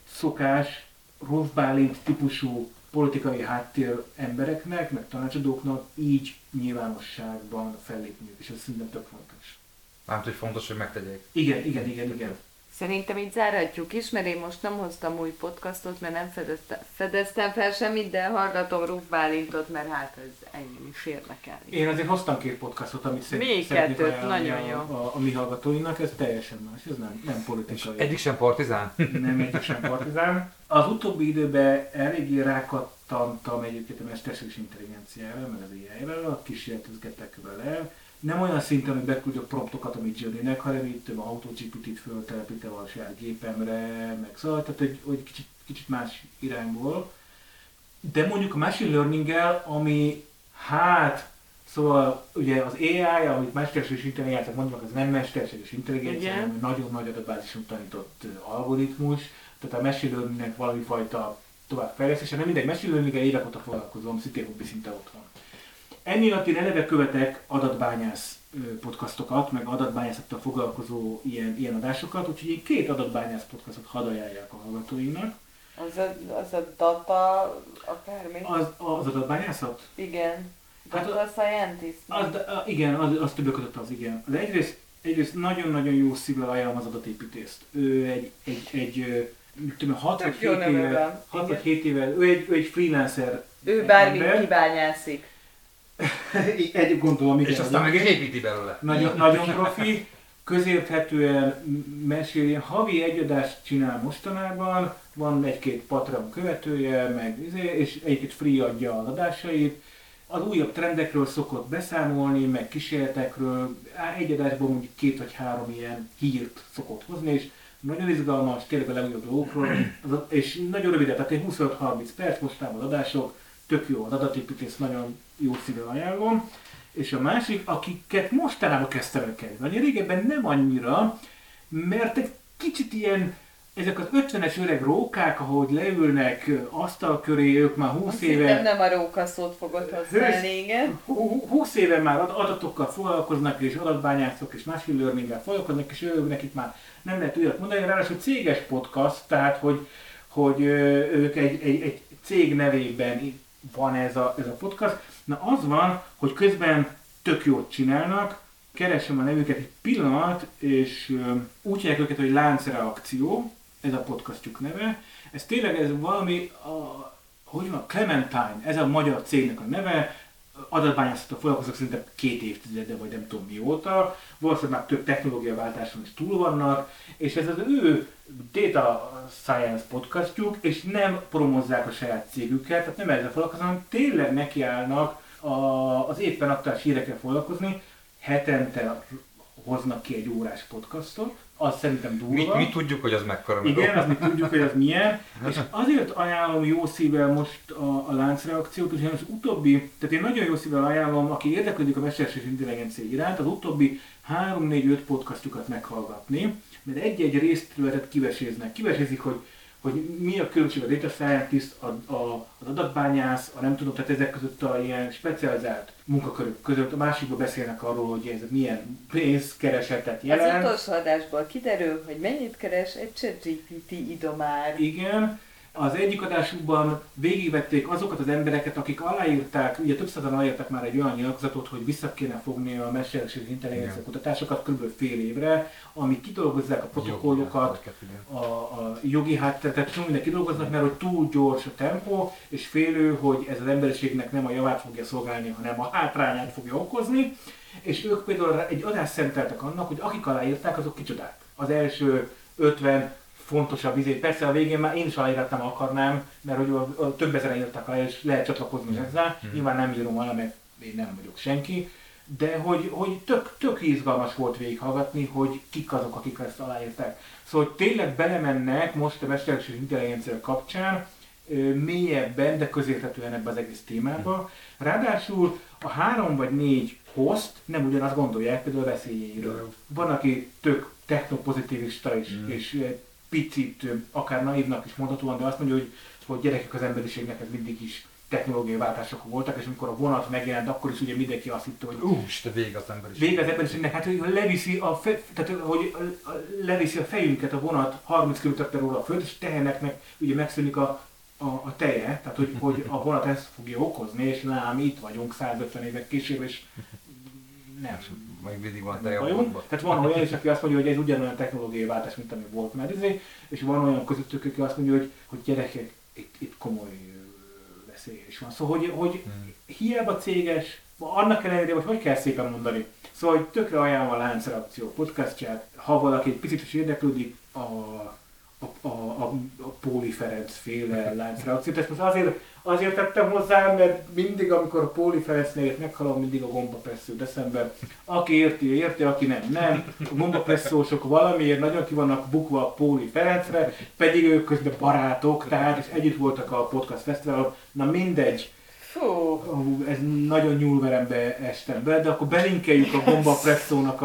szokás Ruth Bálint típusú politikai háttér embereknek, meg tanácsadóknak így nyilvánosságban fellépniük, és ez szerintem tök fontos. Mármint, hogy fontos, hogy megtegyék. Igen. Szerintem így zárhatjuk is, mert én most nem hoztam új podcastot, mert nem fedeztem fel semmit, de hallgatom Ruth Bálintot, mert hát ez engem is érdekel. Én azért hoztam 2 podcastot, amit szeretnék nagyon jó. A mi hallgatóinak, ez teljesen más, ez nem politikai. Egyik sem partizán? Nem egyik sem partizán. Az utóbbi időben eléggé rákattantam egyébként a mesterséges intelligenciára, meg az AI-ra, kísérletezgetek vele. Nem olyan szinten, hogy beküldök promptokat a Midjourney-nek, hanem itt a AutoGPT-t föltelepítem a saját gépemre, meg szóval, tehát hogy kicsit más irányból. De mondjuk a machine learning-el, ami Szóval ugye az AI, amit mesterséges intelligenciát mondjuk, az nem mesterséges intelligencia, hanem nagyon nagy adatbázison tanított algoritmus, tehát a machine learningnek valami fajta továbbfejlesztése, nem mindegy, machine learning-el évek óta foglalkozom, szintén hobbi szinte ott van. Emiatt én eleve követek adatbányász podcastokat, meg adatbányászattal foglalkozó ilyen adásokat, úgyhogy én 2 adatbányász podcastot hadd ajánljak a hallgatóinknak. Az a data akármi? Az adatbányászat? Igen. Hát Data scientist? Igen, az többek között az, igen. De egyrészt nagyon-nagyon jó szívvel ajánlom az adatépítést. Ő egy 6 vagy 7 éve, ő egy freelancer. Ő bármit kibányászik. Egy gondolom, igen. És aztán meg építi belőle. Nagyon profi, közérthetően mesél, ilyen havi egyadást csinál mostanában, van 1-2 Patreon követője, és egyébként free adja az adásait. Az újabb trendekről szokott beszámolni, meg kísérletekről, egy adásból mondjuk 2 vagy 3 ilyen hírt szokott hozni, és nagyon izgalmas, tényleg a legújabb dolgokról, és nagyon röviden, tehát egy 25-30 perc mostában az adások, tök jó az adatépítés, nagyon jó szívvel ajánlom. És a másik, akiket mostanában kezdtem el kedvelni, régebben nem annyira, mert egy kicsit ilyen, ezek az 50-es öreg rókák, ahogy leülnek asztal köré, ők már 20 éve... Nem a róka szót fogod használni, igen. 20 éve már adatokkal foglalkoznak, és adatbányászok, és machine learninggel foglalkoznak, és ők nekik már nem lehet újat mondani, ráadásul céges podcast, tehát hogy ők egy cég nevében van ez a podcast. Na az van, hogy közben tök jót csinálnak, keresem a nevüket egy pillanat, és úgy hívják őket, hogy Láncreakció, ez a podcastjuk neve. Ez tényleg valami, hogy van, Clementine, ez a magyar cégnek a neve, adatbányászattal foglalkoznak szerintem 2 évtizede, vagy nem tudom mióta, valószínűleg már több technológiaváltáson is túl vannak, és ez az ő Data Science podcastjuk, és nem promozzák a saját cégüket, tehát nem ezzel foglalkoznak, hanem tényleg nekiállnak az éppen aktuális hírekkel foglalkozni, hetente hoznak ki egy órás podcastot, az szerintem durva. Mi tudjuk, hogy az mekkora. Igen, azt mi tudjuk, hogy az milyen. És azért ajánlom jó szívvel most a láncreakciót, hogy az utóbbi, tehát én nagyon jó szívvel ajánlom, aki érdeklődik a mesterséges intelligencia iránt, az utóbbi 3-4-5 podcastukat meghallgatni, mert egy-egy részterületet kivesézik, hogy mi a különbség a data scientist, az adatbányász, nem tudom, tehát ezek között a ilyen specializált munkakörök között, a másikban beszélnek arról, hogy ez milyen pénzkeresetet jelent. Az utolsó adásból kiderül, hogy mennyit keres egy ChatGPT idomár. Igen. Az egyik adásukban végigvették azokat az embereket, akik aláírták, ugye több százan aláírták már egy olyan nyilatkozatot, hogy vissza kéne fogni a mesterséges intelligencia kutatásokat kb. Fél évre, amik kidolgozzák a protokollokat, a jogi hátteret, tehát minden kidolgoznak, mert hogy túl gyors a tempó, és félő, hogy ez az emberiségnek nem a javát fogja szolgálni, hanem a hátrányát fogja okozni. És ők például egy adást szenteltek annak, hogy akik aláírták, azok kicsodák. Az első 50 fontosabb izét. Persze a végén már én is aláírtam, akarnám, mert hogy több ezeren írtak alá, és lehet csatlakozni hozzá. Nyilván nem írom alá, mert én nem vagyok senki. De hogy tök izgalmas volt végighallgatni, hogy kik azok, akik ezt aláírták. Szóval hogy tényleg belemennek most a mesterséges intelligencia kapcsán mélyebben, de közérthetően ebbe az egész témába. Ráadásul a 3 vagy 4 host nem ugyanazt gondolják, például a veszélyeiről. Van, aki tök technopozitivista is, és picit, akár naívnak is mondhatóan, de azt mondja, hogy gyerekek, az emberiségnek ez mindig is technológiai váltások voltak, és amikor a vonat megjelent, akkor is ugye mindenki azt hitte, hogy vége az emberiségnek. Vége az emberiségnek, hát hogy leviszi a fejünket a vonat 30 km/h a föld, és teheneknek ugye megszűnik a teje, tehát hogy a vonat ezt fogja okozni, és lám, itt vagyunk 150 évek később, és nem. Még mindig van teje a vonatban. Tehát van olyan is, aki azt mondja, hogy ez ugyanolyan technológiai váltás, mint ami volt már és van olyan közöttük, aki azt mondja, hogy gyerekek, itt komoly veszély is van. Szóval, hogy hiába céges, annak ellenére, hogy kell szépen mondani. Szóval, hogy tökre ajánlom a Láncreakció podcastját, ha valaki egy picit is érdeklődik a Póli Ferenc féle Láncreakciót. Ezt most azért tettem hozzá, mert mindig, amikor a Póli Ferenc nevét meghalom, mindig a gombapresszó jut eszembe. Aki érti, aki nem. A gombapresszósok valamiért nagyon ki vannak bukva a Póli Ferencre, pedig ők közben barátok, tehát és együtt voltak a Podcast Fesztiválon. Na mindegy. Fú, ez nagyon nyúlverembe estem be, de akkor belinkeljük a Gomba Presszónak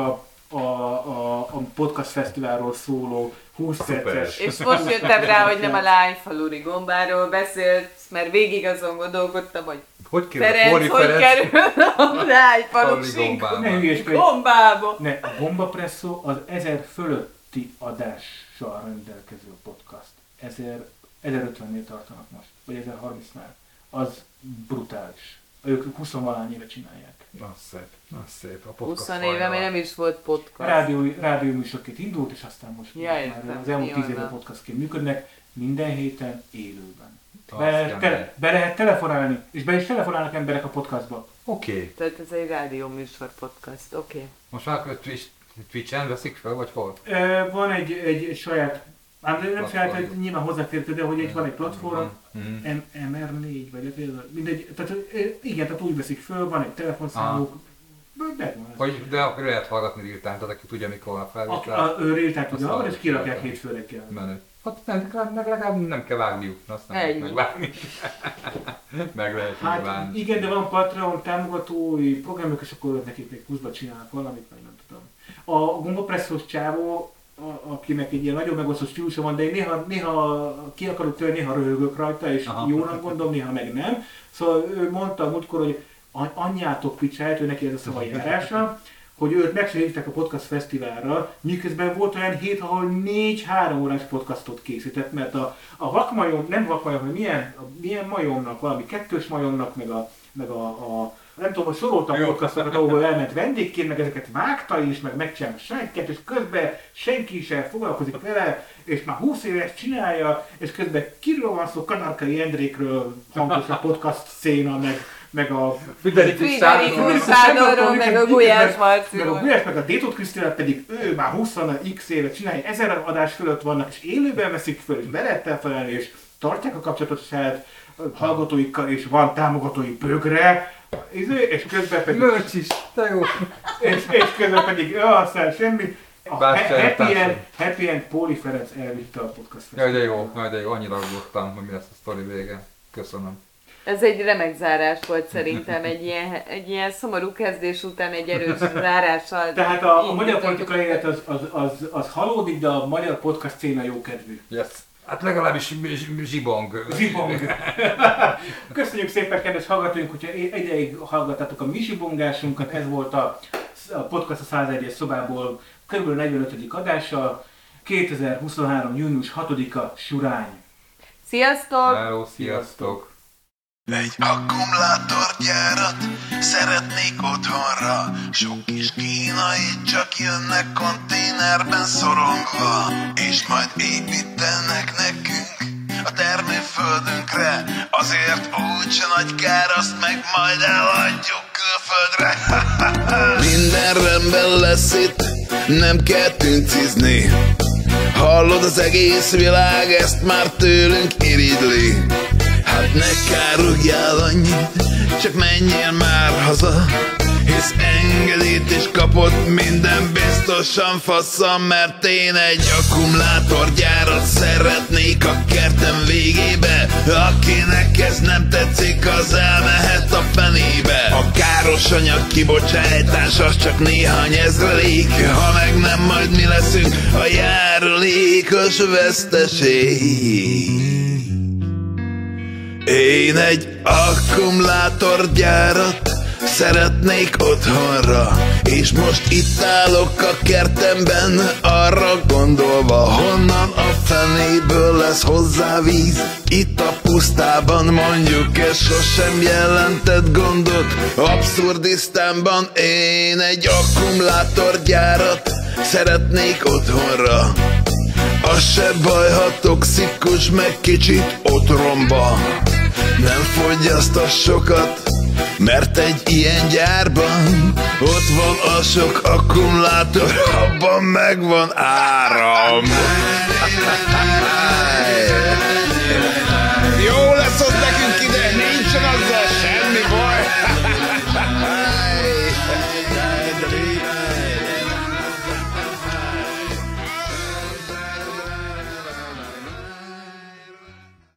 a podcast fesztiválról szóló 20 perces. És most jöttem rá, hogy nem a Lányfaludi gombáról beszélsz, mert végig azon gondolkodtam, hogy Ferenc, hogy kerül a Lányfalusi gombába. Ne, a Gomba Presszó az 1000 fölötti adással rendelkező podcast. 1050-nél tartanak most, vagy 1030-nál. Az brutális. Ők 20-valány éve csinálják. Az szép. A podcast 20 éve még nem is volt podcast. Rádió műsorként indult, és aztán most már az elmúlt 10 éve podcastként működnek, minden héten élőben. Be lehet telefonálni, és be is telefonálnak emberek a podcastba. Oké. Tehát ez egy rádió műsor podcast, oké. Most már Twitch-en veszik fel, vagy hol? Van egy saját, nem saját, nyilván hozzáférhető, de hogy van egy platform, MR4, vagy mindegy, tehát igen, tehát úgy veszik föl, van egy telefonszámuk, de akkor lehet hallgatni real-time, tehát aki tudja, mikor van felvétel. A real-time tudja hallgatni, és kirakják hétfő reggel. Menő. Hát legalább nem kell vágniuk, azt nem kell megvágni. Meg lehet hát igen, de van Patreon támogatói programok, és akkor nekik még pluszba csinálnak valamit, meg nem tudom. A Gomba Presszós csávó, akinek egy ilyen nagyon megosztott stílusa van, de én néha ki akarok törni, néha röhögök rajta, és jónak gondolom, néha meg nem. Szóval ő mondta múltkor, hogy anyjátok picsáját, ő neki ez a szavajárása, hogy őt meg sem hívták a podcast fesztiválra, miközben volt olyan hét, ahol 4-3 órás podcastot készített, mert a vakmajom, nem vakmajom, hogy milyen majomnak, valami kettős majomnak, meg a nem tudom, hogy sorolta a podcastokat, ahol elment vendégként, meg ezeket vágta is, meg megcsinálta saját, és közben senki sem foglalkozik vele, és már 20 éves csinálja, és közben kiről van szó, Kadarkai Endrékről hangos a podcast széna, meg a Friderikus Sándorról, meg a Gulyás Marciról. Meg a Gulyás, meg a Détót Krisztinát pedig ő már 20x éve csinálja, 1000 adás fölött vannak, és élőben veszik föl, és be lehet felelni, és tartják a kapcsolatot saját hallgatóikkal, és van támogatói bögre, és közben pedig... Mörcs is, te jó! És közben pedig, aztán semmi. A Happy End Póli Ferenc elvitte a podcast fesztiválra. Jaj, de jó, annyira aggódtam, hogy mi lesz a sztori vége. Köszönöm. Ez egy remek zárás volt szerintem, egy ilyen szomorú kezdés után egy erős zárással. Tehát a magyar politikai élet az halódik, de a magyar podcast széna jókedvű. Yes. Hát legalábbis zsibong. Köszönjük szépen, kedves hallgatóink, hogyha ideig hallgattátok a mi zsibongásunkat, ez volt a podcast a 101-es szobából kb. 45. adása, 2023. június 6-a Surány. Sziasztok! Hello, sziasztok! Egy akkumulátorgyárat szeretnék otthonra. Sok kis kínai csak jönnek konténerben szorongva, és majd építenek nekünk a termőföldünkre. Azért úgyse nagy kár, azt meg majd eladjuk külföldre. Minden rendben lesz itt, nem kell tüncizni. Hallod, az egész világ ezt már tőlünk irigyli. Hát ne kárrugjál annyit, csak menjél már haza, hisz engedélyt is kapott, minden biztosan faszam, mert én egy akkumulátorgyárat szeretnék a kertem végébe. Akinek ez nem tetszik, az elmehet a fenébe. A káros anyag kibocsátás az csak néhány ezrelék, ha meg nem, majd mi leszünk a járulékos veszteség. Én egy akkumulátorgyárat szeretnék otthonra, és most itt állok a kertemben, arra gondolva, honnan a fenéből lesz hozzá víz. Itt a pusztában mondjuk, ez sosem jelentett gondot. Abszurdisztánban én egy akkumulátorgyárat szeretnék otthonra. Az se baj, ha toxikus, meg kicsit otromba. Nem fogyasztass sokat, mert egy ilyen gyárban ott van a sok akkumulátor, abban megvan áram.